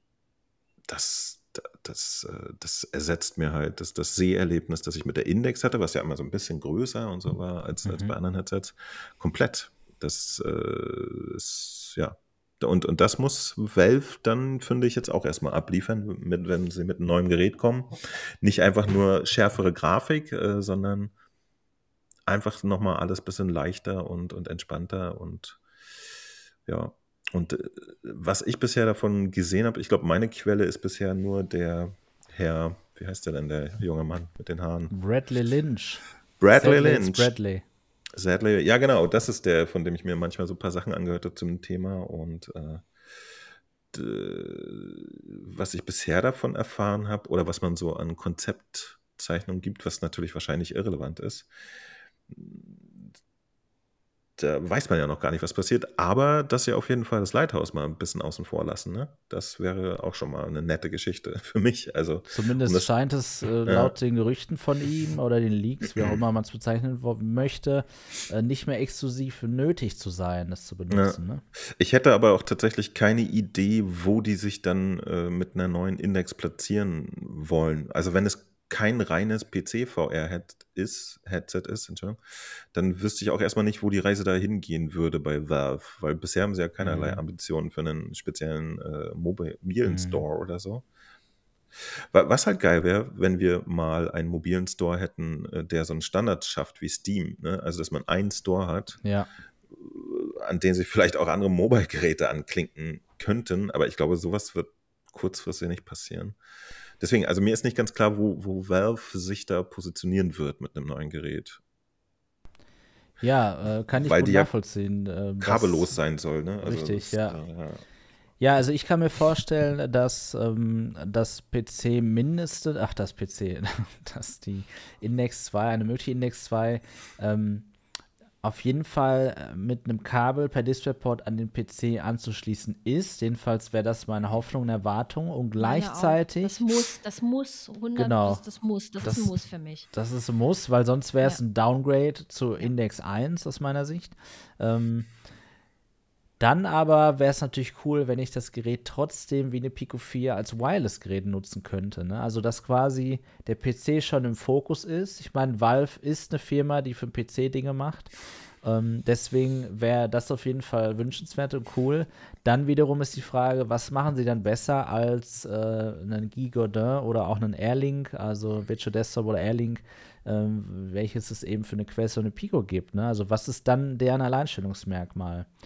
das, das, äh, das ersetzt mir halt das, das Seherlebnis, das ich mit der Index hatte, was ja immer so ein bisschen größer und so war als, als Mhm. bei anderen Headsets, komplett. Das äh, ist, ja. Und, und das muss Valve dann, finde ich, jetzt auch erstmal abliefern, mit, wenn sie mit einem neuen Gerät kommen. Nicht einfach nur schärfere Grafik, äh, sondern einfach nochmal alles ein bisschen leichter und, und entspannter und ja. Und äh, was ich bisher davon gesehen habe, ich glaube, meine Quelle ist bisher nur der Herr, wie heißt der denn, der junge Mann mit den Haaren? Bradley Lynch. Bradley Sadly, it's Lynch. Bradley. Sadly, ja genau, das ist der, von dem ich mir manchmal so ein paar Sachen angehört habe zum Thema und äh, d- was ich bisher davon erfahren habe oder was man so an Konzeptzeichnungen gibt, was natürlich wahrscheinlich irrelevant ist, da weiß man ja noch gar nicht, was passiert, aber dass sie auf jeden Fall das Lighthouse mal ein bisschen außen vor lassen, ne? Das wäre auch schon mal eine nette Geschichte für mich. Also, um Zumindest das, scheint es äh, ja, laut den Gerüchten von ihm oder den Leaks, wie auch immer man es bezeichnen wo- möchte, äh, nicht mehr exklusiv nötig zu sein, das zu ja. benutzen. Ne? Ich hätte aber auch tatsächlich keine Idee, wo die sich dann äh, mit einer neuen Index platzieren wollen. Also wenn es kein reines P C-V R-Head ist, Headset ist, Entschuldigung, dann wüsste ich auch erstmal nicht, wo die Reise da hingehen würde bei Valve, weil bisher haben sie ja keinerlei Mhm. Ambitionen für einen speziellen äh, mobilen Mhm. Store oder so. Wa- Was halt geil wäre, wenn wir mal einen mobilen Store hätten, äh, der so einen Standard schafft wie Steam. Ne? Also, dass man einen Store hat, Ja. äh, an den sich vielleicht auch andere Mobile-Geräte anklinken könnten. Aber ich glaube, sowas wird kurzfristig nicht passieren. Deswegen, also mir ist nicht ganz klar, wo, wo Valve sich da positionieren wird mit einem neuen Gerät. Ja, äh, kann ich Weil gut die ja nachvollziehen. Äh, kabellos das, sein soll. Ne? Also richtig, das, ja. äh, ja. Ja, also ich kann mir vorstellen, dass ähm, das P C mindestens, ach, das P C, dass die Index zwei, eine mögliche Index zwei, ähm, auf jeden Fall äh, mit einem Kabel per DisplayPort an den P C anzuschließen ist. Jedenfalls wäre das meine Hoffnung und Erwartung. Und Meine auch. gleichzeitig, Das muss, das muss, hundert, genau, das, das muss, das, das, ist ein Muss für mich. das ist ein Muss, weil sonst wäre es Ja. ein Downgrade zu Ja. Index eins aus meiner Sicht. Ähm, Dann aber wäre es natürlich cool, wenn ich das Gerät trotzdem wie eine Pico vier als Wireless-Gerät nutzen könnte. Ne? Also, dass quasi der P C schon im Fokus ist. Ich meine, Valve ist eine Firma, die für den P C Dinge macht. Ähm, deswegen wäre das auf jeden Fall wünschenswert und cool. Dann wiederum ist die Frage, was machen sie dann besser als äh, einen Guy Godin oder auch einen Airlink, also Virtual Desktop oder Airlink, ähm, welches es eben für eine Quest und eine Pico gibt. Ne? Also, was ist dann deren Alleinstellungsmerkmal?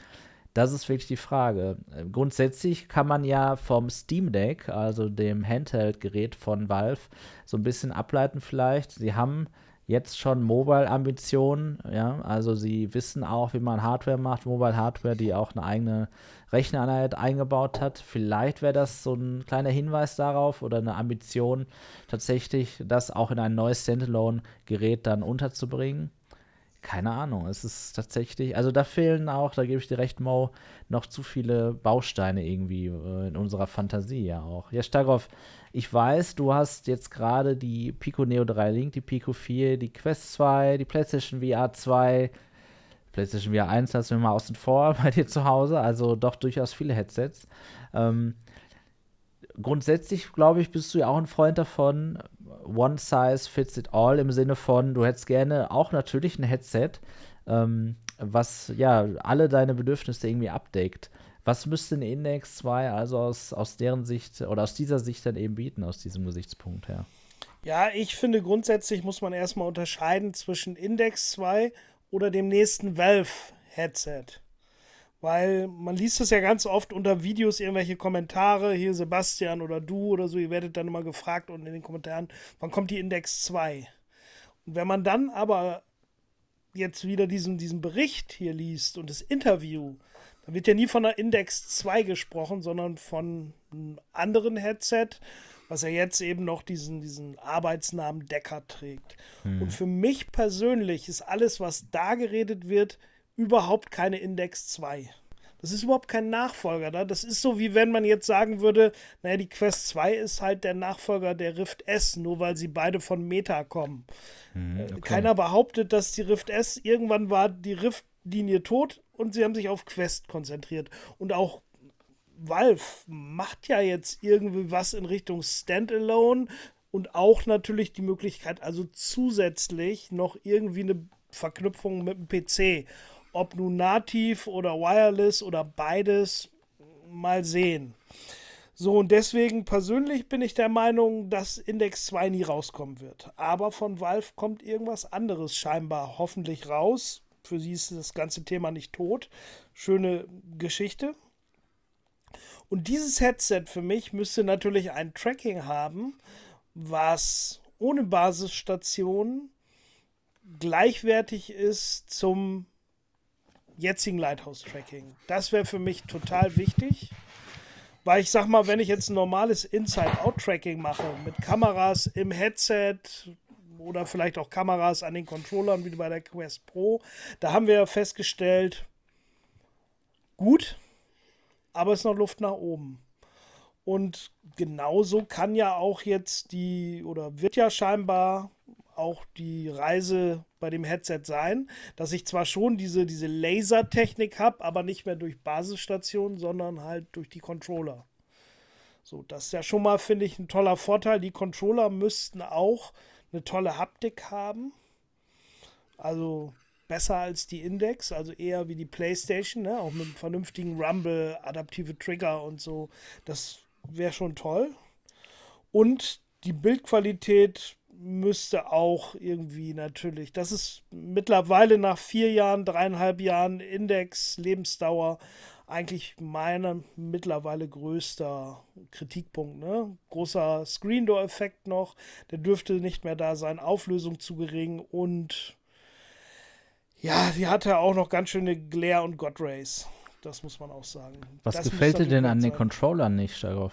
Das ist wirklich die Frage. Grundsätzlich kann man ja vom Steam Deck, also dem Handheld-Gerät von Valve, so ein bisschen ableiten vielleicht. Sie haben jetzt schon Mobile-Ambitionen, ja, also sie wissen auch, wie man Hardware macht, Mobile-Hardware, die auch eine eigene Rechnereinheit eingebaut hat. Vielleicht wäre das so ein kleiner Hinweis darauf oder eine Ambition, tatsächlich das auch in ein neues Standalone-Gerät dann unterzubringen. Keine Ahnung, es ist tatsächlich, also da fehlen auch, da gebe ich dir recht, Mo, noch zu viele Bausteine irgendwie äh, in unserer Fantasie ja auch. Ja, Starkov, ich weiß, du hast jetzt gerade die Pico Neo drei Link, die Pico vier, die Quest zwei, die PlayStation V R zwei, PlayStation V R eins lassen wir mal außen vor bei dir zu Hause, also doch durchaus viele Headsets. Ähm, grundsätzlich, glaube ich, bist du ja auch ein Freund davon, one size fits it all, im Sinne von, du hättest gerne auch natürlich ein Headset, ähm, was ja alle deine Bedürfnisse irgendwie abdeckt. Was müsste ein Index zwei also aus, aus deren Sicht oder aus dieser Sicht dann eben bieten, aus diesem Gesichtspunkt her? Ja, ich finde grundsätzlich muss man erstmal unterscheiden zwischen Index zwei oder dem nächsten Valve-Headset. Weil man liest es ja ganz oft unter Videos, irgendwelche Kommentare, hier Sebastian oder du oder so, ihr werdet dann immer gefragt unten in den Kommentaren, wann kommt die Index zwei? Und wenn man dann aber jetzt wieder diesen, diesen Bericht hier liest und das Interview, dann wird ja nie von der Index zwei gesprochen, sondern von einem anderen Headset, was ja jetzt eben noch diesen, diesen Arbeitsnamen Decker trägt. Hm. Und für mich persönlich ist alles, was da geredet wird, überhaupt keine Index zwei. Das ist überhaupt kein Nachfolger. Ne? Das ist so, wie wenn man jetzt sagen würde, naja, die Quest zwei ist halt der Nachfolger der Rift S, nur weil sie beide von Meta kommen. Hm, okay. Keiner behauptet, dass die Rift S, irgendwann war die Rift-Linie tot und sie haben sich auf Quest konzentriert. Und auch Valve macht ja jetzt irgendwie was in Richtung Standalone und auch natürlich die Möglichkeit, also zusätzlich noch irgendwie eine Verknüpfung mit dem P C. Ob nun nativ oder wireless oder beides, mal sehen. So, und deswegen persönlich bin ich der Meinung, dass Index zwei nie rauskommen wird. Aber von Valve kommt irgendwas anderes scheinbar hoffentlich raus. Für sie ist das ganze Thema nicht tot. Schöne Geschichte. Und dieses Headset für mich müsste natürlich ein Tracking haben, was ohne Basisstation gleichwertig ist zum jetzigen Lighthouse-Tracking. Das wäre für mich total wichtig, weil ich sag mal, wenn ich jetzt ein normales Inside-Out-Tracking mache, mit Kameras im Headset oder vielleicht auch Kameras an den Controllern, wie bei der Quest Pro, da haben wir festgestellt, gut, aber es ist noch Luft nach oben. Und genauso kann ja auch jetzt die, oder wird ja scheinbar auch die Reise bei dem Headset sein, dass ich zwar schon diese, diese Lasertechnik habe, aber nicht mehr durch Basisstationen, sondern halt durch die Controller. So, das ist ja schon mal, finde ich, ein toller Vorteil. Die Controller müssten auch eine tolle Haptik haben. Also besser als die Index, also eher wie die PlayStation, ne? Auch mit einem vernünftigen Rumble, adaptive Trigger und so. Das wäre schon toll. Und die Bildqualität müsste auch irgendwie natürlich, das ist mittlerweile nach vier Jahren, dreieinhalb Jahren Index, Lebensdauer, eigentlich mein mittlerweile größter Kritikpunkt. Ne? Großer Screen-Door-Effekt noch, der dürfte nicht mehr da sein, Auflösung zu gering und ja, die hatte auch noch ganz schöne Glare und God Rays. Das muss man auch sagen. Was das gefällt dir denn an den Controllern nicht, Starkov?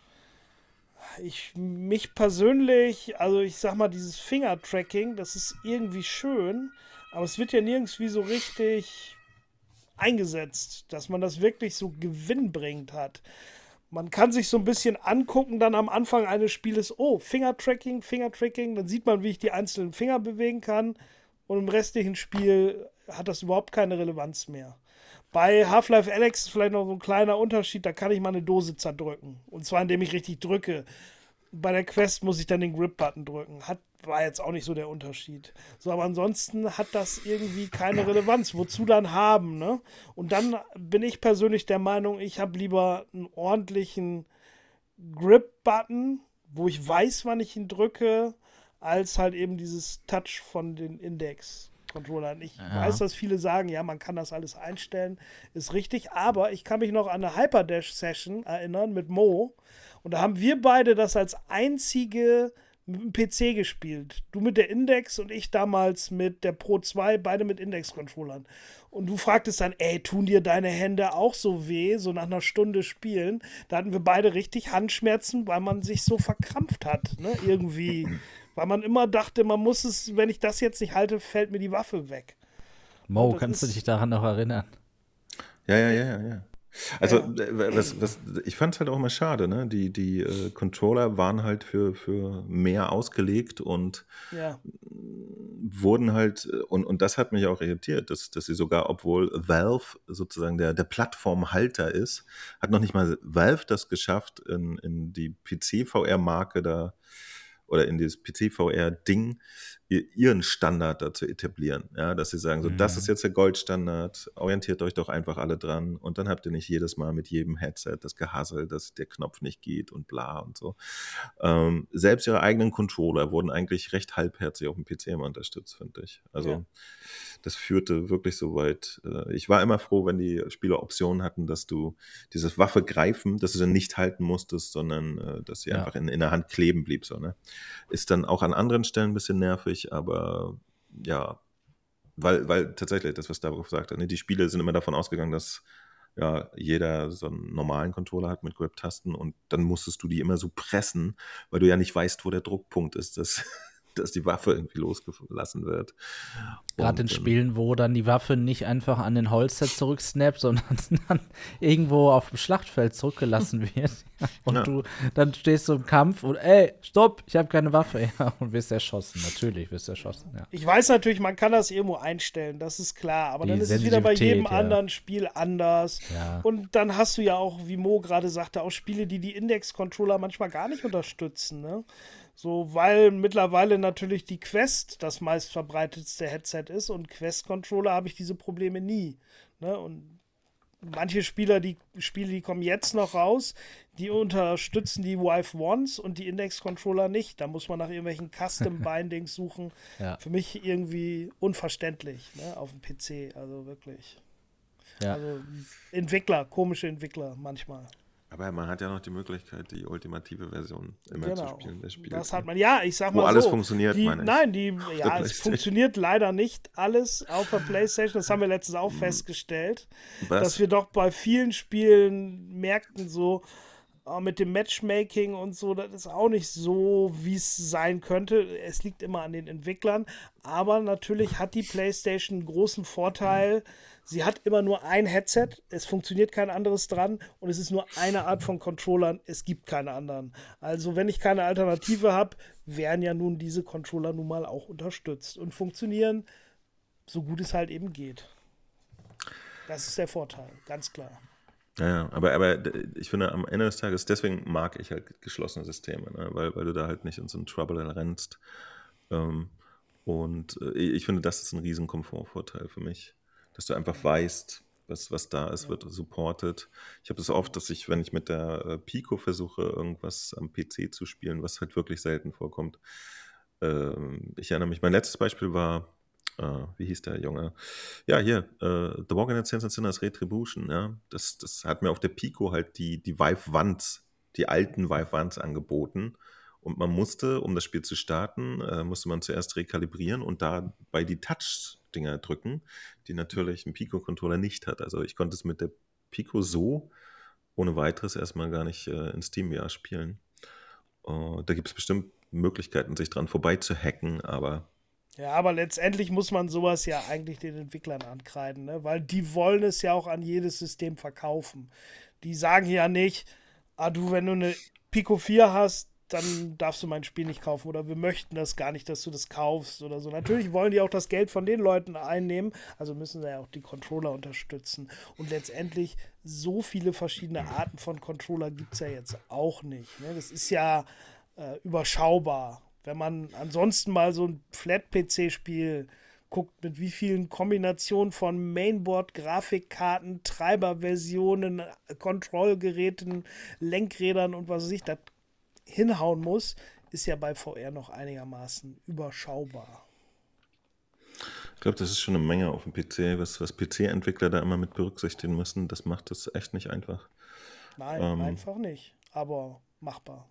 Ich, mich persönlich, also ich sag mal, dieses Finger-Tracking, das ist irgendwie schön, aber es wird ja nirgendwie so richtig eingesetzt, dass man das wirklich so gewinnbringend hat. Man kann sich so ein bisschen angucken, dann am Anfang eines Spieles, oh, Finger-Tracking, Finger-Tracking, dann sieht man, wie ich die einzelnen Finger bewegen kann und im restlichen Spiel hat das überhaupt keine Relevanz mehr. Bei Half-Life Alyx ist vielleicht noch so ein kleiner Unterschied, da kann ich mal eine Dose zerdrücken. Und zwar, indem ich richtig drücke. Bei der Quest muss ich dann den Grip-Button drücken. Hat, war jetzt auch nicht so der Unterschied. So, aber ansonsten hat das irgendwie keine Relevanz. Wozu dann haben, ne? Und dann bin ich persönlich der Meinung, ich habe lieber einen ordentlichen Grip-Button, wo ich weiß, wann ich ihn drücke, als halt eben dieses Touch von den Index. Index-Controllern. Ich Ja. weiß, dass viele sagen, ja, man kann das alles einstellen, ist richtig, aber ich kann mich noch an eine Hyperdash-Session erinnern mit Mo und da haben wir beide das als einzige mit dem P C gespielt. Du mit der Index und ich damals mit der Pro zwei, beide mit Index-Controllern. Und du fragtest dann, ey, tun dir deine Hände auch so weh, so nach einer Stunde Spielen? Da hatten wir beide richtig Handschmerzen, weil man sich so verkrampft hat, ne, irgendwie. Weil man immer dachte, man muss es, wenn ich das jetzt nicht halte, fällt mir die Waffe weg. Mo, das kannst du ist- dich daran noch erinnern? Ja, ja, ja, ja, ja. Also, Ja. äh, was, was, ich fand es halt auch immer schade, ne? Die, die äh, Controller waren halt für, für mehr ausgelegt und Ja, wurden halt, äh, und, und das hat mich auch irritiert, dass, dass sie sogar, obwohl Valve sozusagen der, der Plattformhalter ist, hat noch nicht mal Valve das geschafft, in, in die P C-V R-Marke da oder in dieses P C-V R-Ding ihren Standard da zu etablieren. Ja, dass sie sagen, so, Mhm. das ist jetzt der Goldstandard, orientiert euch doch einfach alle dran und dann habt ihr nicht jedes Mal mit jedem Headset das Gehassel, dass der Knopf nicht geht und bla und so. Ähm, selbst ihre eigenen Controller wurden eigentlich recht halbherzig auf dem P C immer unterstützt, finde ich. Also Ja. das führte wirklich so weit. Äh, ich war immer froh, wenn die Spieler Optionen hatten, dass du dieses Waffe greifen, dass du dann nicht halten musstest, sondern äh, dass sie Ja. einfach in, in der Hand kleben blieb. So, ne? Ist dann auch an anderen Stellen ein bisschen nervig, aber ja, weil, weil tatsächlich, das, was Davos gesagt hat, ne, die Spiele sind immer davon ausgegangen, dass ja, jeder so einen normalen Controller hat mit Grip-Tasten und dann musstest du die immer so pressen, weil du ja nicht weißt, wo der Druckpunkt ist, dass, dass die Waffe irgendwie losgelassen wird. Gerade in Und, ähm, Spielen, wo dann die Waffe nicht einfach an den Holster zurücksnappt, sondern dann irgendwo auf dem Schlachtfeld zurückgelassen wird. Und Ja. du dann stehst du im Kampf und ey, stopp, ich habe keine Waffe. Ja, und wirst erschossen. Natürlich wirst du erschossen, ja. ich weiß natürlich, man kann das irgendwo einstellen, das ist klar, aber Die dann ist es wieder bei jedem Sensitivität, ja. anderen Spiel anders. Ja. Und dann hast du ja auch, wie Mo gerade sagte, auch Spiele, die die Index-Controller manchmal gar nicht unterstützen, ne? So, weil mittlerweile natürlich die Quest das meistverbreitetste Headset ist und Quest-Controller habe ich diese Probleme nie, ne? Und manche Spieler, die Spiele, die kommen jetzt noch raus, die unterstützen die Vive Ones und die Index-Controller nicht. Da muss man nach irgendwelchen Custom-Bindings suchen. Ja. Für mich irgendwie unverständlich, ne, auf dem P C, also wirklich. Ja. Also Entwickler, komische Entwickler manchmal. aber man hat ja noch die Möglichkeit, die ultimative Version immer zu spielen. Das Spiel, Das hat man, ja, ich sag Wo mal alles so. funktioniert, die, meine ich. Nein, die, der ja, es PlayStation. funktioniert leider nicht alles auf der PlayStation. Das haben wir letztens auch festgestellt, Was? dass wir doch bei vielen Spielen merkten, so äh, mit dem Matchmaking und so, das ist auch nicht so, wie es sein könnte. Es liegt immer an den Entwicklern, aber natürlich hat die PlayStation einen großen Vorteil. Sie hat immer nur ein Headset, es funktioniert kein anderes dran und es ist nur eine Art von Controllern, es gibt keine anderen. Also wenn ich keine Alternative habe, werden ja nun diese Controller nun mal auch unterstützt und funktionieren, so gut es halt eben geht. Das ist der Vorteil, ganz klar. Ja, ja, aber, aber ich finde, am Ende des Tages, deswegen mag ich halt geschlossene Systeme, ne? weil, weil du da halt nicht in so einen Trouble rennst. Ähm, und äh, ich finde, das ist ein riesen Komfortvorteil für mich, dass du einfach weißt, was, was da ist, wird supported. Ich habe das oft, dass ich, wenn ich mit der äh, Pico versuche, irgendwas am P C zu spielen, was halt wirklich selten vorkommt. Ähm, ich erinnere mich, mein letztes Beispiel war, äh, wie hieß der Junge? Ja, hier, äh, The Walking Dead Saints and Sinners Retribution, ja. Das, das hat mir auf der Pico halt die, die Vive Wands, die alten Vive Wands angeboten. Und man musste, um das Spiel zu starten, äh, musste man zuerst rekalibrieren und dabei die Touch-Dinger drücken, die natürlich ein Pico-Controller nicht hat. Also ich konnte es mit der Pico so ohne weiteres erstmal gar nicht äh, in SteamVR spielen. Uh, da gibt es bestimmt Möglichkeiten, sich dran vorbei zu hacken, aber Ja, aber letztendlich muss man sowas ja eigentlich den Entwicklern ankreiden, ne? Weil die wollen es ja auch an jedes System verkaufen. Die sagen ja nicht, ah du, wenn du eine Pico vier hast, dann darfst du mein Spiel nicht kaufen oder wir möchten das gar nicht, dass du das kaufst oder so. Natürlich wollen die auch das Geld von den Leuten einnehmen, also müssen sie ja auch die Controller unterstützen. Und letztendlich so viele verschiedene Arten von Controller gibt es ja jetzt auch nicht, ne? Das ist ja äh, überschaubar. Wenn man ansonsten mal so ein Flat-P C-Spiel guckt, mit wie vielen Kombinationen von Mainboard, Grafikkarten, Treiberversionen, Kontrollgeräten, Lenkrädern und was weiß ich, das hinhauen muss, ist ja bei V R noch einigermaßen überschaubar. Ich glaube, das ist schon eine Menge auf dem P C, was, was P C-Entwickler da immer mit berücksichtigen müssen. Das macht das echt nicht einfach. Nein, Ähm, einfach nicht. Aber machbar.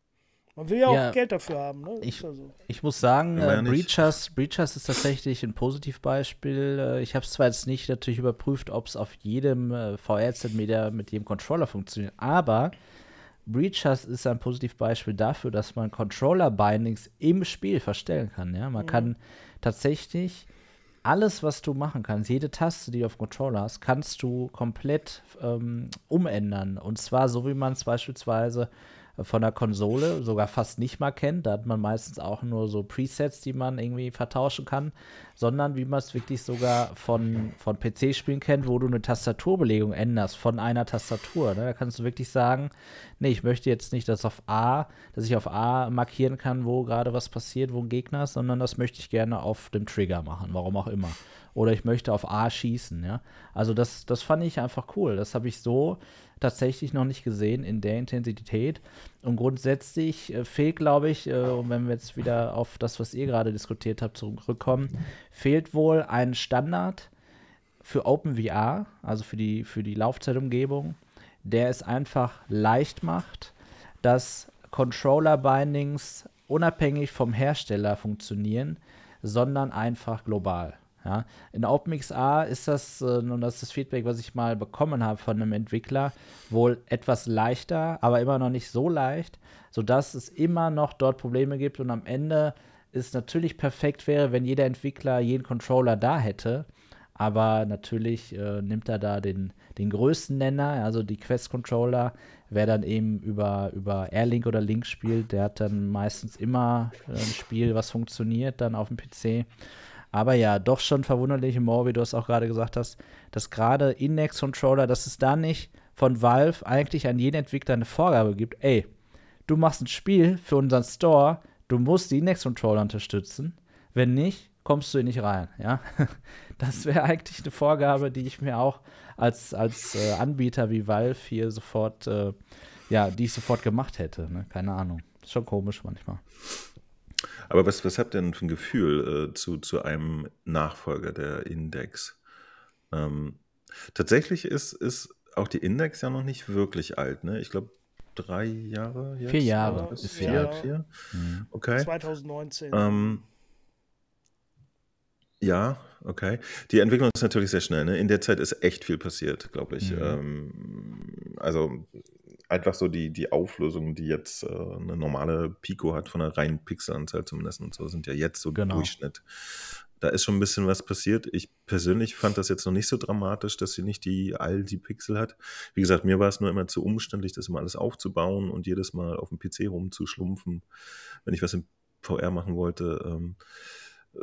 Man will ja auch Ja, Geld dafür haben, ne? ich, Ist ja so. ich muss sagen, Wenn man äh, ja nicht. Breachers, Breachers ist tatsächlich ein Positivbeispiel. Äh, ich habe es zwar jetzt nicht natürlich überprüft, ob es auf jedem äh, V R-Headset mit jedem Controller funktioniert, aber Breachers ist ein Positivbeispiel dafür, dass man Controller-Bindings im Spiel verstellen kann. Ja? Man kann tatsächlich alles, was du machen kannst, jede Taste, die du auf dem Controller hast, kannst du komplett ähm, umändern. Und zwar so, wie man es beispielsweise von der Konsole sogar fast nicht mal kennt. Da hat man meistens auch nur so Presets, die man irgendwie vertauschen kann, sondern wie man es wirklich sogar von, von P C-Spielen kennt, wo du eine Tastaturbelegung änderst von einer Tastatur. Ne? Da kannst du wirklich sagen, nee, ich möchte jetzt nicht, dass auf A, dass ich auf A markieren kann, wo gerade was passiert, wo ein Gegner ist, sondern das möchte ich gerne auf dem Trigger machen, warum auch immer. Oder ich möchte auf A schießen, ja. Also das, das fand ich einfach cool. Das habe ich so tatsächlich noch nicht gesehen in der Intensität. Und grundsätzlich äh, fehlt, glaube ich, äh, und wenn wir jetzt wieder auf das, was ihr gerade diskutiert habt, zurückkommen, fehlt wohl ein Standard für OpenVR, also für die, für die Laufzeitumgebung, der es einfach leicht macht, dass Controller-Bindings unabhängig vom Hersteller funktionieren, sondern einfach global. Ja, in OpenXR ist das, äh, und das ist das Feedback, was ich mal bekommen habe von einem Entwickler, wohl etwas leichter, aber immer noch nicht so leicht, sodass es immer noch dort Probleme gibt und am Ende es natürlich perfekt wäre, wenn jeder Entwickler jeden Controller da hätte, aber natürlich äh, nimmt er da den, den größten Nenner, also die Quest-Controller, wer dann eben über, über Airlink oder Link spielt, der hat dann meistens immer äh, ein Spiel, was funktioniert dann auf dem P C. Aber ja, doch schon verwunderlich, Mo, wie du es auch gerade gesagt hast, dass gerade Index-Controller, dass es da nicht von Valve eigentlich an jeden Entwickler eine Vorgabe gibt, ey, du machst ein Spiel für unseren Store, du musst die Index-Controller unterstützen, wenn nicht, kommst du hier nicht rein, ja. Das wäre eigentlich eine Vorgabe, die ich mir auch als, als äh, Anbieter wie Valve hier sofort, äh, ja, die ich sofort gemacht hätte, ne? Keine Ahnung. Ist schon komisch manchmal. Aber was, was habt ihr denn für ein Gefühl äh, zu, zu einem Nachfolger der Index? Ähm, tatsächlich ist, ist auch die Index ja noch nicht wirklich alt, ne? Ich glaube, drei Jahre jetzt? Vier Jahre Ja, Oder was? ist Vier, ja, vier? Mhm. Okay. zwanzig neunzehn. Ähm, ja, okay. Die Entwicklung ist natürlich sehr schnell, ne? In der Zeit ist echt viel passiert, glaube ich. Mhm. Ähm, also einfach so die, die Auflösung, die jetzt äh, eine normale Pico hat von der reinen Pixelanzahl zumindest und so, sind ja jetzt so Genau. Durchschnitt. Da ist schon ein bisschen was passiert. Ich persönlich fand das jetzt noch nicht so dramatisch, dass sie nicht die all die Pixel hat. Wie gesagt, mir war es nur immer zu umständlich, das immer alles aufzubauen und jedes Mal auf dem P C rumzuschlumpfen, wenn ich was im V R machen wollte. Ähm, äh,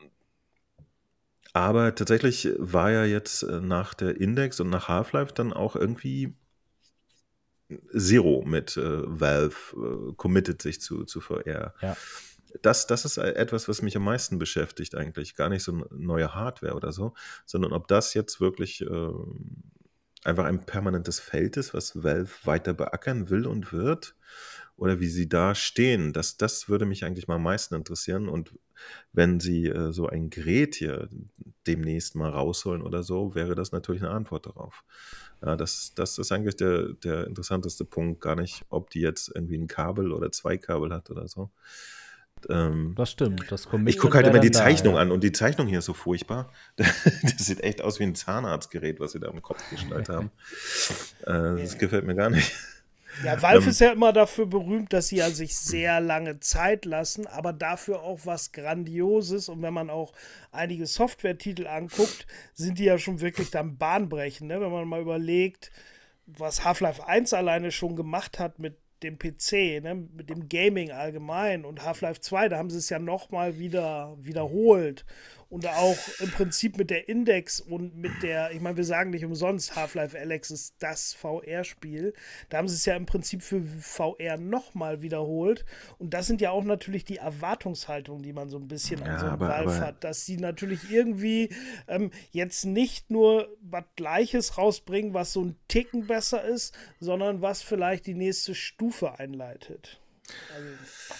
aber tatsächlich war ja jetzt äh, nach der Index und nach Half-Life dann auch irgendwie Zero mit äh, Valve äh, committed sich zu, zu V R. Ja. Das, das ist etwas, was mich am meisten beschäftigt eigentlich. Gar nicht so eine neue Hardware oder so, sondern ob das jetzt wirklich äh, einfach ein permanentes Feld ist, was Valve weiter beackern will und wird, oder wie sie da stehen. Das, das würde mich eigentlich mal am meisten interessieren. Und wenn sie äh, so ein Gerät hier demnächst mal rausholen oder so, wäre das natürlich eine Antwort darauf. Ja, das, das ist eigentlich der, der interessanteste Punkt. Gar nicht, ob die jetzt irgendwie ein Kabel oder zwei Kabel hat oder so. Ähm, Das stimmt. Das ich Commitment gucke halt wär immer die dann da, Zeichnung ja. an und die Zeichnung hier ist so furchtbar. Das sieht echt aus wie ein Zahnarztgerät, was sie da im Kopf gestellt haben. Äh, das gefällt mir gar nicht. Ja, Valve Ähm, ist ja immer dafür berühmt, dass sie ja sich sehr lange Zeit lassen, aber dafür auch was Grandioses. Und wenn man auch einige Software-Titel anguckt, sind die ja schon wirklich dann bahnbrechend. Ne? Wenn man mal überlegt, was Half-Life eins alleine schon gemacht hat mit dem P C, ne? Mit dem Gaming allgemein und Half-Life zwei, da haben sie es ja nochmal wieder wiederholt. Und auch im Prinzip mit der Index und mit der, ich meine, wir sagen nicht umsonst, Half-Life Alyx ist das V R-Spiel. Da haben sie es ja im Prinzip für V R nochmal wiederholt. Und das sind ja auch natürlich die Erwartungshaltungen, die man so ein bisschen an Ja, so einem aber- Valve aber- hat, dass sie natürlich irgendwie ähm, jetzt nicht nur was Gleiches rausbringen, was so ein Ticken besser ist, sondern was vielleicht die nächste Stufe einleitet. Also,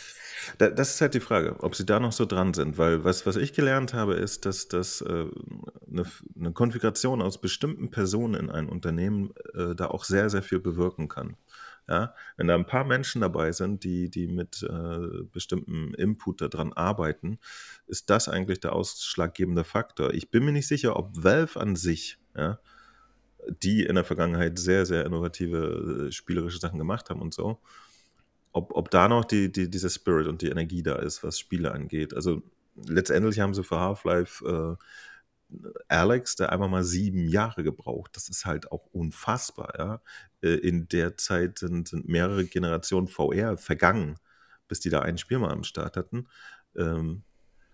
Da, das ist halt die Frage, ob sie da noch so dran sind, weil was, was ich gelernt habe, ist, dass, dass äh, eine, eine Konfiguration aus bestimmten Personen in einem Unternehmen äh, da auch sehr, sehr viel bewirken kann. Ja? Wenn da ein paar Menschen dabei sind, die, die mit äh, bestimmtem Input daran arbeiten, ist das eigentlich der ausschlaggebende Faktor. Ich bin mir nicht sicher, ob Valve an sich, ja, die in der Vergangenheit sehr, sehr innovative äh, spielerische Sachen gemacht haben und so, ob, ob da noch die, die, dieser Spirit und die Energie da ist, was Spiele angeht. Also letztendlich haben sie für Half-Life äh, Alex da einfach mal sieben Jahre gebraucht. Das ist halt auch unfassbar. Ja? Äh, in der Zeit sind, sind mehrere Generationen V R vergangen, bis die da ein Spiel mal am Start hatten. Ähm,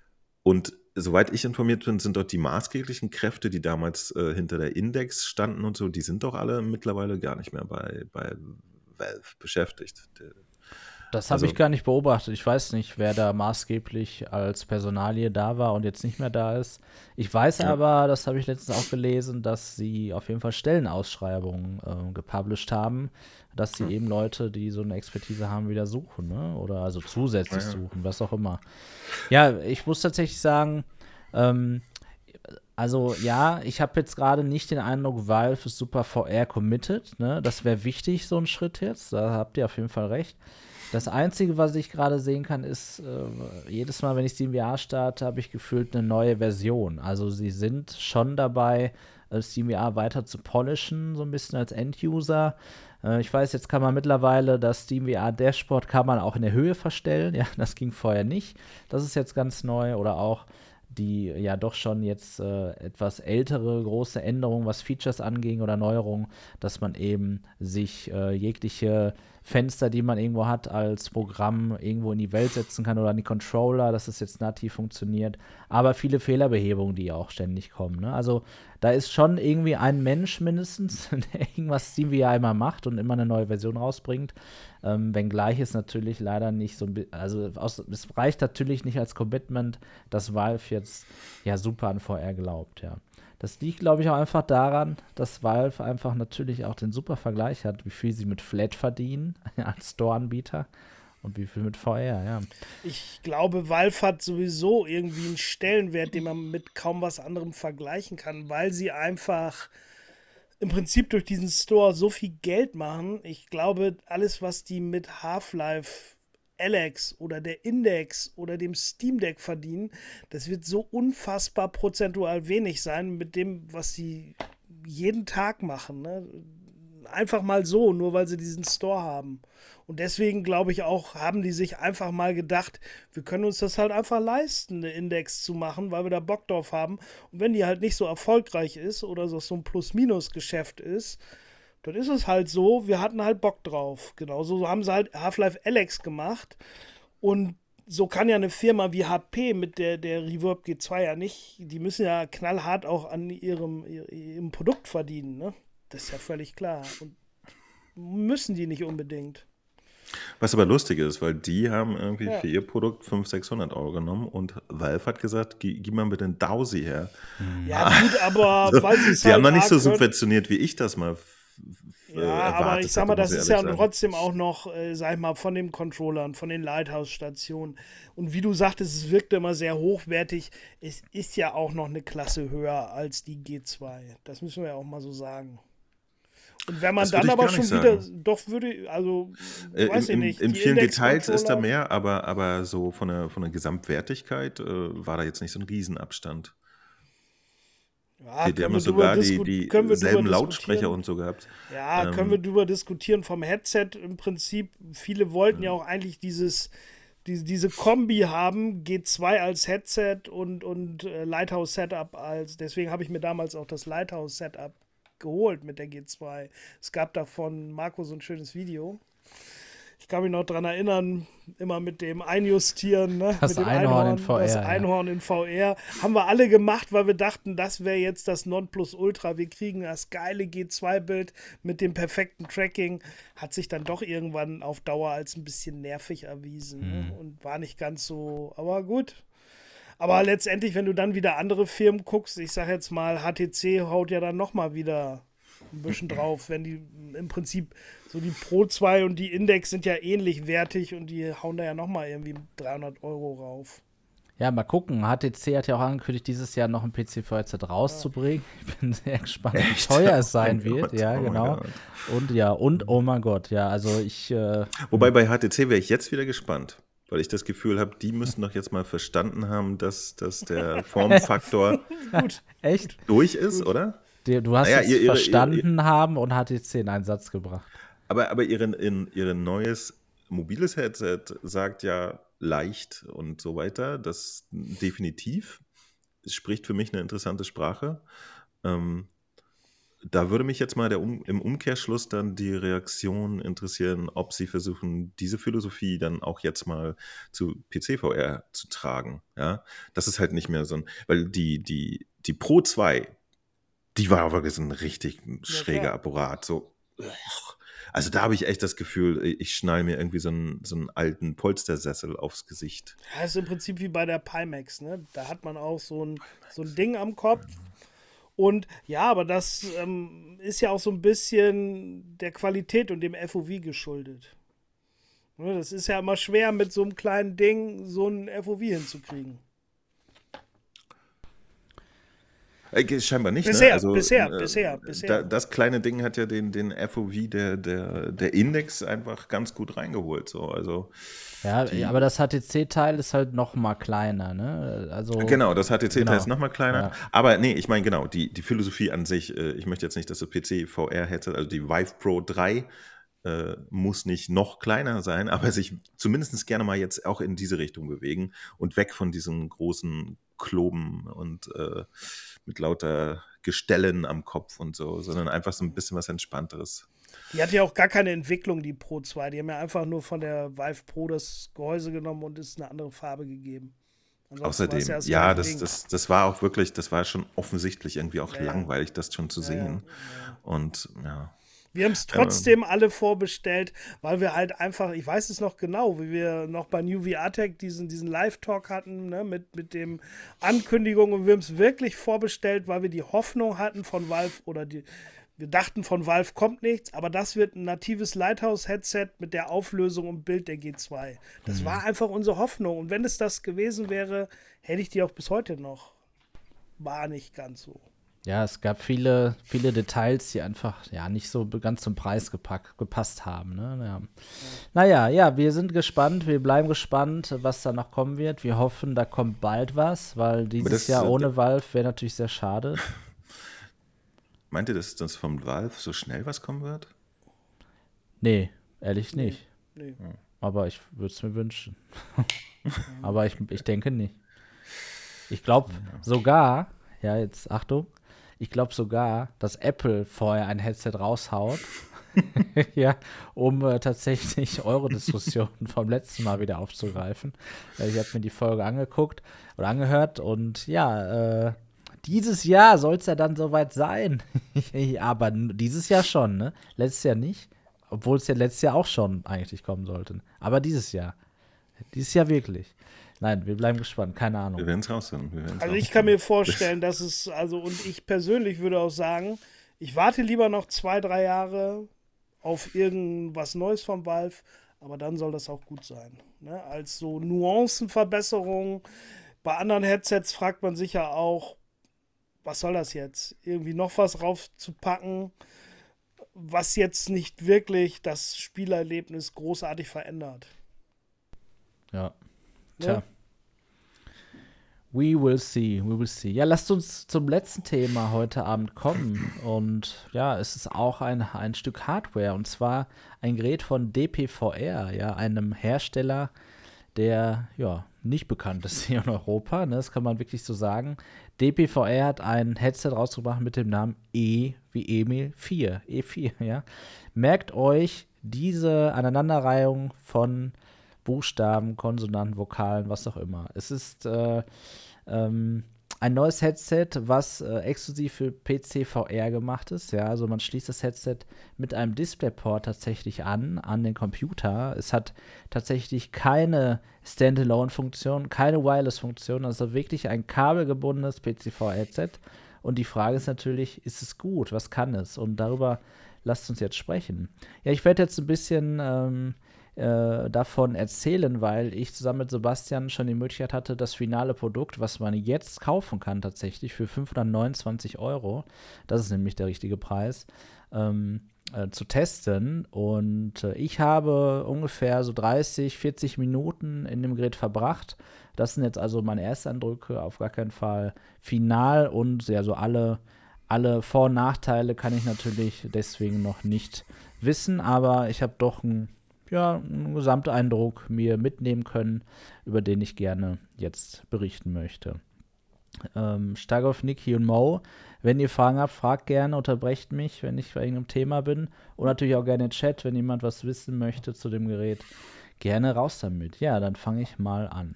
und soweit ich informiert bin, sind dort die maßgeblichen Kräfte, die damals äh, hinter der Index standen und so, die sind doch alle mittlerweile gar nicht mehr bei, bei Valve beschäftigt. Der, Das habe Also- ich gar nicht beobachtet. Ich weiß nicht, wer da maßgeblich als Personalie da war und jetzt nicht mehr da ist. Ich weiß Ja. aber, das habe ich letztens auch gelesen, dass sie auf jeden Fall Stellenausschreibungen äh, gepublished haben, dass sie Hm. eben Leute, die so eine Expertise haben, wieder suchen, ne? Oder also zusätzlich Ja, ja. suchen, was auch immer. Ja, ich muss tatsächlich sagen, ähm, also ja, ich habe jetzt gerade nicht den Eindruck, Valve ist super V R committed, ne? Das wäre wichtig, so ein Schritt jetzt. Da habt ihr auf jeden Fall recht. Das Einzige, was ich gerade sehen kann, ist, äh, jedes Mal, wenn ich SteamVR starte, habe ich gefühlt eine neue Version. Also sie sind schon dabei, äh, SteamVR weiter zu polishen, so ein bisschen als End-User. Äh, ich weiß, jetzt kann man mittlerweile das SteamVR Dashboard kann man auch in der Höhe verstellen. Ja, das ging vorher nicht. Das ist jetzt ganz neu. Oder auch die ja doch schon jetzt äh, etwas ältere große Änderungen, was Features anging oder Neuerungen, dass man eben sich äh, jegliche Fenster, die man irgendwo hat, als Programm irgendwo in die Welt setzen kann oder an die Controller, dass es jetzt nativ funktioniert. Aber viele Fehlerbehebungen, die auch ständig kommen. Ne? Also da ist schon irgendwie ein Mensch mindestens, der irgendwas SteamVR immer macht und immer eine neue Version rausbringt. Ähm, wenngleich es natürlich leider nicht so ein bi- also aus, es reicht natürlich nicht als Commitment, dass Valve jetzt ja super an V R glaubt, ja. Das liegt, glaube ich, auch einfach daran, dass Valve einfach natürlich auch den super Vergleich hat, wie viel sie mit Flat verdienen als Store-Anbieter und wie viel mit V R, ja. Ich glaube, Valve hat sowieso irgendwie einen Stellenwert, den man mit kaum was anderem vergleichen kann, weil sie einfach im Prinzip durch diesen Store so viel Geld machen. Ich glaube, alles, was die mit Half-Life Alex oder der Index oder dem Steam Deck verdienen, das wird so unfassbar prozentual wenig sein mit dem, was sie jeden Tag machen. Ne? Einfach mal so, nur weil sie diesen Store haben. Und deswegen glaube ich auch, haben die sich einfach mal gedacht, wir können uns das halt einfach leisten, eine Index zu machen, weil wir da Bock drauf haben. Und wenn die halt nicht so erfolgreich ist oder so, so ein Plus-Minus-Geschäft ist, dann ist es halt so, wir hatten halt Bock drauf. Genauso haben sie halt Half-Life Alex gemacht. Und so kann ja eine Firma wie H P mit der, der Reverb G zwei ja nicht, die müssen ja knallhart auch an ihrem, ihrem Produkt verdienen, ne? Das ist ja völlig klar. Und müssen die nicht unbedingt. Was aber lustig ist, weil die haben irgendwie Ja. für ihr Produkt fünfhundert, sechshundert Euro genommen und Valve hat gesagt, gib, gib mal bitte einen Dausi her. Ja, gut, aber Also, weil sie es die halt haben noch nicht so arg können- subventioniert, wie ich das mal f- f- äh, Ja, erwartet aber ich sag mal, hätte, das muss ich ist ja ehrlich sagen. trotzdem auch noch, äh, sag ich mal, von den Controllern, von den Lighthouse-Stationen. Und wie du sagtest, es wirkte immer sehr hochwertig. Es ist ja auch noch eine Klasse höher als die G zwei. Das müssen wir ja auch mal so sagen. Und wenn man Das würde dann ich aber gar schon nicht wieder, sagen. doch würde, also, Äh, weiß in, ich nicht. in, in die vielen Details ist da Index-Controller- mehr, aber, aber so von der, von der Gesamtwertigkeit äh, war da jetzt nicht so ein Riesenabstand. Ja, die die können haben wir doch sogar drüber die, disku- die können wir selben drüber Lautsprecher diskutieren. und so gehabt. Ja, Ähm, können wir drüber diskutieren vom Headset im Prinzip. Viele wollten ja auch eigentlich dieses, diese, diese Kombi haben, G zwei als Headset und, und äh, Lighthouse Setup als, deswegen habe ich mir damals auch das Lighthouse Setup geholt mit der G zwei. Es gab da von Marco so ein schönes Video. Ich kann mich noch dran erinnern, immer mit dem Einjustieren, ne? Das mit dem Einhorn in V R, das ja. Einhorn in V R. Haben wir alle gemacht, weil wir dachten, das wäre jetzt das Nonplusultra. Wir kriegen das geile G zwei Bild mit dem perfekten Tracking. Hat sich dann doch irgendwann auf Dauer als ein bisschen nervig erwiesen, ne? Und war nicht ganz so, aber gut. Aber letztendlich, wenn du dann wieder andere Firmen guckst, ich sag jetzt mal, H T C haut ja dann nochmal wieder ein bisschen drauf, wenn die im Prinzip so die Pro zwei und die Index sind ja ähnlich wertig und die hauen da ja nochmal irgendwie dreihundert Euro rauf. Ja, mal gucken. H T C hat ja auch angekündigt, dieses Jahr noch ein P C V R Z rauszubringen. Ich bin sehr gespannt, wie Echt? teuer es sein Oh wird. Gott, Ja, oh mein genau. Gott. Und ja, und oh mein Gott, ja, also ich. Äh, Wobei bei H T C wäre ich jetzt wieder gespannt, weil ich das Gefühl habe, die müssen doch jetzt mal verstanden haben, dass, dass der Formfaktor Gut. echt? durch ist, oder? Die, du hast Naja, es ihr- ihre- verstanden ihre, haben und H T C in einen Satz gebracht. Aber, aber ihre, in, ihre neues mobiles Headset sagt ja leicht und so weiter. Das definitiv. Es spricht für mich eine interessante Sprache. Ähm, da würde mich jetzt mal der um, im Umkehrschluss dann die Reaktion interessieren, ob sie versuchen, diese Philosophie dann auch jetzt mal zu P C V R zu tragen. Ja? Das ist halt nicht mehr so ein, weil die, die, die Pro zwei, die war aber so ein richtig schräger klar. Apparat. So, also da habe ich echt das Gefühl, ich schnall mir irgendwie so einen, so einen alten Polstersessel aufs Gesicht. Ja, ist im Prinzip wie bei der Pimax, ne? Da hat man auch so ein, so ein Ding am Kopf. Und ja, aber das ähm, ist ja auch so ein bisschen der Qualität und dem F O V geschuldet. Ne, das ist ja immer schwer, mit so einem kleinen Ding so ein F O V hinzukriegen. Äh, Scheinbar nicht, Bisher, ne? Also, bisher, äh, bisher, bisher. Da, das kleine Ding hat ja den, den F O V der, der, der Index einfach ganz gut reingeholt. So. Also, Ja, die, aber das H T C-Teil ist halt noch mal kleiner, ne? Also, genau, das H T C-Teil genau. ist nochmal kleiner. Ja. Aber nee, ich meine genau, die, die Philosophie an sich, äh, ich möchte jetzt nicht, dass das P C V R-Headset, also die Vive Pro drei, äh, muss nicht noch kleiner sein, aber sich zumindest gerne mal jetzt auch in diese Richtung bewegen und weg von diesen großen Kloben und äh, mit lauter Gestellen am Kopf und so, sondern einfach so ein bisschen was Entspannteres. Die hat ja auch gar keine Entwicklung, die Pro zwei. Die haben ja einfach nur von der Vive Pro das Gehäuse genommen und ist eine andere Farbe gegeben. Ansonsten Außerdem, war es das ja, gleiche das, Ding. das, das war auch wirklich, das war schon offensichtlich irgendwie auch Ja, ja. langweilig, das schon zu Ja, sehen. ja. Und ja. Wir haben es trotzdem alle vorbestellt, weil wir halt einfach, ich weiß es noch genau, wie wir noch bei New V R Tech diesen, diesen Live-Talk hatten, ne, mit, mit dem Ankündigung, und wir haben es wirklich vorbestellt, weil wir die Hoffnung hatten von Valve, oder die, wir dachten, von Valve kommt nichts, aber das wird ein natives Lighthouse-Headset mit der Auflösung und Bild der G zwei. Das mhm. war einfach unsere Hoffnung, und wenn es das gewesen wäre, hätte ich die auch bis heute noch. War nicht ganz so. Ja, es gab viele, viele Details, die einfach ja nicht so ganz zum Preis gepack, gepasst haben. Ne? Ja. Ja. Naja, ja, wir sind gespannt, wir bleiben gespannt, was da noch kommen wird. Wir hoffen, da kommt bald was, weil dieses das, Jahr äh, ohne Valve wäre natürlich sehr schade. Meint ihr, dass das vom Valve so schnell was kommen wird? Nee, ehrlich nicht. Nee. Nee. Aber ich würde es mir wünschen. Aber ich, ich denke nicht. Ich glaube sogar, ja, jetzt Achtung, ich glaube sogar, dass Apple vorher ein Headset raushaut, ja, um äh, tatsächlich eure Diskussion vom letzten Mal wieder aufzugreifen. Ich habe mir die Folge angeguckt oder angehört und ja, äh, dieses Jahr soll es ja dann soweit sein. Aber dieses Jahr schon, ne? Letztes Jahr nicht. Obwohl es ja letztes Jahr auch schon eigentlich kommen sollte. Aber dieses Jahr. Dieses Jahr wirklich. Nein, wir bleiben gespannt. Keine Ahnung. Wir werden es rausfinden. Also ich kann mir vorstellen, dass es, also und ich persönlich würde auch sagen, ich warte lieber noch zwei, drei Jahre auf irgendwas Neues von Valve, aber dann soll das auch gut sein. Ne? Als so Nuancenverbesserung. Bei anderen Headsets fragt man sich ja auch, was soll das jetzt? Irgendwie noch was raufzupacken, was jetzt nicht wirklich das Spielerlebnis großartig verändert. Ja. Tja. Ne? We will see, we will see. Ja, lasst uns zum letzten Thema heute Abend kommen. Und ja, es ist auch ein, ein Stück Hardware. Und zwar ein Gerät von D P V R, ja, einem Hersteller, der ja nicht bekannt ist hier in Europa. Ne, das kann man wirklich so sagen. D P V R hat ein Headset rausgebracht mit dem Namen E wie Emil vier. E vier, ja. Merkt euch diese Aneinanderreihung von Buchstaben, Konsonanten, Vokalen, was auch immer. Es ist äh, ähm, ein neues Headset, was äh, exklusiv für P C V R gemacht ist. Ja, also man schließt das Headset mit einem DisplayPort tatsächlich an, an den Computer. Es hat tatsächlich keine Standalone-Funktion, keine Wireless-Funktion, also wirklich ein kabelgebundenes P C V R-Headset. Und die Frage ist natürlich, ist es gut? Was kann es? Und darüber lasst uns jetzt sprechen. Ja, ich werde jetzt ein bisschen ähm, äh, davon erzählen, weil ich zusammen mit Sebastian schon die Möglichkeit hatte, das finale Produkt, was man jetzt kaufen kann tatsächlich für fünfhundertneunundzwanzig Euro, das ist nämlich der richtige Preis, ähm, äh, zu testen. Und äh, ich habe ungefähr so dreißig, vierzig Minuten in dem Gerät verbracht. Das sind jetzt also meine Ersteindrücke, auf gar keinen Fall final und ja, so alle Alle Vor- und Nachteile kann ich natürlich deswegen noch nicht wissen, aber ich habe doch einen, ja, einen Gesamteindruck mir mitnehmen können, über den ich gerne jetzt berichten möchte. Ähm, steige auf Niki und Mo. Wenn ihr Fragen habt, fragt gerne, unterbrecht mich, wenn ich bei irgendeinem Thema bin. Und natürlich auch gerne im Chat, wenn jemand was wissen möchte zu dem Gerät. Gerne raus damit. Ja, dann fange ich mal an.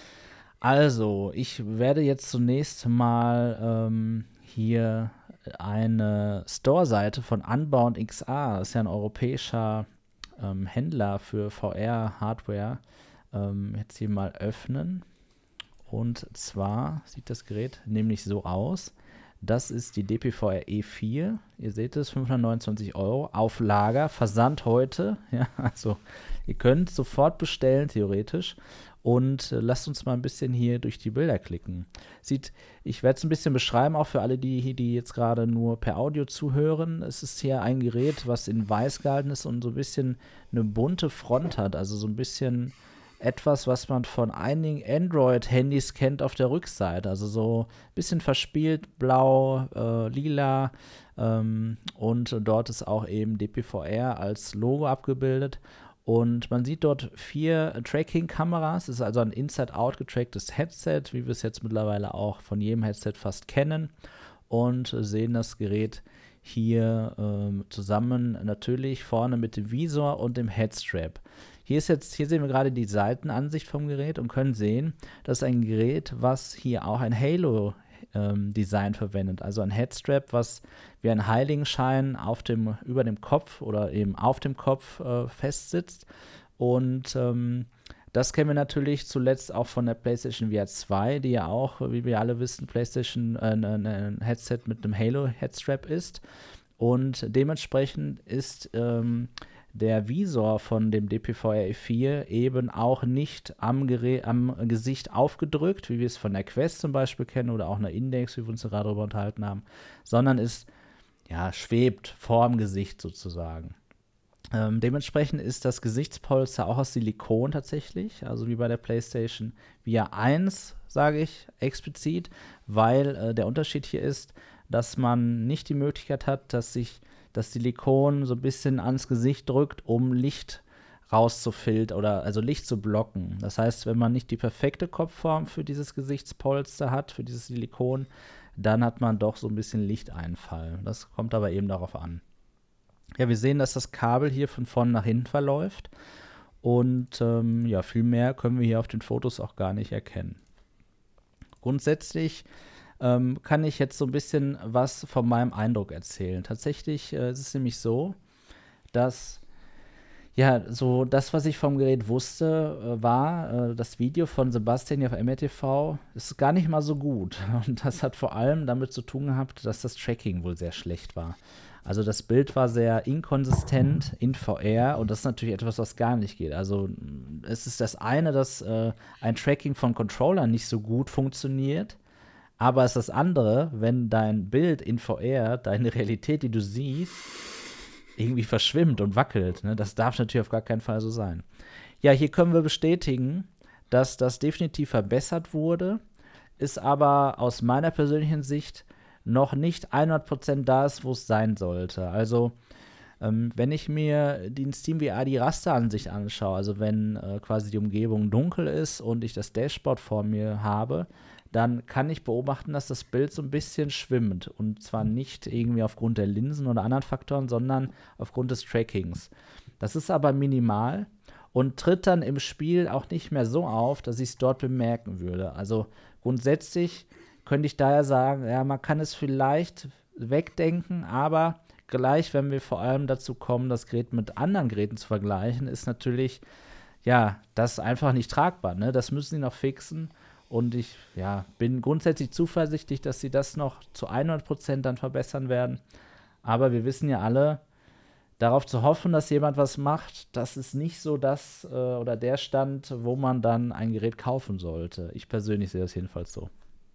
Also, ich werde jetzt zunächst mal ähm, hier eine Store-Seite von Unbound X R, das ist ja ein europäischer ähm, Händler für V R-Hardware, ähm, jetzt hier mal öffnen. Und zwar sieht das Gerät nämlich so aus. Das ist die D P V R E vier. Ihr seht es, fünfhundertneunundzwanzig Euro auf Lager, Versand heute. Ja, also ihr könnt sofort bestellen, theoretisch. Und äh, lasst uns mal ein bisschen hier durch die Bilder klicken. Sieht, ich werde es ein bisschen beschreiben, auch für alle, die hier, die jetzt gerade nur per Audio zuhören. Es ist hier ein Gerät, was in weiß gehalten ist und so ein bisschen eine bunte Front hat. Also so ein bisschen etwas, was man von einigen Android-Handys kennt auf der Rückseite. Also so ein bisschen verspielt, blau, äh, lila. Ähm, und dort ist auch eben D P V R als Logo abgebildet. Und man sieht dort vier Tracking-Kameras. Es ist also ein Inside-Out getracktes Headset, wie wir es jetzt mittlerweile auch von jedem Headset fast kennen. Und sehen das Gerät hier ähm, zusammen natürlich vorne mit dem Visor und dem Headstrap. Hier ist jetzt, hier sehen wir gerade die Seitenansicht vom Gerät und können sehen, das ist ein Gerät, was hier auch ein Halo-Design ähm, verwendet. Also ein Headstrap, was wie ein Heiligenschein auf dem, über dem Kopf oder eben auf dem Kopf äh, festsitzt. Und ähm, das kennen wir natürlich zuletzt auch von der PlayStation V R zwei, die ja auch, wie wir alle wissen, PlayStation äh, ein Headset mit einem Halo-Headstrap ist. Und dementsprechend ist ähm, der Visor von dem D P V R E vier eben auch nicht am, Gerät, am Gesicht aufgedrückt, wie wir es von der Quest zum Beispiel kennen oder auch einer Index, wie wir uns gerade darüber unterhalten haben, sondern ist, ja, schwebt vorm Gesicht sozusagen. Ähm, dementsprechend ist das Gesichtspolster auch aus Silikon tatsächlich, also wie bei der PlayStation V R eins, sage ich explizit, weil äh, der Unterschied hier ist, dass man nicht die Möglichkeit hat, dass sich das Silikon so ein bisschen ans Gesicht drückt, um Licht rauszufiltern oder also Licht zu blocken. Das heißt, wenn man nicht die perfekte Kopfform für dieses Gesichtspolster hat, für dieses Silikon, dann hat man doch so ein bisschen Lichteinfall. Das kommt aber eben darauf an. Ja, wir sehen, dass das Kabel hier von vorne nach hinten verläuft und ähm, ja, viel mehr können wir hier auf den Fotos auch gar nicht erkennen. Grundsätzlich ähm, kann ich jetzt so ein bisschen was von meinem Eindruck erzählen. Tatsächlich äh, ist es nämlich so, dass ja, so das, was ich vom Gerät wusste, äh, war äh, das Video von Sebastian hier auf M R T V, ist gar nicht mal so gut. Und das hat vor allem damit zu tun gehabt, dass das Tracking wohl sehr schlecht war. Also das Bild war sehr inkonsistent in V R und das ist natürlich etwas, was gar nicht geht. Also es ist das eine, dass äh, ein Tracking von Controllern nicht so gut funktioniert, aber es ist das andere, wenn dein Bild in V R, deine Realität, die du siehst, irgendwie verschwimmt und wackelt. Ne? Das darf natürlich auf gar keinen Fall so sein. Ja, hier können wir bestätigen, dass das definitiv verbessert wurde, ist aber aus meiner persönlichen Sicht noch nicht hundert Prozent da ist, wo es sein sollte. Also, ähm, wenn ich mir den Steam V R die Rasteransicht anschaue, also wenn äh, quasi die Umgebung dunkel ist und ich das Dashboard vor mir habe, dann kann ich beobachten, dass das Bild so ein bisschen schwimmt. Und zwar nicht irgendwie aufgrund der Linsen oder anderen Faktoren, sondern aufgrund des Trackings. Das ist aber minimal und tritt dann im Spiel auch nicht mehr so auf, dass ich es dort bemerken würde. Also grundsätzlich könnte ich daher sagen, ja, man kann es vielleicht wegdenken, aber gleich, wenn wir vor allem dazu kommen, das Gerät mit anderen Geräten zu vergleichen, ist natürlich, ja, das einfach nicht tragbar, ne? Das müssen sie noch fixen. Und ich ja, bin grundsätzlich zuversichtlich, dass sie das noch zu hundert Prozent dann verbessern werden. Aber wir wissen ja alle, darauf zu hoffen, dass jemand was macht, das ist nicht so das äh, oder der Stand, wo man dann ein Gerät kaufen sollte. Ich persönlich sehe das jedenfalls so.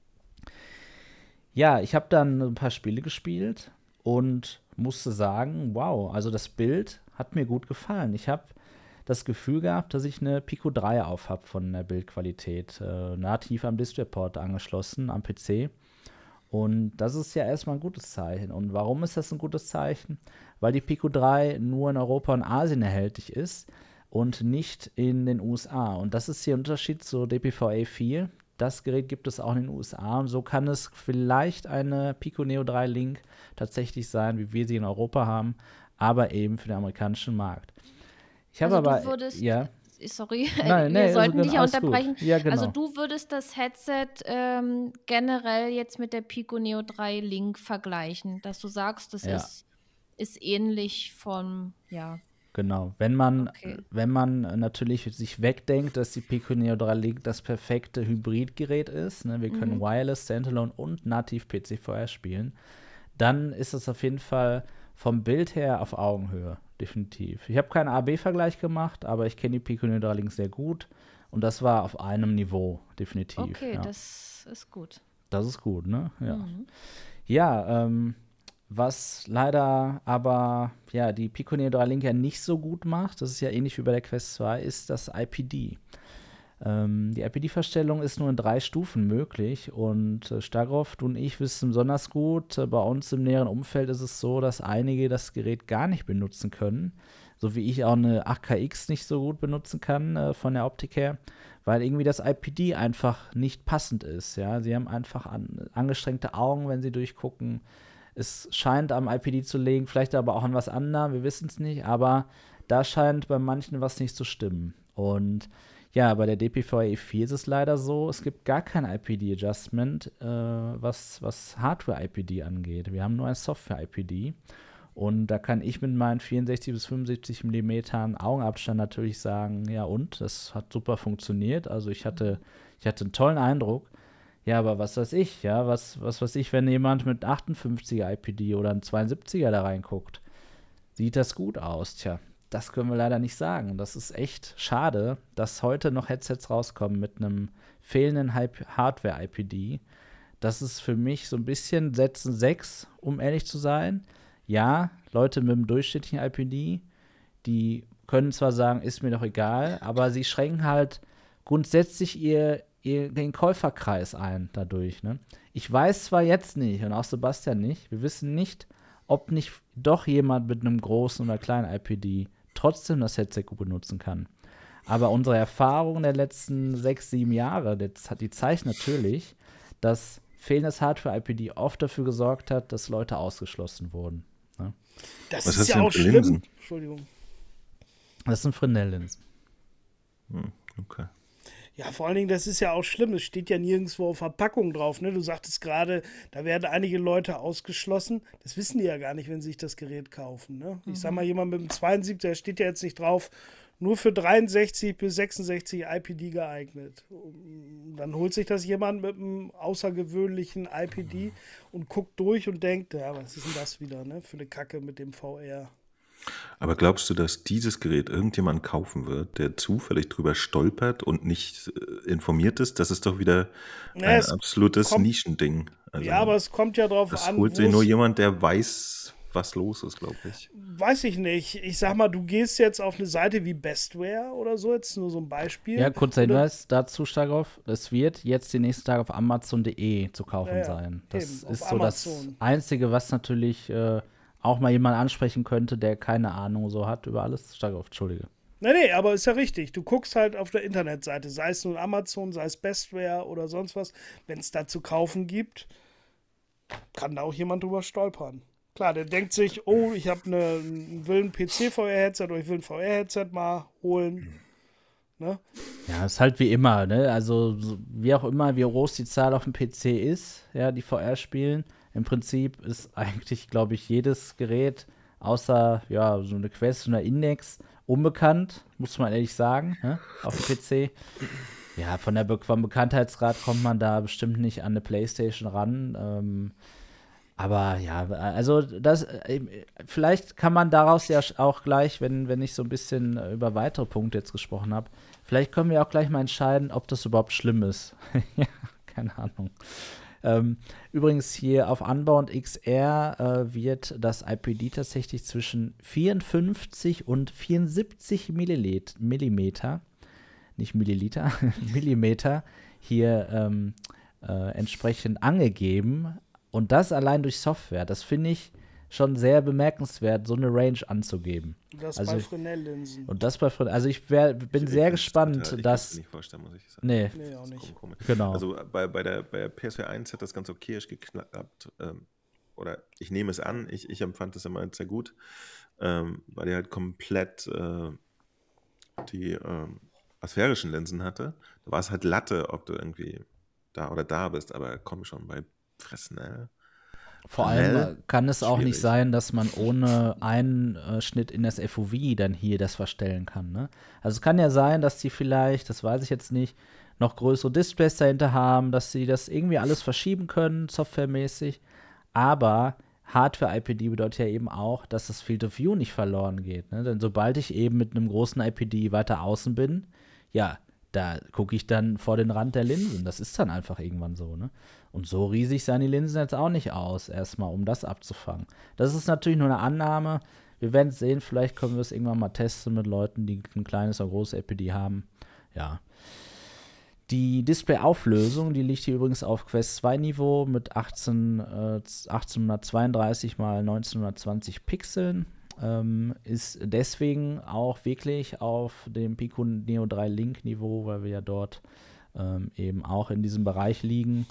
Ja, ich habe dann ein paar Spiele gespielt und musste sagen, wow, also das Bild hat mir gut gefallen. Ich habe das Gefühl gehabt, dass ich eine Pico drei auf habe von der Bildqualität, äh, nativ am DisplayPort angeschlossen, am P C. Und das ist ja erstmal ein gutes Zeichen. Und warum ist das ein gutes Zeichen? Weil die Pico drei nur in Europa und Asien erhältlich ist und nicht in den U S A. Und das ist hier ein Unterschied zu D P V A vier. Das Gerät gibt es auch in den U S A. Und so kann es vielleicht eine Pico Neo drei Link tatsächlich sein, wie wir sie in Europa haben, aber eben für den amerikanischen Markt. Ich habe Also aber, du würdest, ja, sorry, nein, wir nee, sollten also, dich ja alles gut. unterbrechen. Ja, genau. Also du würdest das Headset ähm, generell jetzt mit der Pico Neo drei Link vergleichen, dass du sagst, das Ja. ist, ist ähnlich von, ja, Genau, wenn man, Okay. wenn man natürlich sich wegdenkt, dass die Pico Neo drei Link das perfekte Hybridgerät ist, ne, wir können Mhm. Wireless, Standalone und nativ P C V R spielen, dann ist es auf jeden Fall vom Bild her auf Augenhöhe, definitiv. Ich habe keinen A B-Vergleich gemacht, aber ich kenne die Pico Neo drei Link sehr gut und das war auf einem Niveau, definitiv. Okay, ja. das ist gut. Das ist gut, ne? Ja. Mhm. Ja, ähm, was leider aber ja, die Pico Neo drei Link ja nicht so gut macht, das ist ja ähnlich wie bei der Quest zwei, ist das I P D. Ähm, die I P D-Verstellung ist nur in drei Stufen möglich und äh, Stargroff, du und ich wissen besonders gut, äh, bei uns im näheren Umfeld ist es so, dass einige das Gerät gar nicht benutzen können, so wie ich auch eine acht K X nicht so gut benutzen kann äh, von der Optik her, weil irgendwie das I P D einfach nicht passend ist. Ja? Sie haben einfach an, angestrengte Augen, wenn sie durchgucken. Es scheint am I P D zu liegen, vielleicht aber auch an was anderem, wir wissen es nicht, aber da scheint bei manchen was nicht zu stimmen. Und ja, bei der D P V A vier ist es leider so, es gibt gar kein I P D-Adjustment, äh, was, was Hardware-I P D angeht. Wir haben nur ein Software-I P D. Und da kann ich mit meinen vierundsechzig bis fünfundsiebzig Millimeter Augenabstand natürlich sagen, ja und, das hat super funktioniert. Also ich hatte, ich hatte einen tollen Eindruck. Ja, aber was weiß ich, ja, was, was weiß ich, wenn jemand mit achtundfünfziger I P D oder einem zweiundsiebziger da reinguckt, sieht das gut aus? Tja, das können wir leider nicht sagen. Das ist echt schade, dass heute noch Headsets rauskommen mit einem fehlenden Hardware-I P D. Das ist für mich so ein bisschen Sätzen sechs, um ehrlich zu sein. Ja, Leute mit dem durchschnittlichen I P D, die können zwar sagen, ist mir doch egal, aber sie schränken halt grundsätzlich ihr, ihr den Käuferkreis ein dadurch. Ne? Ich weiß zwar jetzt nicht, und auch Sebastian nicht, wir wissen nicht, ob nicht doch jemand mit einem großen oder kleinen I P D trotzdem das Headset gut benutzen kann. Aber unsere Erfahrung der letzten sechs, sieben Jahre, die zeigt natürlich, dass fehlendes Hardware-I P D oft dafür gesorgt hat, dass Leute ausgeschlossen wurden. Ne? Das Was ist hast ja du denn auch für schlimm. Linsen? Entschuldigung. Das sind Fresnel-Linsen. Hm, okay. Ja, vor allen Dingen, das ist ja auch schlimm. Es steht ja nirgendwo auf Verpackung drauf. Ne? Du sagtest gerade, da werden einige Leute ausgeschlossen. Das wissen die ja gar nicht, wenn sie sich das Gerät kaufen. Ne? Ich sag mal, jemand mit dem zweiundsiebzig, der steht ja jetzt nicht drauf, nur für dreiundsechzig bis sechsundsechzig I P D geeignet. Dann holt sich das jemand mit einem außergewöhnlichen I P D und guckt durch und denkt, ja, was ist denn das wieder, ne? Für eine Kacke mit dem V R. Aber glaubst du, dass dieses Gerät irgendjemand kaufen wird, der zufällig drüber stolpert und nicht äh, informiert ist? Das ist doch wieder Ja, ein es absolutes kommt- Nischending. Also, Ja, aber es kommt ja drauf das an, holt sich wo's- nur jemand, der weiß, was los ist, glaube ich. Weiß ich nicht. Ich sag mal, du gehst jetzt auf eine Seite wie Bestware oder so, jetzt nur so ein Beispiel. Ja, kurzer Oder- Hinweis dazu, Stargroff. Es wird jetzt die nächsten Tage auf Amazon punkt de zu kaufen Ja, ja, sein. Das eben, auf ist so das Amazon. Einzige, was natürlich äh, auch mal jemand ansprechen könnte, der keine Ahnung so hat über alles. Stargroff, Entschuldige. Nee, nee, aber ist ja richtig. Du guckst halt auf der Internetseite, sei es nun Amazon, sei es Bestware oder sonst was. Wenn es da zu kaufen gibt, kann da auch jemand drüber stolpern. Klar, der denkt sich, oh, ich habe eine, will ein P C-V R-Headset oder ich will ein V R-Headset mal holen. Ne? Ja, ist halt wie immer, ne? Also, so, wie auch immer, wie groß die Zahl auf dem P C ist, ja, die V R spielen. Im Prinzip ist eigentlich, glaube ich, jedes Gerät, außer, ja, so eine Quest oder Index, unbekannt, muss man ehrlich sagen, ne? Auf dem P C. Ja, von der Be vom Bekanntheitsgrad kommt man da bestimmt nicht an eine PlayStation ran. Ähm, aber ja, also das, äh, vielleicht kann man daraus ja auch gleich, wenn, wenn ich so ein bisschen über weitere Punkte jetzt gesprochen habe, vielleicht können wir auch gleich mal entscheiden, ob das überhaupt schlimm ist. Ja, keine Ahnung. Ähm, übrigens hier auf Unbound X R äh, wird das I P D tatsächlich zwischen vierundfünfzig und vierundsiebzig Millimeter, nicht Milliliter, Millimeter hier ähm, äh, entsprechend angegeben. Und das allein durch Software. Das finde ich schon sehr bemerkenswert, so eine Range anzugeben. Das also, bei Fresnel-Linsen. Und das bei Fresnel. Also ich wär, bin ich, sehr ich gespannt, total, ich dass. Ich kann mir nicht vorstellen, muss ich sagen. Nee, nee auch nicht. Komisch. Genau. Also bei, bei, der, bei der P S V eins hat das ganz okayisch geklappt. Ähm, oder ich nehme es an, ich, ich empfand das immer sehr gut, ähm, weil die halt komplett äh, die ähm, asphärischen Linsen hatte. Da war es halt Latte, ob du irgendwie da oder da bist, aber komm schon, bei Fresnel. Vor Fresnel, allem kann es auch nicht schwierig. sein, dass man ohne Einschnitt in das F O V dann hier das verstellen kann. Ne? Also es kann ja sein, dass die vielleicht, das weiß ich jetzt nicht, noch größere Displays dahinter haben, dass sie das irgendwie alles verschieben können, softwaremäßig. Aber Hardware-I P D bedeutet ja eben auch, dass das Field of View nicht verloren geht. Ne? Denn sobald ich eben mit einem großen I P D weiter außen bin, ja, da gucke ich dann vor den Rand der Linsen. Das ist dann einfach irgendwann so, ne? Und so riesig sahen die Linsen jetzt auch nicht aus, erstmal, um das abzufangen. Das ist natürlich nur eine Annahme. Wir werden es sehen, vielleicht können wir es irgendwann mal testen mit Leuten, die ein kleines oder großes I P D haben. Ja. Die Display-Auflösung, die liegt hier übrigens auf Quest zwei Niveau mit achtzehn, äh, achtzehnhundertzweiunddreißig mal neunzehnhundertzwanzig Pixeln. Ähm, ist deswegen auch wirklich auf dem Pico Neo drei Link Niveau, weil wir ja dort ähm, eben auch in diesem Bereich liegen.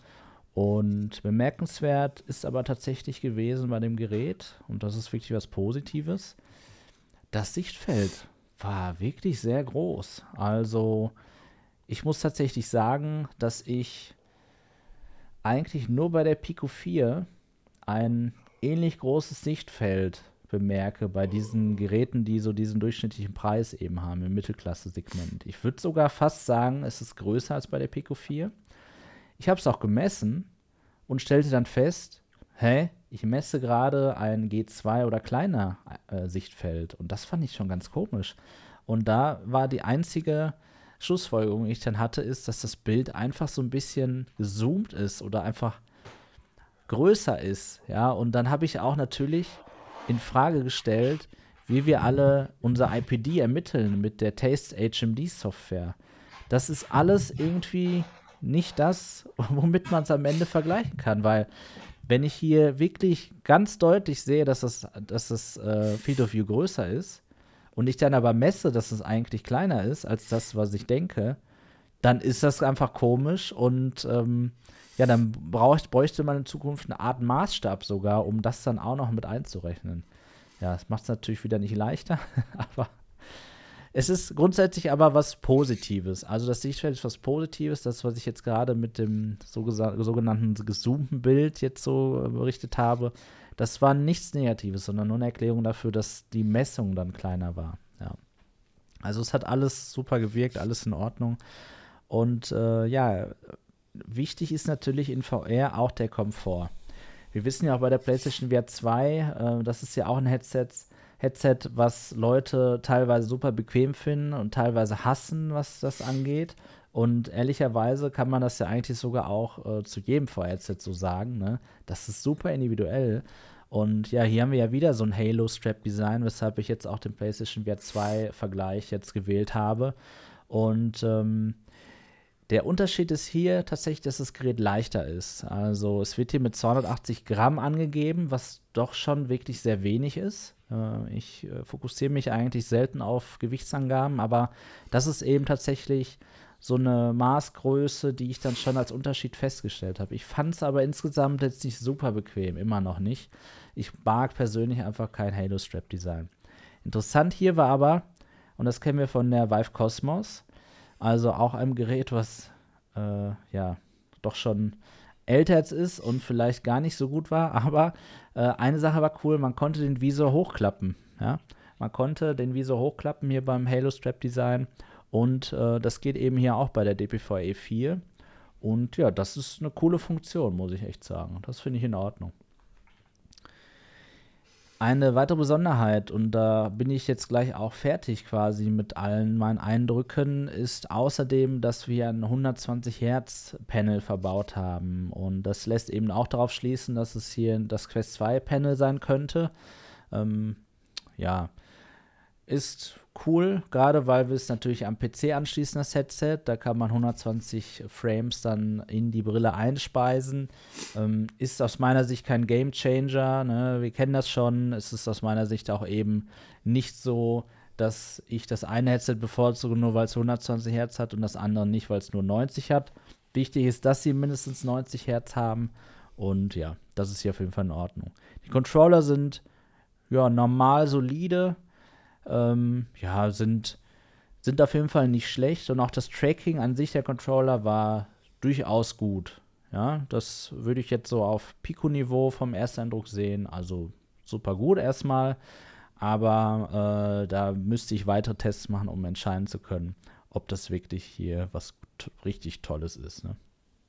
Und bemerkenswert ist aber tatsächlich gewesen bei dem Gerät, und das ist wirklich was Positives, das Sichtfeld war wirklich sehr groß. Also ich muss tatsächlich sagen, dass ich eigentlich nur bei der Pico vier ein ähnlich großes Sichtfeld bemerke bei diesen Geräten, die so diesen durchschnittlichen Preis eben haben im Mittelklasse-Segment. Ich würde sogar fast sagen, es ist größer als bei der Pico vier. Ich habe es auch gemessen und stellte dann fest, hä, ich messe gerade ein G zwei oder kleiner äh, Sichtfeld. Und das fand ich schon ganz komisch. Und da war die einzige Schlussfolgerung, die ich dann hatte, ist, dass das Bild einfach so ein bisschen gezoomt ist oder einfach größer ist. Ja, und dann habe ich auch natürlich in Frage gestellt, wie wir alle unser I P D ermitteln mit der Taste H M D-Software. Das ist alles irgendwie nicht das, womit man es am Ende vergleichen kann, weil wenn ich hier wirklich ganz deutlich sehe, dass das, dass das äh, Field of View größer ist und ich dann aber messe, dass es eigentlich kleiner ist als das, was ich denke, dann ist das einfach komisch und ähm, ja, dann braucht, bräuchte man in Zukunft eine Art Maßstab sogar, um das dann auch noch mit einzurechnen. Ja, das macht es natürlich wieder nicht leichter, aber es ist grundsätzlich aber was Positives. Also das Sichtfeld ist was Positives. Das, was ich jetzt gerade mit dem so sogenannten gezoomten Bild jetzt so berichtet habe, das war nichts Negatives, sondern nur eine Erklärung dafür, dass die Messung dann kleiner war. Ja. Also es hat alles super gewirkt, alles in Ordnung. Und äh, ja, wichtig ist natürlich in V R auch der Komfort. Wir wissen ja auch bei der PlayStation V R zwei, äh, das ist ja auch ein Headset, Headset, was Leute teilweise super bequem finden und teilweise hassen, was das angeht. Und ehrlicherweise kann man das ja eigentlich sogar auch äh, zu jedem V R-Headset so sagen. Ne? Das ist super individuell. Und ja, hier haben wir ja wieder so ein Halo-Strap-Design, weshalb ich jetzt auch den PlayStation V R zwei-Vergleich jetzt gewählt habe. Und ähm, der Unterschied ist hier tatsächlich, dass das Gerät leichter ist. Also es wird hier mit zweihundertachtzig Gramm angegeben, was doch schon wirklich sehr wenig ist. Äh, ich äh, fokussiere mich eigentlich selten auf Gewichtsangaben, aber das ist eben tatsächlich so eine Maßgröße, die ich dann schon als Unterschied festgestellt habe. Ich fand es aber insgesamt jetzt nicht super bequem, immer noch nicht. Ich mag persönlich einfach kein Halo-Strap-Design. Interessant hier war aber, und das kennen wir von der Vive Cosmos, also auch einem Gerät, was äh, ja doch schon älter jetzt ist und vielleicht gar nicht so gut war, aber äh, eine Sache war cool, man konnte den Visor hochklappen. Ja? Man konnte den Visor hochklappen hier beim Halo Strap Design Und äh, das geht eben hier auch bei der D P V E vier. Und ja, das ist eine coole Funktion, muss ich echt sagen. Das finde ich in Ordnung. Eine weitere Besonderheit, und da bin ich jetzt gleich auch fertig quasi mit allen meinen Eindrücken, ist außerdem, dass wir ein hundertzwanzig Hertz Panel verbaut haben. Und das lässt eben auch darauf schließen, dass es hier das Quest zwei Panel sein könnte. Ähm, ja, ist cool, gerade weil wir es natürlich am P C anschließen, das Headset. Da kann man hundertzwanzig Frames dann in die Brille einspeisen. Ähm, ist aus meiner Sicht kein Gamechanger, ne? Wir kennen das schon. Es ist aus meiner Sicht auch eben nicht so, dass ich das eine Headset bevorzuge, nur weil es hundertzwanzig Hertz hat und das andere nicht, weil es nur neunzig hat. Wichtig ist, dass sie mindestens neunzig Hertz haben. Und ja, das ist hier auf jeden Fall in Ordnung. Die Controller sind ja normal solide. Ähm, ja, sind, sind auf jeden Fall nicht schlecht. Und auch das Tracking an sich der Controller war durchaus gut. Ja, das würde ich jetzt so auf Pico-Niveau vom Ersteindruck sehen. Also super gut erstmal. Aber äh, da müsste ich weitere Tests machen, um entscheiden zu können, ob das wirklich hier was t- richtig Tolles ist. Ne?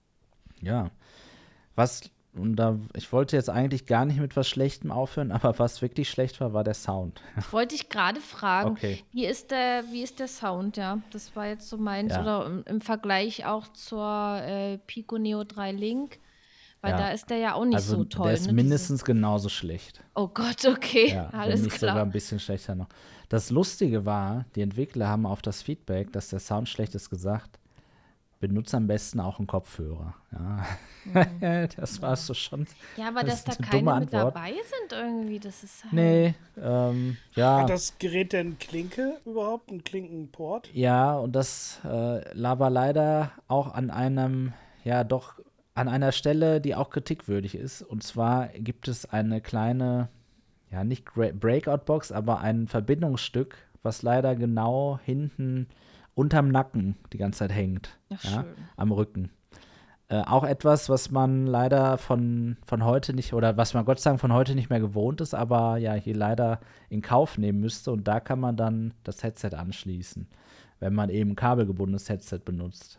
Ja, was... Und da, ich wollte jetzt eigentlich gar nicht mit was Schlechtem aufhören, aber was wirklich schlecht war, war der Sound. Wollte ich gerade fragen, Okay. wie ist der, wie ist der Sound, ja? Das war jetzt so meins. Ja. Oder im, im Vergleich auch zur äh, Pico Neo drei Link, weil Ja. da ist der ja auch nicht Also so toll. der ist ne? mindestens genauso schlecht. Diese, oh Gott, okay, Ja, wenn alles nicht sogar klar. ein bisschen schlechter noch. Das Lustige war, die Entwickler haben auf das Feedback, dass der Sound schlecht ist, gesagt, benutze am besten auch einen Kopfhörer. Ja. Mhm. Das war so schon. Ja, aber das dass ist da eine dumme keine mit Antwort. dabei sind irgendwie, das ist halt... Nee, ähm, ja. Hat das Gerät denn Klinke überhaupt, einen Klinkenport? Ja, und das äh, lag leider auch an einem, ja, doch an einer Stelle, die auch kritikwürdig ist. Und zwar gibt es eine kleine, ja, nicht Gra- Breakout-Box, aber ein Verbindungsstück, was leider genau hinten unterm Nacken die ganze Zeit hängt. Ach, Ja, schön. am Rücken. Äh, auch etwas, was man leider von, von heute nicht, oder was man Gott sei Dank von heute nicht mehr gewohnt ist, aber ja, hier leider in Kauf nehmen müsste. Und da kann man dann das Headset anschließen, wenn man eben ein kabelgebundenes Headset benutzt.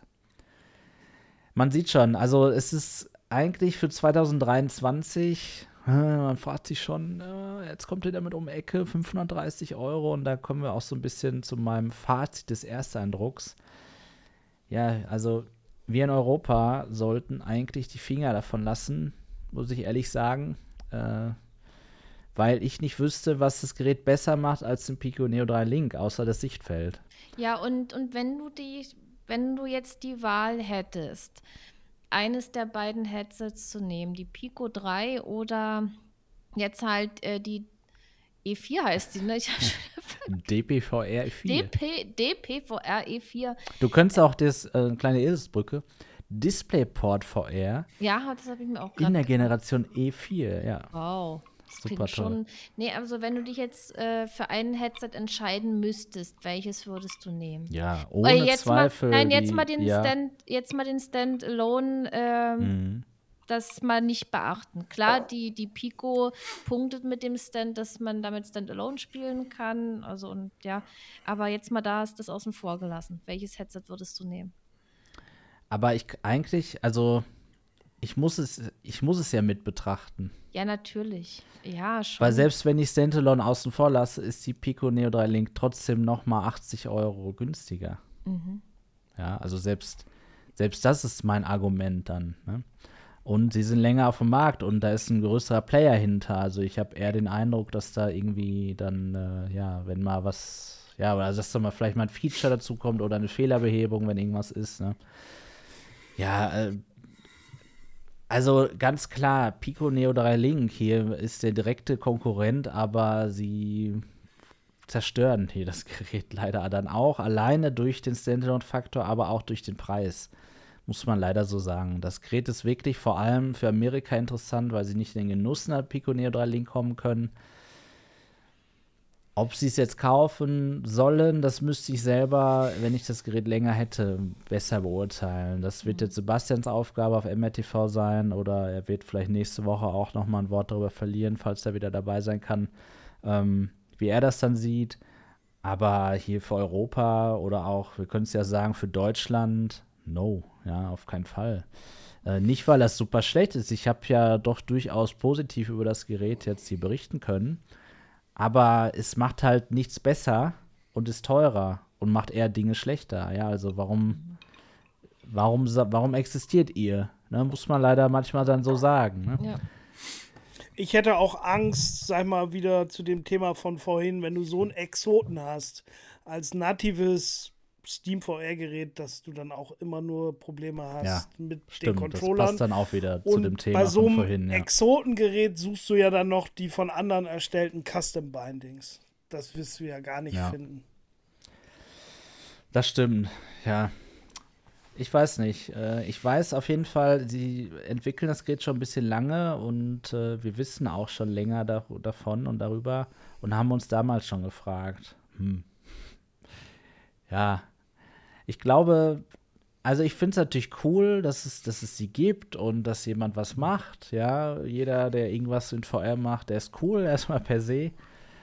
Man sieht schon, also es ist eigentlich für zwanzig dreiundzwanzig, äh, man fragt sich schon, äh, jetzt kommt ihr damit um die Ecke, fünfhundertdreißig Euro, und da kommen wir auch so ein bisschen zu meinem Fazit des Ersteindrucks. Ja, also wir in Europa sollten eigentlich die Finger davon lassen, muss ich ehrlich sagen, äh, weil ich nicht wüsste, was das Gerät besser macht als den Pico Neo drei Link, außer das Sichtfeld. Ja, und, und wenn du die, wenn du jetzt die Wahl hättest, eines der beiden Headsets zu nehmen, die Pico drei oder jetzt halt äh, die E vier heißt die, ne? Ich hab schon D P V R vier. DP, D P V R E vier. Du könntest auch das, äh, kleine Eselsbrücke, DisplayPort V R Ja, das habe ich mir auch in der gerade. Generation E vier, ja. Wow. Das Super klingt toll. schon. Nee, also wenn du dich jetzt äh, für ein Headset entscheiden müsstest, welches würdest du nehmen? Ja, Äh, ohne jetzt Zweifel. mal, nein, jetzt die, mal den ja, Stand, jetzt mal den Standalone, ähm, mhm. das mal nicht beachten. Klar, die, die Pico punktet mit dem Stand, dass man damit Standalone spielen kann. Also und ja, aber jetzt mal da ist das außen vor gelassen. Welches Headset würdest du nehmen? Aber ich eigentlich, also ich muss es, ich muss es ja mit betrachten. Ja, natürlich. Ja, schon. Weil selbst wenn ich Standalone außen vor lasse, ist die Pico Neo drei Link trotzdem noch mal achtzig Euro günstiger. Mhm. Ja, also selbst, selbst das ist mein Argument dann. Ne? Und sie sind länger auf dem Markt und da ist ein größerer Player hinter. Also ich habe eher den Eindruck, dass da irgendwie dann, äh, ja, wenn mal was, ja, oder dass da mal vielleicht mal ein Feature dazu kommt oder eine Fehlerbehebung, wenn irgendwas ist. Ne? Ja, äh, also ganz klar, Pico Neo drei Link hier ist der direkte Konkurrent, aber sie zerstören hier das Gerät leider dann auch, alleine durch den Standalone-Faktor, aber auch durch den Preis, muss man leider so sagen. Das Gerät ist wirklich vor allem für Amerika interessant, weil sie nicht in den Genuss einer Pico Neo drei Link kommen können. Ob sie es jetzt kaufen sollen, das müsste ich selber, wenn ich das Gerät länger hätte, besser beurteilen. Das wird jetzt Sebastians Aufgabe auf M R T V sein, oder er wird vielleicht nächste Woche auch noch mal ein Wort darüber verlieren, falls er wieder dabei sein kann, ähm, wie er das dann sieht. Aber hier für Europa oder auch, wir können es ja sagen, für Deutschland, no, ja, auf keinen Fall. Äh, nicht, weil das super schlecht ist. Ich habe ja doch durchaus positiv über das Gerät jetzt hier berichten können. Aber es macht halt nichts besser und ist teurer und macht eher Dinge schlechter. Ja, also warum, warum, sa- warum existiert ihr? Ne, muss man leider manchmal dann so sagen. Ne? Ja. Ich hätte auch Angst, sag mal wieder zu dem Thema von vorhin, wenn du so einen Exoten hast, als natives Steam V R-Gerät, dass du dann auch immer nur Probleme hast Ja, mit den Stimmt, das Controllern. passt dann auch wieder zu Und dem Thema bei so von einem vorhin. Ja. Exotengerät suchst du ja dann noch die von anderen erstellten Custom-Bindings. Das wirst du ja gar nicht Ja. finden. Das stimmt, ja. Ich weiß nicht. Äh, Ich weiß auf jeden Fall, sie entwickeln das Gerät schon ein bisschen lange und äh, wir wissen auch schon länger da, davon und darüber und haben uns damals schon gefragt. Hm. Ja, ich glaube, also ich finde es natürlich cool, dass es, dass es sie gibt und dass jemand was macht. Ja, jeder, der irgendwas in V R macht, der ist cool, erstmal per se.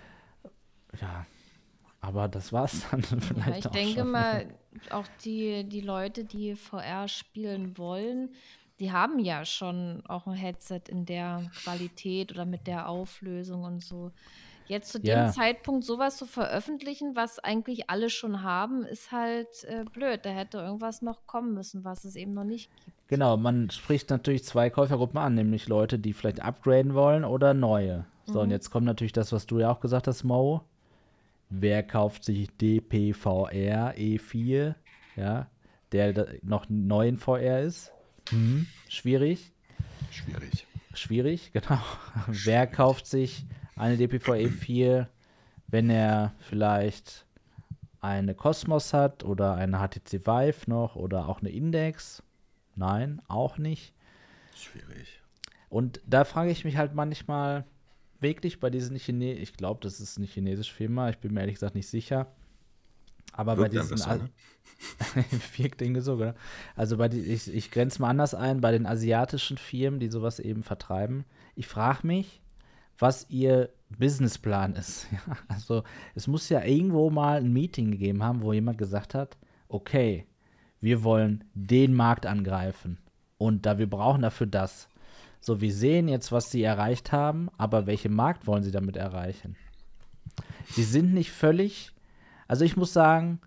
Ja, aber das war's dann Ja, vielleicht ich auch denke schon. mal, auch die, die Leute, die V R spielen wollen, die haben ja schon auch ein Headset in der Qualität oder mit der Auflösung und so. Jetzt zu dem Ja. Zeitpunkt sowas zu veröffentlichen, was eigentlich alle schon haben, ist halt äh, blöd. Da hätte irgendwas noch kommen müssen, was es eben noch nicht gibt. Genau, man spricht natürlich zwei Käufergruppen an, nämlich Leute, die vielleicht upgraden wollen oder neue. So, und Mhm. jetzt kommt natürlich das, was du ja auch gesagt hast, Mo. Wer kauft sich D P V R E vier, ja, der da noch neu in V R ist? Hm, schwierig, Schwierig. schwierig, genau. Wer kauft sich eine D P V R E vier, wenn er vielleicht eine Cosmos hat oder eine H T C Vive noch oder auch eine Index? Nein, auch nicht. Schwierig. Und da frage ich mich halt manchmal wirklich bei diesen Chinesen, ich glaube, das ist eine chinesische Firma, ich bin mir ehrlich gesagt nicht sicher. Aber bei Wirkt dann diesen besser, ne? wirkt irgendwie so, oder? Also bei die, ich, ich grenze mal anders ein, bei den asiatischen Firmen, die sowas eben vertreiben. Ich frage mich, was ihr Businessplan ist. Ja, also es muss ja irgendwo mal ein Meeting gegeben haben, wo jemand gesagt hat, okay, wir wollen den Markt angreifen und da wir brauchen dafür das. So, wir sehen jetzt, was sie erreicht haben, aber welchen Markt wollen sie damit erreichen? Sie sind nicht völlig, also ich muss sagen,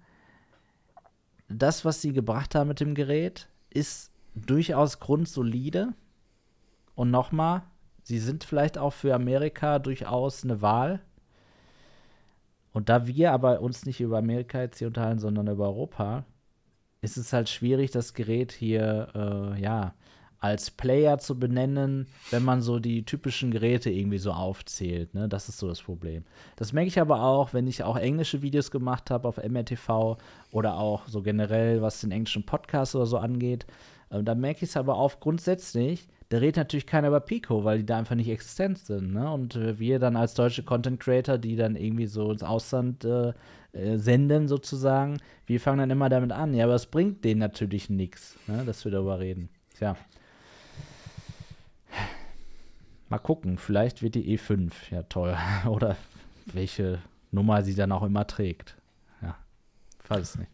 das, was sie gebracht haben mit dem Gerät, ist durchaus grundsolide. Und nochmal, sie sind vielleicht auch für Amerika durchaus eine Wahl. Und da wir aber uns nicht über Amerika jetzt hier unterhalten, sondern über Europa, ist es halt schwierig, das Gerät hier, äh, ja, als Player zu benennen, wenn man so die typischen Geräte irgendwie so aufzählt. Ne? Das ist so das Problem. Das merke ich aber auch, wenn ich auch englische Videos gemacht habe auf M R T V oder auch so generell, was den englischen Podcast oder so angeht. Äh, da merke ich es aber auch grundsätzlich, da redet natürlich keiner über Pico, weil die da einfach nicht existent sind. Ne? Und äh, wir dann als deutsche Content Creator, die dann irgendwie so ins Ausland äh, äh, senden sozusagen, wir fangen dann immer damit an. Ja, aber es bringt denen natürlich nichts, ne? Dass wir darüber reden. Tja. Mal gucken, vielleicht wird die E fünf ja toll. Oder welche Nummer sie dann auch immer trägt. Ja, ich weiß es nicht.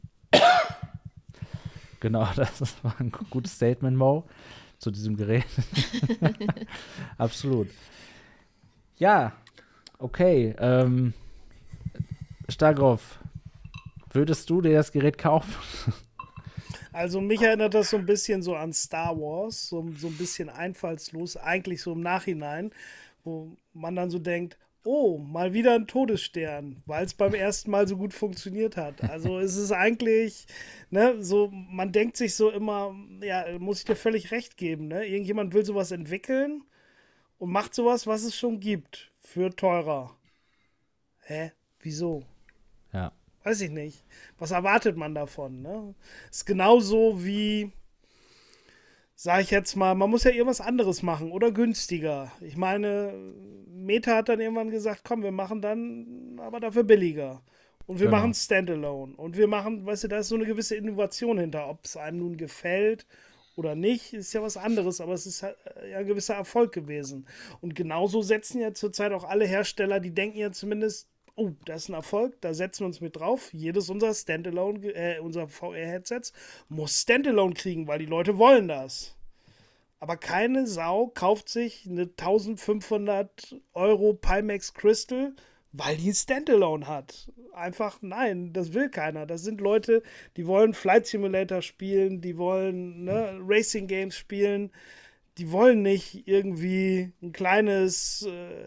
Genau, das war ein gutes Statement, Mo, zu diesem Gerät. Absolut. Ja, okay. Ähm, Stagroff, würdest du dir das Gerät kaufen? Also mich erinnert das so ein bisschen so an Star Wars, so, so ein bisschen einfallslos, eigentlich so im Nachhinein, wo man dann so denkt, oh, mal wieder ein Todesstern, weil es beim ersten Mal so gut funktioniert hat. Also es ist eigentlich, ne, so, man denkt sich so immer, ja, muss ich dir völlig recht geben, ne? Irgendjemand will sowas entwickeln und macht sowas, was es schon gibt, für teurer. Hä? Wieso? Ja. Weiß ich nicht. Was erwartet man davon? Ne? Ist genauso wie, sag ich jetzt mal, man muss ja irgendwas anderes machen oder günstiger. Ich meine, Meta hat dann irgendwann gesagt, komm, wir machen dann aber dafür billiger. Und wir Genau. machen Standalone. Und wir machen, weißt du, da ist so eine gewisse Innovation hinter. Ob es einem nun gefällt oder nicht, ist ja was anderes, aber es ist halt, äh, ja ein gewisser Erfolg gewesen. Und genauso setzen ja zurzeit auch alle Hersteller, die denken ja zumindest oh, das ist ein Erfolg, da setzen wir uns mit drauf. Jedes unserer Standalone, äh, unserer V R-Headsets muss Standalone kriegen, weil die Leute wollen das. Aber keine Sau kauft sich eine eintausendfünfhundert Euro Pimax Crystal, weil die ein Standalone hat. Einfach nein, das will keiner. Das sind Leute, die wollen Flight Simulator spielen, die wollen ne, Racing Games spielen. Die wollen nicht irgendwie ein kleines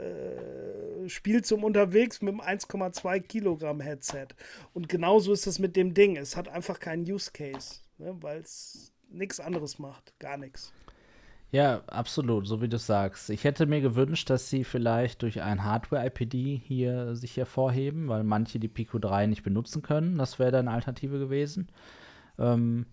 äh, Spiel zum Unterwegs mit einem eins Komma zwei Kilogramm Headset. Und genauso ist das mit dem Ding. Es hat einfach keinen Use Case, ne, weil es nichts anderes macht. Gar nichts. Ja, absolut, so wie du sagst. Ich hätte mir gewünscht, dass sie vielleicht durch ein Hardware-I P D hier sich hervorheben, weil manche die Pico drei nicht benutzen können. Das wäre dann eine Alternative gewesen. Ähm,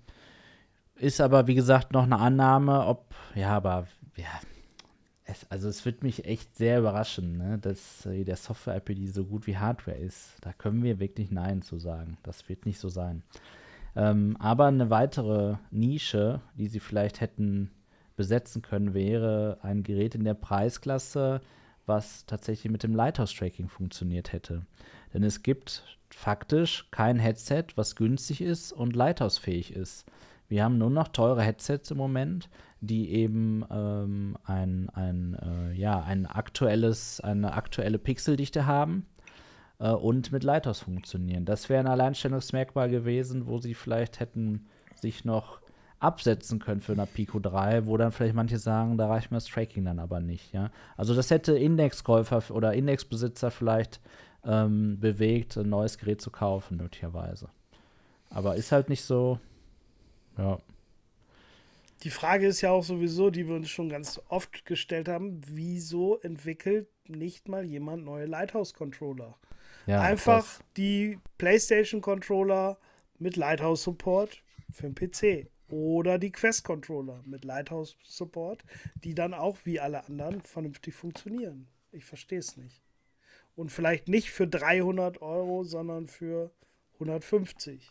ist aber, wie gesagt, noch eine Annahme, ob, ja, aber, ja, es, also es wird mich echt sehr überraschen, ne, dass äh, der Software-I P D so gut wie Hardware ist. Da können wir wirklich Nein zu sagen. Das wird nicht so sein. Ähm, aber eine weitere Nische, die sie vielleicht hätten besetzen können, wäre ein Gerät in der Preisklasse, was tatsächlich mit dem Lighthouse-Tracking funktioniert hätte. Denn es gibt faktisch kein Headset, was günstig ist und Lighthouse-fähig ist. Wir haben nur noch teure Headsets im Moment, die eben ähm, ein, ein, äh, ja, ein aktuelles, eine aktuelle Pixeldichte haben äh, und mit Lighthouse funktionieren. Das wäre ein Alleinstellungsmerkmal gewesen, wo sie vielleicht hätten sich noch absetzen können für eine Pico drei, wo dann vielleicht manche sagen, da reicht mir das Tracking dann aber nicht. Ja? Also das hätte Indexkäufer oder Indexbesitzer vielleicht ähm, bewegt, ein neues Gerät zu kaufen, möglicherweise. Aber ist halt nicht so. Ja. Die Frage ist ja auch sowieso, die wir uns schon ganz oft gestellt haben, wieso entwickelt nicht mal jemand neue Lighthouse-Controller? Ja, Einfach das, die PlayStation-Controller mit Lighthouse-Support für den P C. Oder die Quest-Controller mit Lighthouse-Support, die dann auch wie alle anderen vernünftig funktionieren. Ich verstehe es nicht. Und vielleicht nicht für dreihundert Euro, sondern für hundertfünfzig.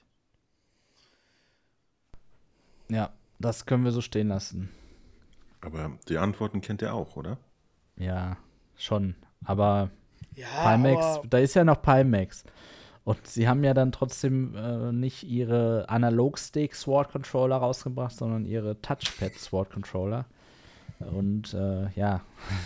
ja, das können wir so stehen lassen. Aber die Antworten kennt ihr auch, oder? Ja, schon. Aber Ja, Pimax, aber da ist ja noch Pimax. Und sie haben ja dann trotzdem äh, nicht ihre Analog-Stick-Sword-Controller rausgebracht, sondern ihre Touchpad-Sword-Controller. Und äh, ja.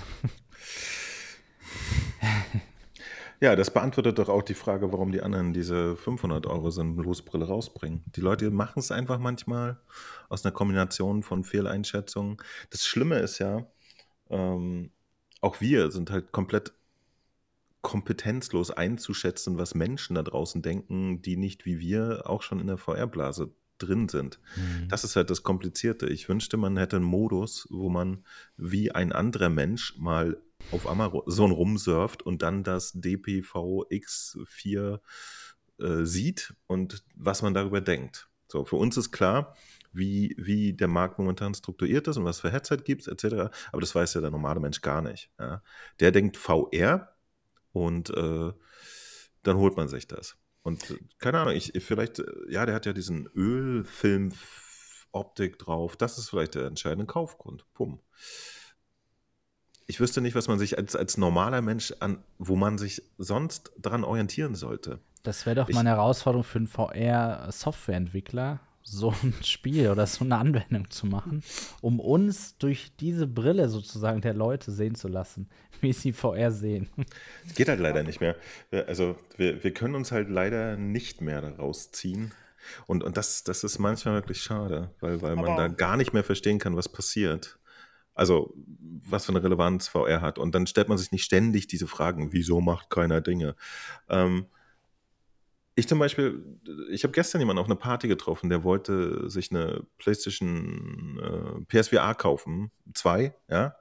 Ja, das beantwortet doch auch die Frage, warum die anderen diese fünfhundert Euro Sonnenblues-Brille rausbringen. Die Leute machen es einfach manchmal aus einer Kombination von Fehleinschätzungen. Das Schlimme ist ja, ähm, auch wir sind halt komplett kompetenzlos einzuschätzen, was Menschen da draußen denken, die nicht wie wir auch schon in der V R-Blase drin sind. Mhm. Das ist halt das Komplizierte. Ich wünschte, man hätte einen Modus, wo man wie ein anderer Mensch mal auf Amazon rumsurft und dann das D P V X vier äh, sieht und was man darüber denkt. So, für uns ist klar, wie, wie der Markt momentan strukturiert ist und was für Headset gibt es, et cetera. Aber das weiß ja der normale Mensch gar nicht. Ja. Der denkt V R und äh, dann holt man sich das. Und äh, keine Ahnung, ich vielleicht, äh, ja, der hat ja diesen Ölfilm-Optik drauf. Das ist vielleicht der entscheidende Kaufgrund. Pum. Ich wüsste nicht, was man sich als, als normaler Mensch an, wo man sich sonst dran orientieren sollte. Das wäre doch Ich- mal eine Herausforderung für einen V R-Softwareentwickler, so ein Spiel oder so eine Anwendung zu machen, um uns durch diese Brille sozusagen der Leute sehen zu lassen, wie sie V R sehen. Geht halt leider nicht mehr. Wir- Also wir, wir können uns halt leider nicht mehr daraus ziehen. Und, und das, das ist manchmal wirklich schade, weil, weil man Aber- da gar nicht mehr verstehen kann, was passiert. Also was für eine Relevanz V R hat. Und dann stellt man sich nicht ständig diese Fragen, wieso macht keiner Dinge? Ähm, ich zum Beispiel, ich habe gestern jemanden auf einer Party getroffen, der wollte sich eine PlayStation äh, P S V R kaufen, zwei, ja.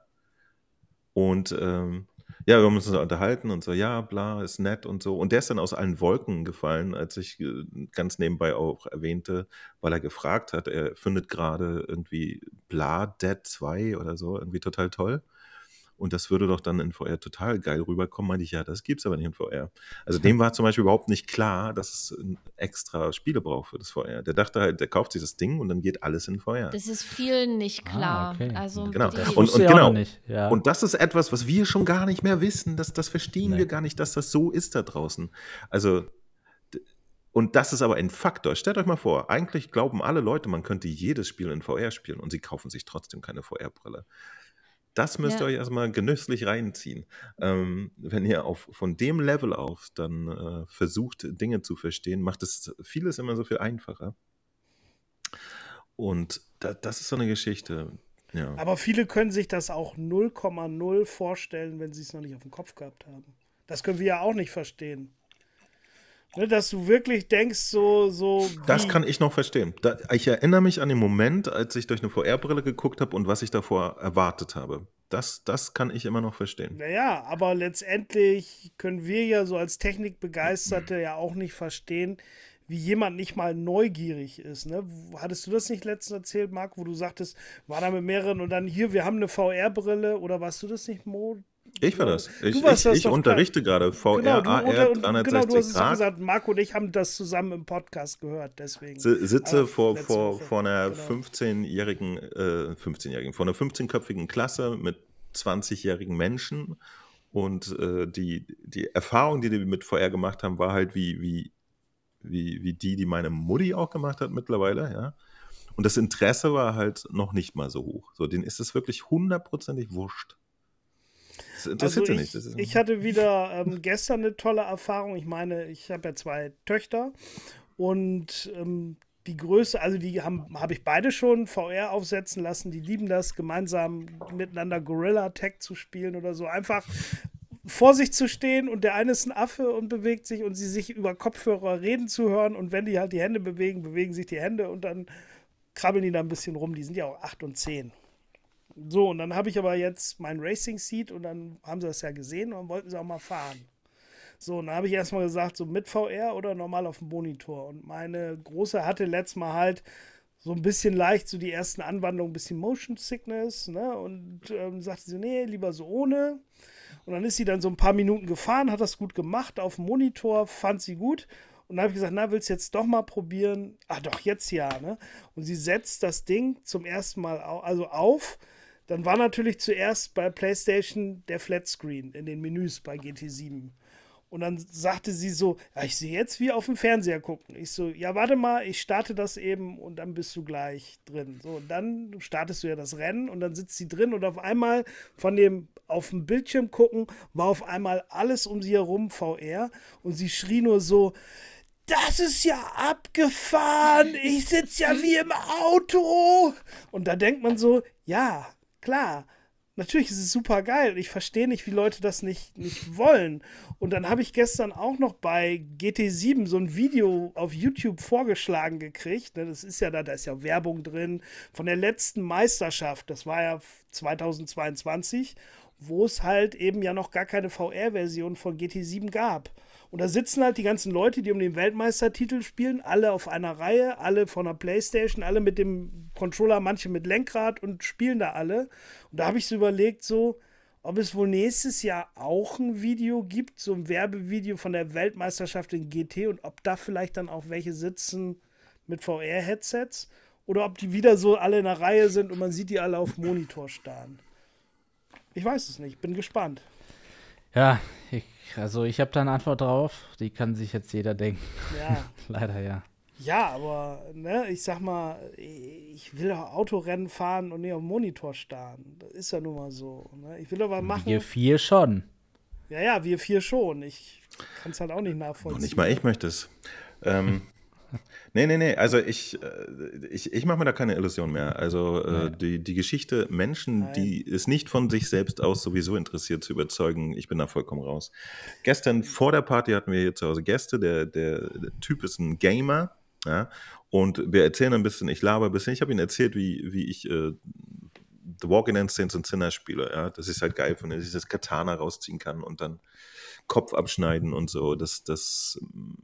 Und ähm, ja, wir haben uns da unterhalten und so, ja, bla, ist nett und so. Und der ist dann aus allen Wolken gefallen, als ich äh, ganz nebenbei auch erwähnte, weil er gefragt hat, er findet gerade irgendwie bla, Dead zwei oder so, irgendwie total toll. und das würde doch dann in V R total geil rüberkommen. Meinte ich, ja, das gibt's aber nicht in V R. Also dem war zum Beispiel überhaupt nicht klar, dass es extra Spiele braucht für das V R. Der dachte halt, der kauft sich das Ding und dann geht alles in V R. Das ist vielen nicht klar. Ah, okay. Also Genau. die, Das Und, wusste und ich auch genau. noch nicht. Ja. Und das ist etwas, was wir schon gar nicht mehr wissen. Das, das verstehen Nee. wir gar nicht, dass das so ist da draußen. Also, d- und das ist aber ein Faktor. Stellt euch mal vor, eigentlich glauben alle Leute, man könnte jedes Spiel in V R spielen und sie kaufen sich trotzdem keine V R-Brille. Das müsst ihr Ja. euch erstmal genüsslich reinziehen. Ähm, wenn ihr auf, von dem Level auf dann äh, versucht, Dinge zu verstehen, macht es vieles immer so viel einfacher. Und da, das ist so eine Geschichte. Ja. Aber viele können sich das auch null Komma null vorstellen, wenn sie es noch nicht auf dem Kopf gehabt haben. Das können wir ja auch nicht verstehen. Ne, dass du wirklich denkst, so, so wie, Das kann ich noch verstehen. Da, ich erinnere mich an den Moment, als ich durch eine V R-Brille geguckt habe und was ich davor erwartet habe. Das, das kann ich immer noch verstehen. Naja, aber letztendlich können wir ja so als Technikbegeisterte ja auch nicht verstehen, wie jemand nicht mal neugierig ist. Ne? Hattest du das nicht letztens erzählt, Marc, wo du sagtest, war da mit mehreren und dann hier, wir haben eine V R-Brille oder warst du das nicht, Mo? Ich war das. Ich, Du warst ich, das ich doch, unterrichte gerade V R, Genau, du, A R, unter, und, genau, du hast dreihundertsechzig es so Grad. gesagt, Marco und ich haben das zusammen im Podcast gehört, deswegen. Si- Sitze Aber vor, letzte vor, Woche, vor einer genau. fünfzehnjährigen, äh, fünfzehnjährigen, vor einer fünfzehnköpfigen Klasse mit zwanzigjährigen Menschen und äh, die, die Erfahrung, die die mit V R gemacht haben, war halt wie, wie, wie, wie die, die meine Mutti auch gemacht hat mittlerweile, ja. Und das Interesse war halt noch nicht mal so hoch. So, denen ist es wirklich hundertprozentig wurscht. Das interessiert Also sie ich, nicht. Das ist, ich hatte wieder ähm, gestern eine tolle Erfahrung. Ich meine, ich habe ja zwei Töchter und ähm, die Größe, also die haben habe ich beide schon V R aufsetzen lassen. Die lieben das, gemeinsam miteinander Gorilla Tag zu spielen oder so. Einfach vor sich zu stehen und der eine ist ein Affe und bewegt sich und sie sich über Kopfhörer reden zu hören und wenn die halt die Hände bewegen, bewegen sich die Hände und dann krabbeln die da ein bisschen rum. Die sind ja auch acht und zehn. So, und dann habe ich aber jetzt mein Racing Seat und dann haben sie das ja gesehen und dann wollten sie auch mal fahren. So, und dann habe ich erstmal gesagt, so mit V R oder normal auf dem Monitor. Und meine Große hatte letztes Mal halt so ein bisschen leicht, so die ersten Anwandlungen, ein bisschen Motion Sickness, ne? Und ähm, sagte sie, nee, lieber so ohne. Und dann ist sie dann so ein paar Minuten gefahren, hat das gut gemacht auf dem Monitor, fand sie gut. Und dann habe ich gesagt, na, willst du jetzt doch mal probieren? Ach doch, jetzt ja, ne? Und sie setzt das Ding zum ersten Mal au- also auf. Dann war natürlich zuerst bei PlayStation der Flatscreen in den Menüs bei G T sieben. Und dann sagte sie so, ja, ich sehe jetzt wie auf dem Fernseher gucken. Ich so, ja, warte mal, ich starte das eben und dann bist du gleich drin. So, und dann startest du ja das Rennen und dann sitzt sie drin und auf einmal von dem auf dem Bildschirm gucken, war auf einmal alles um sie herum V R und sie schrie nur so, das ist ja abgefahren, ich sitze ja wie im Auto. Und da denkt man so, ja, klar, natürlich ist es super geil. Ich verstehe nicht, wie Leute das nicht, nicht wollen. Und dann habe ich gestern auch noch bei G T sieben so ein Video auf YouTube vorgeschlagen gekriegt. Das ist ja da, da ist ja Werbung drin von der letzten Meisterschaft. Das war ja zweitausendzweiundzwanzig, wo es halt eben ja noch gar keine V R-Version von G T sieben gab. Und da sitzen halt die ganzen Leute, die um den Weltmeistertitel spielen, alle auf einer Reihe, alle von der Playstation, alle mit dem Controller, manche mit Lenkrad und spielen da alle. Und da habe ich so überlegt, so, ob es wohl nächstes Jahr auch ein Video gibt, so ein Werbevideo von der Weltmeisterschaft in G T und ob da vielleicht dann auch welche sitzen mit V R-Headsets oder ob die wieder so alle in einer Reihe sind und man sieht die alle auf dem Monitor starren. Ich weiß es nicht, bin gespannt. Ja, ich, also ich habe da eine Antwort drauf. Die kann sich jetzt jeder denken. Ja. Leider ja. Ja, aber ne, ich sag mal, ich will auch Autorennen fahren und nicht auf dem Monitor starren. Das ist ja nun mal so. Ne? Ich will aber machen. Wir vier schon. Ja, ja, wir vier schon. Ich kann es halt auch nicht nachvollziehen. noch nicht mal ich möchte es. Ähm, nee, nee, nee. Also ich, äh, ich, ich mache mir da keine Illusion mehr. Also äh, Nee. die, die Geschichte, Menschen, Nein. die es nicht von sich selbst aus sowieso interessiert, zu überzeugen, ich bin da vollkommen raus. Gestern vor der Party hatten wir hier zu Hause Gäste. Der, der, der Typ ist ein Gamer. Ja? Und wir erzählen ein bisschen, ich laber ein bisschen. Ich habe ihm erzählt, wie, wie ich äh, The Walking Dead Saints und Sinners spiele. Ja? Das ist halt geil, wenn ich das Katana rausziehen kann und dann Kopf abschneiden und so. Das, das,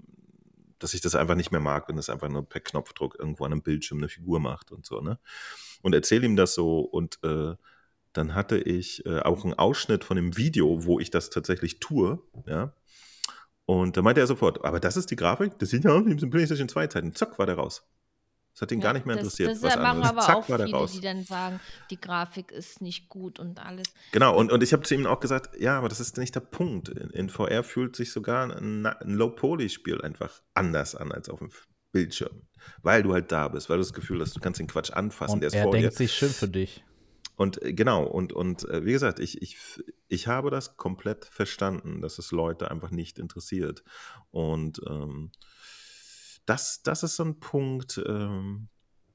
dass ich das einfach nicht mehr mag, wenn es einfach nur per Knopfdruck irgendwo an einem Bildschirm eine Figur macht und so, ne? Und erzähle ihm das so und äh, dann hatte ich äh, auch einen Ausschnitt von dem Video, wo ich das tatsächlich tue, ja. Und da meinte er sofort, aber das ist die Grafik, das sieht ja aus wie im PlayStation zwei Zeiten. Zack, war der raus. Das hat ihn gar Ja, nicht mehr das, interessiert, das was machen anderes. aber Zack, auch war der viele, raus. die dann sagen, die Grafik ist nicht gut und alles. Genau, und, und ich habe zu ihm auch gesagt, ja, aber das ist nicht der Punkt. In, in V R fühlt sich sogar ein, ein Low-Poly-Spiel einfach anders an als auf dem Bildschirm. Weil du halt da bist, weil du das Gefühl hast, du kannst den Quatsch anfassen, Und der ist er vor denkt dir. sich schön für dich. Und äh, genau, und, und äh, wie gesagt, ich, ich, ich habe das komplett verstanden, dass es Leute einfach nicht interessiert. Und ähm, das, das ist so ein Punkt, ähm,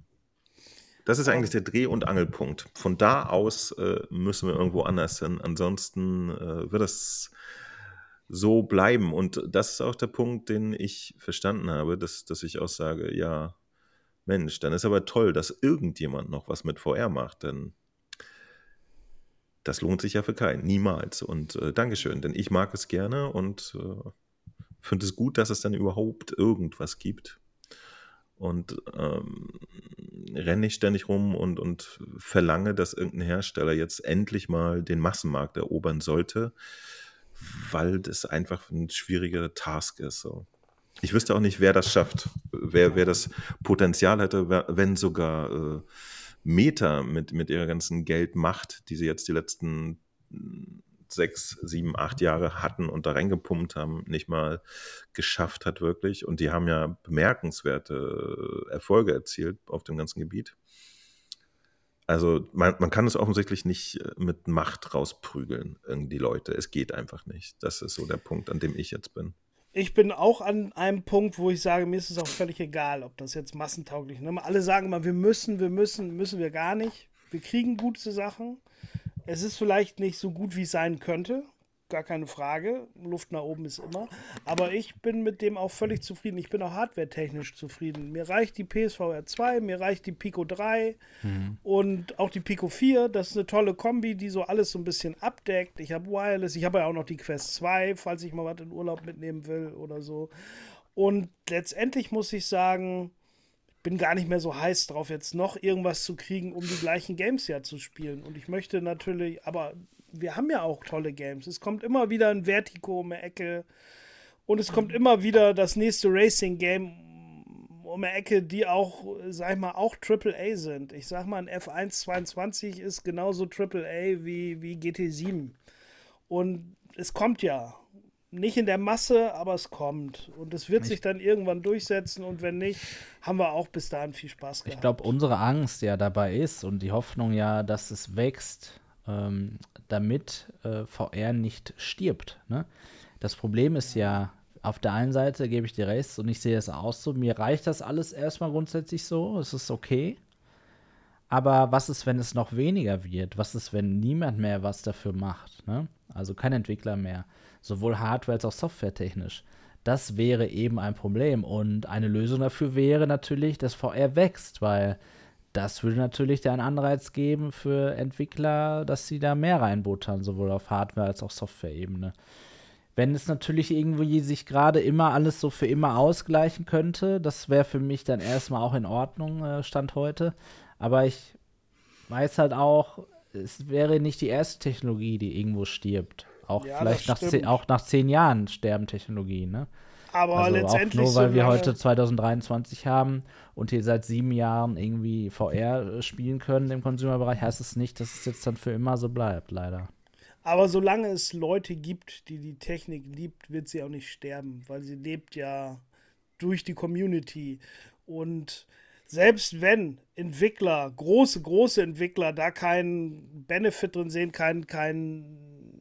das ist eigentlich der Dreh- und Angelpunkt. Von da aus äh, müssen wir irgendwo anders hin. Ansonsten äh, wird es so bleiben. Und das ist auch der Punkt, den ich verstanden habe, dass, dass ich auch sage, ja, Mensch, dann ist aber toll, dass irgendjemand noch was mit V R macht, denn das lohnt sich ja für keinen, niemals. Und äh, Dankeschön, denn ich mag es gerne und äh, finde es gut, dass es dann überhaupt irgendwas gibt. Und ähm, renne ich ständig rum und, und verlange, dass irgendein Hersteller jetzt endlich mal den Massenmarkt erobern sollte, weil das einfach ein schwieriger Task ist. So. Ich wüsste auch nicht, wer das schafft, wer, wer das Potenzial hätte, wer, wenn sogar äh, Meta mit, mit ihrer ganzen Geldmacht, die sie jetzt die letzten sechs, sieben, acht Jahre hatten und da reingepumpt haben, nicht mal geschafft hat wirklich. Und die haben ja bemerkenswerte Erfolge erzielt auf dem ganzen Gebiet. Also man, man kann es offensichtlich nicht mit Macht rausprügeln, irgendwie Leute. Es geht einfach nicht. Das ist so der Punkt, an dem ich jetzt bin. Ich bin auch an einem Punkt, wo ich sage, mir ist es auch völlig egal, ob das jetzt massentauglich ist. Alle sagen immer, wir müssen, wir müssen, müssen wir gar nicht. Wir kriegen gute Sachen. Es ist vielleicht nicht so gut, wie es sein könnte. Gar keine Frage. Luft nach oben ist immer. Aber ich bin mit dem auch völlig zufrieden. Ich bin auch hardwaretechnisch zufrieden. Mir reicht die P S V R zwei, mir reicht die Pico drei mhm. und auch die Pico vier. Das ist eine tolle Kombi, die so alles so ein bisschen abdeckt. Ich habe Wireless. Ich habe ja auch noch die Quest zwei, falls ich mal was in Urlaub mitnehmen will oder so. Und letztendlich muss ich sagen, bin gar nicht mehr so heiß drauf, jetzt noch irgendwas zu kriegen, um die gleichen Games ja zu spielen. Und ich möchte natürlich, aber wir haben ja auch tolle Games. Es kommt immer wieder ein Vertigo um die Ecke und es kommt immer wieder das nächste Racing-Game um die Ecke, die auch, sag ich mal, auch Triple A sind. Ich sag mal, ein F eins zweiundzwanzig ist genauso Triple A wie, wie G T sieben. Und es kommt ja. Nicht in der Masse, aber es kommt. Und es wird ich, sich dann irgendwann durchsetzen und wenn nicht, haben wir auch bis dahin viel Spaß gehabt. Ich glaube, unsere Angst ja dabei ist und die Hoffnung ja, dass es wächst, ähm, damit äh, V R nicht stirbt. Ne? Das Problem ist ja, auf der einen Seite gebe ich dir recht und ich sehe es auch so, mir reicht das alles erstmal grundsätzlich so, es ist okay. Aber was ist, wenn es noch weniger wird? Was ist, wenn niemand mehr was dafür macht? Ne? Also kein Entwickler mehr. Sowohl Hardware- als auch Softwaretechnisch. Das wäre eben ein Problem. Und eine Lösung dafür wäre natürlich, dass V R wächst, weil das würde natürlich einen Anreiz geben für Entwickler, dass sie da mehr reinbuttern, sowohl auf Hardware- als auch Software-Ebene. Wenn es natürlich irgendwie sich gerade immer alles so für immer ausgleichen könnte, das wäre für mich dann erstmal auch in Ordnung, äh, Stand heute. Aber ich weiß halt auch, es wäre nicht die erste Technologie, die irgendwo stirbt. Auch ja, vielleicht nach zehn, auch nach zehn Jahren sterben Technologien, ne? Aber also letztendlich auch nur, weil so wir lange heute zwanzig dreiundzwanzig haben und hier seit sieben Jahren irgendwie V R spielen können im Consumer-Bereich, heißt es nicht, dass es jetzt dann für immer so bleibt, leider. Aber solange es Leute gibt, die die Technik liebt, wird sie auch nicht sterben, weil sie lebt ja durch die Community. Und selbst wenn Entwickler, große, große Entwickler, da keinen Benefit drin sehen, keinen kein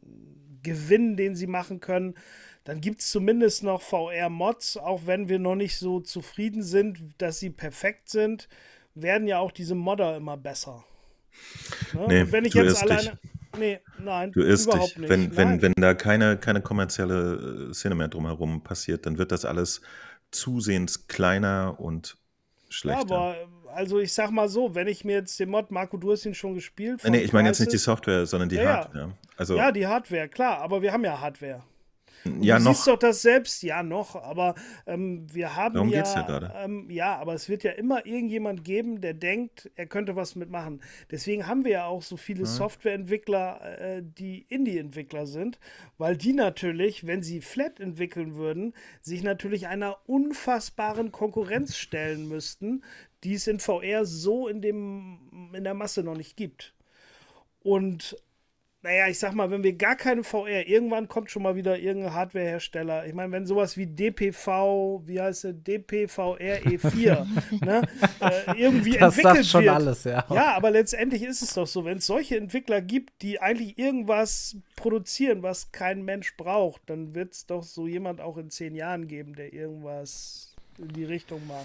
Gewinn, den sie machen können, dann gibt es zumindest noch V R-Mods, auch wenn wir noch nicht so zufrieden sind, dass sie perfekt sind, werden ja auch diese Modder immer besser. Ne? Nee, Und wenn ich du jetzt irrst alleine. dich. Nee, nein, Du irrst überhaupt dich. nicht. Wenn, Nein. wenn, wenn da keine, keine kommerzielle Szene mehr drumherum passiert, dann wird das alles zusehends kleiner und schlechter. Ja, aber also ich sag mal so, wenn ich mir jetzt den Mod, Marco, du hast ihn schon gespielt. Nee, nee, ich meine jetzt nicht die Software, sondern die ja, Hardware. Also, ja, die Hardware, klar, aber wir haben ja Hardware. Und Ja, du noch. siehst doch das selbst, ja noch, aber ähm, wir haben Darum ja, geht's ja gerade. ähm, ja, aber es wird ja immer irgendjemand geben, der denkt, er könnte was mitmachen. Deswegen haben wir ja auch so viele Softwareentwickler, äh, die Indie-Entwickler sind, weil die natürlich, wenn sie Flat entwickeln würden, sich natürlich einer unfassbaren Konkurrenz stellen müssten, die es in V R so in dem, in der Masse noch nicht gibt. Und naja, ich sag mal, wenn wir gar keine V R, irgendwann kommt schon mal wieder irgendein Hardwarehersteller. Ich meine, wenn sowas wie D P V, wie heißt es, D P V R E vier, ne, äh, irgendwie Das entwickelt sagt schon wird. alles, ja. Ja, aber letztendlich ist es doch so, wenn es solche Entwickler gibt, die eigentlich irgendwas produzieren, was kein Mensch braucht, dann wird es doch so jemand auch in zehn Jahren geben, der irgendwas in die Richtung macht.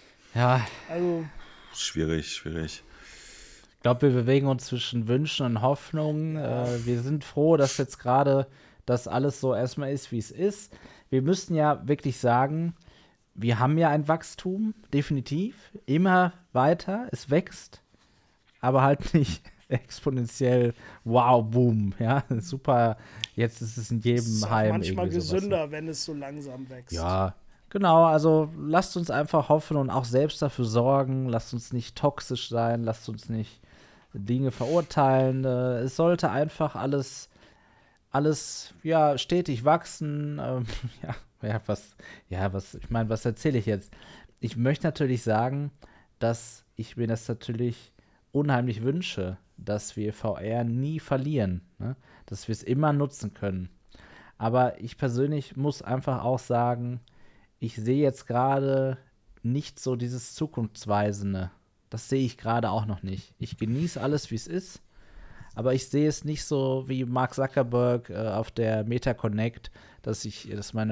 Ja, Also, Schwierig, schwierig. ich glaube, wir bewegen uns zwischen Wünschen und Hoffnungen. Äh, wir sind froh, dass jetzt gerade das alles so erstmal ist, wie es ist. Wir müssen ja wirklich sagen, wir haben ja ein Wachstum, definitiv. Immer weiter, es wächst, aber halt nicht exponentiell, wow, boom, ja, super, jetzt ist es in jedem es ist auch Heim manchmal irgendwie sowas. gesünder, wenn es so langsam wächst. Ja, genau, also lasst uns einfach hoffen und auch selbst dafür sorgen, lasst uns nicht toxisch sein, lasst uns nicht Dinge verurteilen. Äh, es sollte einfach alles, alles, ja, stetig wachsen. Ähm, ja, ja, was, ja, was, ich meine, was erzähle ich jetzt? Ich möchte natürlich sagen, dass ich mir das natürlich unheimlich wünsche, dass wir V R nie verlieren, ne? Dass wir es immer nutzen können. Aber ich persönlich muss einfach auch sagen, ich sehe jetzt gerade nicht so dieses Zukunftsweisende. Das sehe ich gerade auch noch nicht. Ich genieße alles, wie es ist, aber ich sehe es nicht so wie Mark Zuckerberg äh, auf der Meta Connect, dass ich, dass meine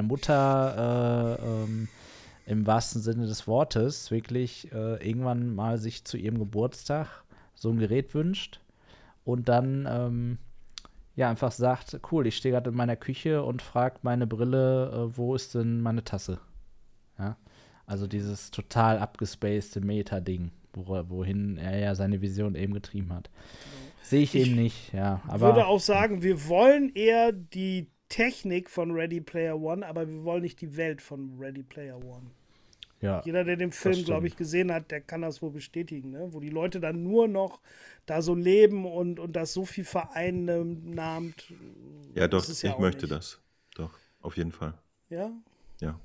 Mutter äh, ähm, im wahrsten Sinne des Wortes wirklich äh, irgendwann mal sich zu ihrem Geburtstag so ein Gerät wünscht und dann ähm, ja einfach sagt, cool, ich stehe gerade in meiner Küche und fragt meine Brille, äh, wo ist denn meine Tasse? Ja, also dieses total abgespacede Meta-Ding, wo, wohin er ja seine Vision eben getrieben hat. Sehe ich, Ich eben nicht, ja. Ich Aber würde auch sagen, wir wollen eher die Technik von Ready Player One, aber wir wollen nicht die Welt von Ready Player One. ja, Jeder, der den Film, stimmt. glaube ich, gesehen hat, der kann das wohl bestätigen, ne? Wo die Leute dann nur noch da so leben und, und das so viel vereinnahmt. Ja, doch, Das ist ja ich auch möchte nicht. das. Doch, auf jeden Fall. Ja? Ja.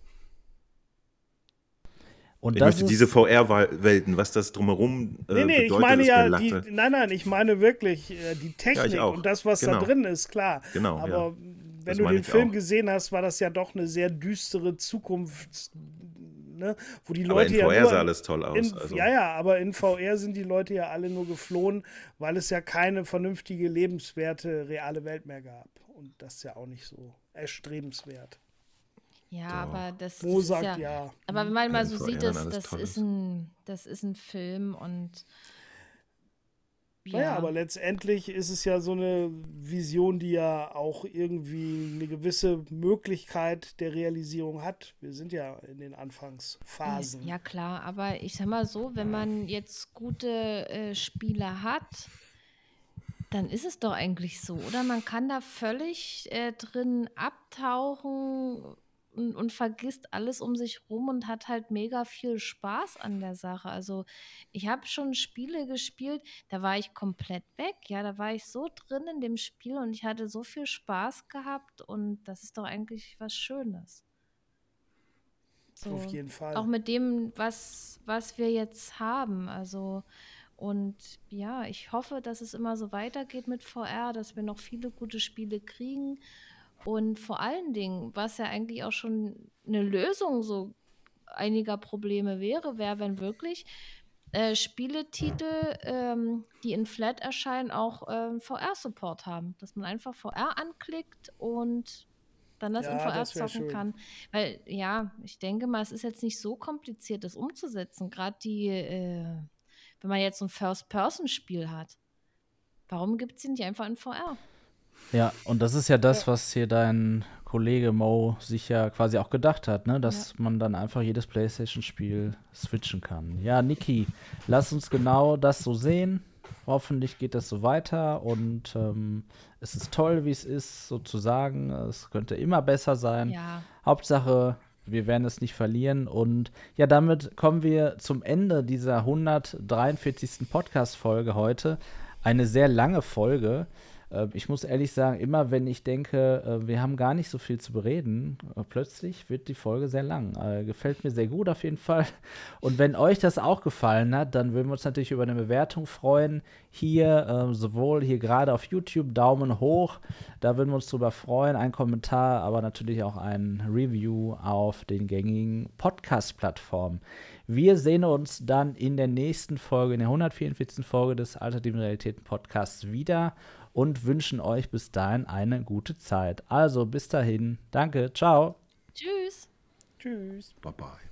und Ich das möchte ist, diese V R-Welten, was das drumherum äh, Nee, nee, ich bedeutet, meine ist ja, mir die, Latte. nein, nein, ich meine wirklich äh, die Technik auch. und das, was da Genau. drin ist, klar. Genau, Aber ja. wenn Das du meine den ich Film auch. gesehen hast, war das ja doch eine sehr düstere Zukunft, ne? Wo die Aber Leute in ja V R nur sah alles toll aus. in, Also. Ja, ja, aber in V R sind die Leute ja alle nur geflohen, weil es ja keine vernünftige, lebenswerte, reale Welt mehr gab. Und das ist ja auch nicht so erstrebenswert. Ja, Doch. aber das, das Mo ist sagt ja, ja. aber wenn man mal in so V R sieht, dann das, alles das toll ist ist. ein, das ist ein Film und Naja, ja, aber letztendlich ist es ja so eine Vision, die ja auch irgendwie eine gewisse Möglichkeit der Realisierung hat. Wir sind ja in den Anfangsphasen. ja klar, aber ich sag mal so, wenn man jetzt gute äh, Spiele hat, dann ist es doch eigentlich so, oder? Man kann da völlig äh, drin abtauchen und, und vergisst alles um sich rum und hat halt mega viel Spaß an der Sache. Also ich habe schon Spiele gespielt, da war ich komplett weg, ja, da war ich so drin in dem Spiel und ich hatte so viel Spaß gehabt und das ist doch eigentlich was Schönes. So, Auf jeden Fall. auch mit dem, was, was wir jetzt haben. Also, und ja, ich hoffe, dass es immer so weitergeht mit V R, dass wir noch viele gute Spiele kriegen. Und vor allen Dingen, was ja eigentlich auch schon eine Lösung so einiger Probleme wäre, wäre, wenn wirklich äh, Spieletitel, ähm, die in Flat erscheinen, auch ähm, V R-Support haben. Dass man einfach V R anklickt und dann das Ja, in V R das wär zocken schön. kann. Weil, ja, ich denke mal, es ist jetzt nicht so kompliziert, das umzusetzen. Gerade die, äh, wenn man jetzt so ein First-Person-Spiel hat. Warum gibt es die nicht einfach in V R? ja, und das ist ja das, Ja. was hier dein Kollege Mo sich ja quasi auch gedacht hat, ne? Dass man dann einfach jedes PlayStation-Spiel switchen kann. Ja, Niki, lass uns genau das so sehen. Hoffentlich geht das so weiter und ähm, es ist toll, wie es ist, sozusagen. Es könnte immer besser sein. Ja. Hauptsache, wir werden es nicht verlieren. Und ja, damit kommen wir zum Ende dieser hundertdreiundvierzigsten Podcast-Folge heute. Eine sehr lange Folge. Äh, ich muss ehrlich sagen, immer wenn ich denke, äh, wir haben gar nicht so viel zu bereden, äh, plötzlich wird die Folge sehr lang. Äh, gefällt mir sehr gut auf jeden Fall. Und wenn euch das auch gefallen hat, dann würden wir uns natürlich über eine Bewertung freuen. Hier, äh, sowohl hier gerade auf YouTube, Daumen hoch, da würden wir uns drüber freuen. Ein Kommentar, aber natürlich auch ein Review auf den gängigen Podcast-Plattformen. Wir sehen uns dann in der nächsten Folge, in der hundertvierundvierzigsten Folge des Alternativen Realitäten Podcasts wieder und wünschen euch bis dahin eine gute Zeit. Also bis dahin, danke, ciao. Tschüss. Tschüss. Bye bye.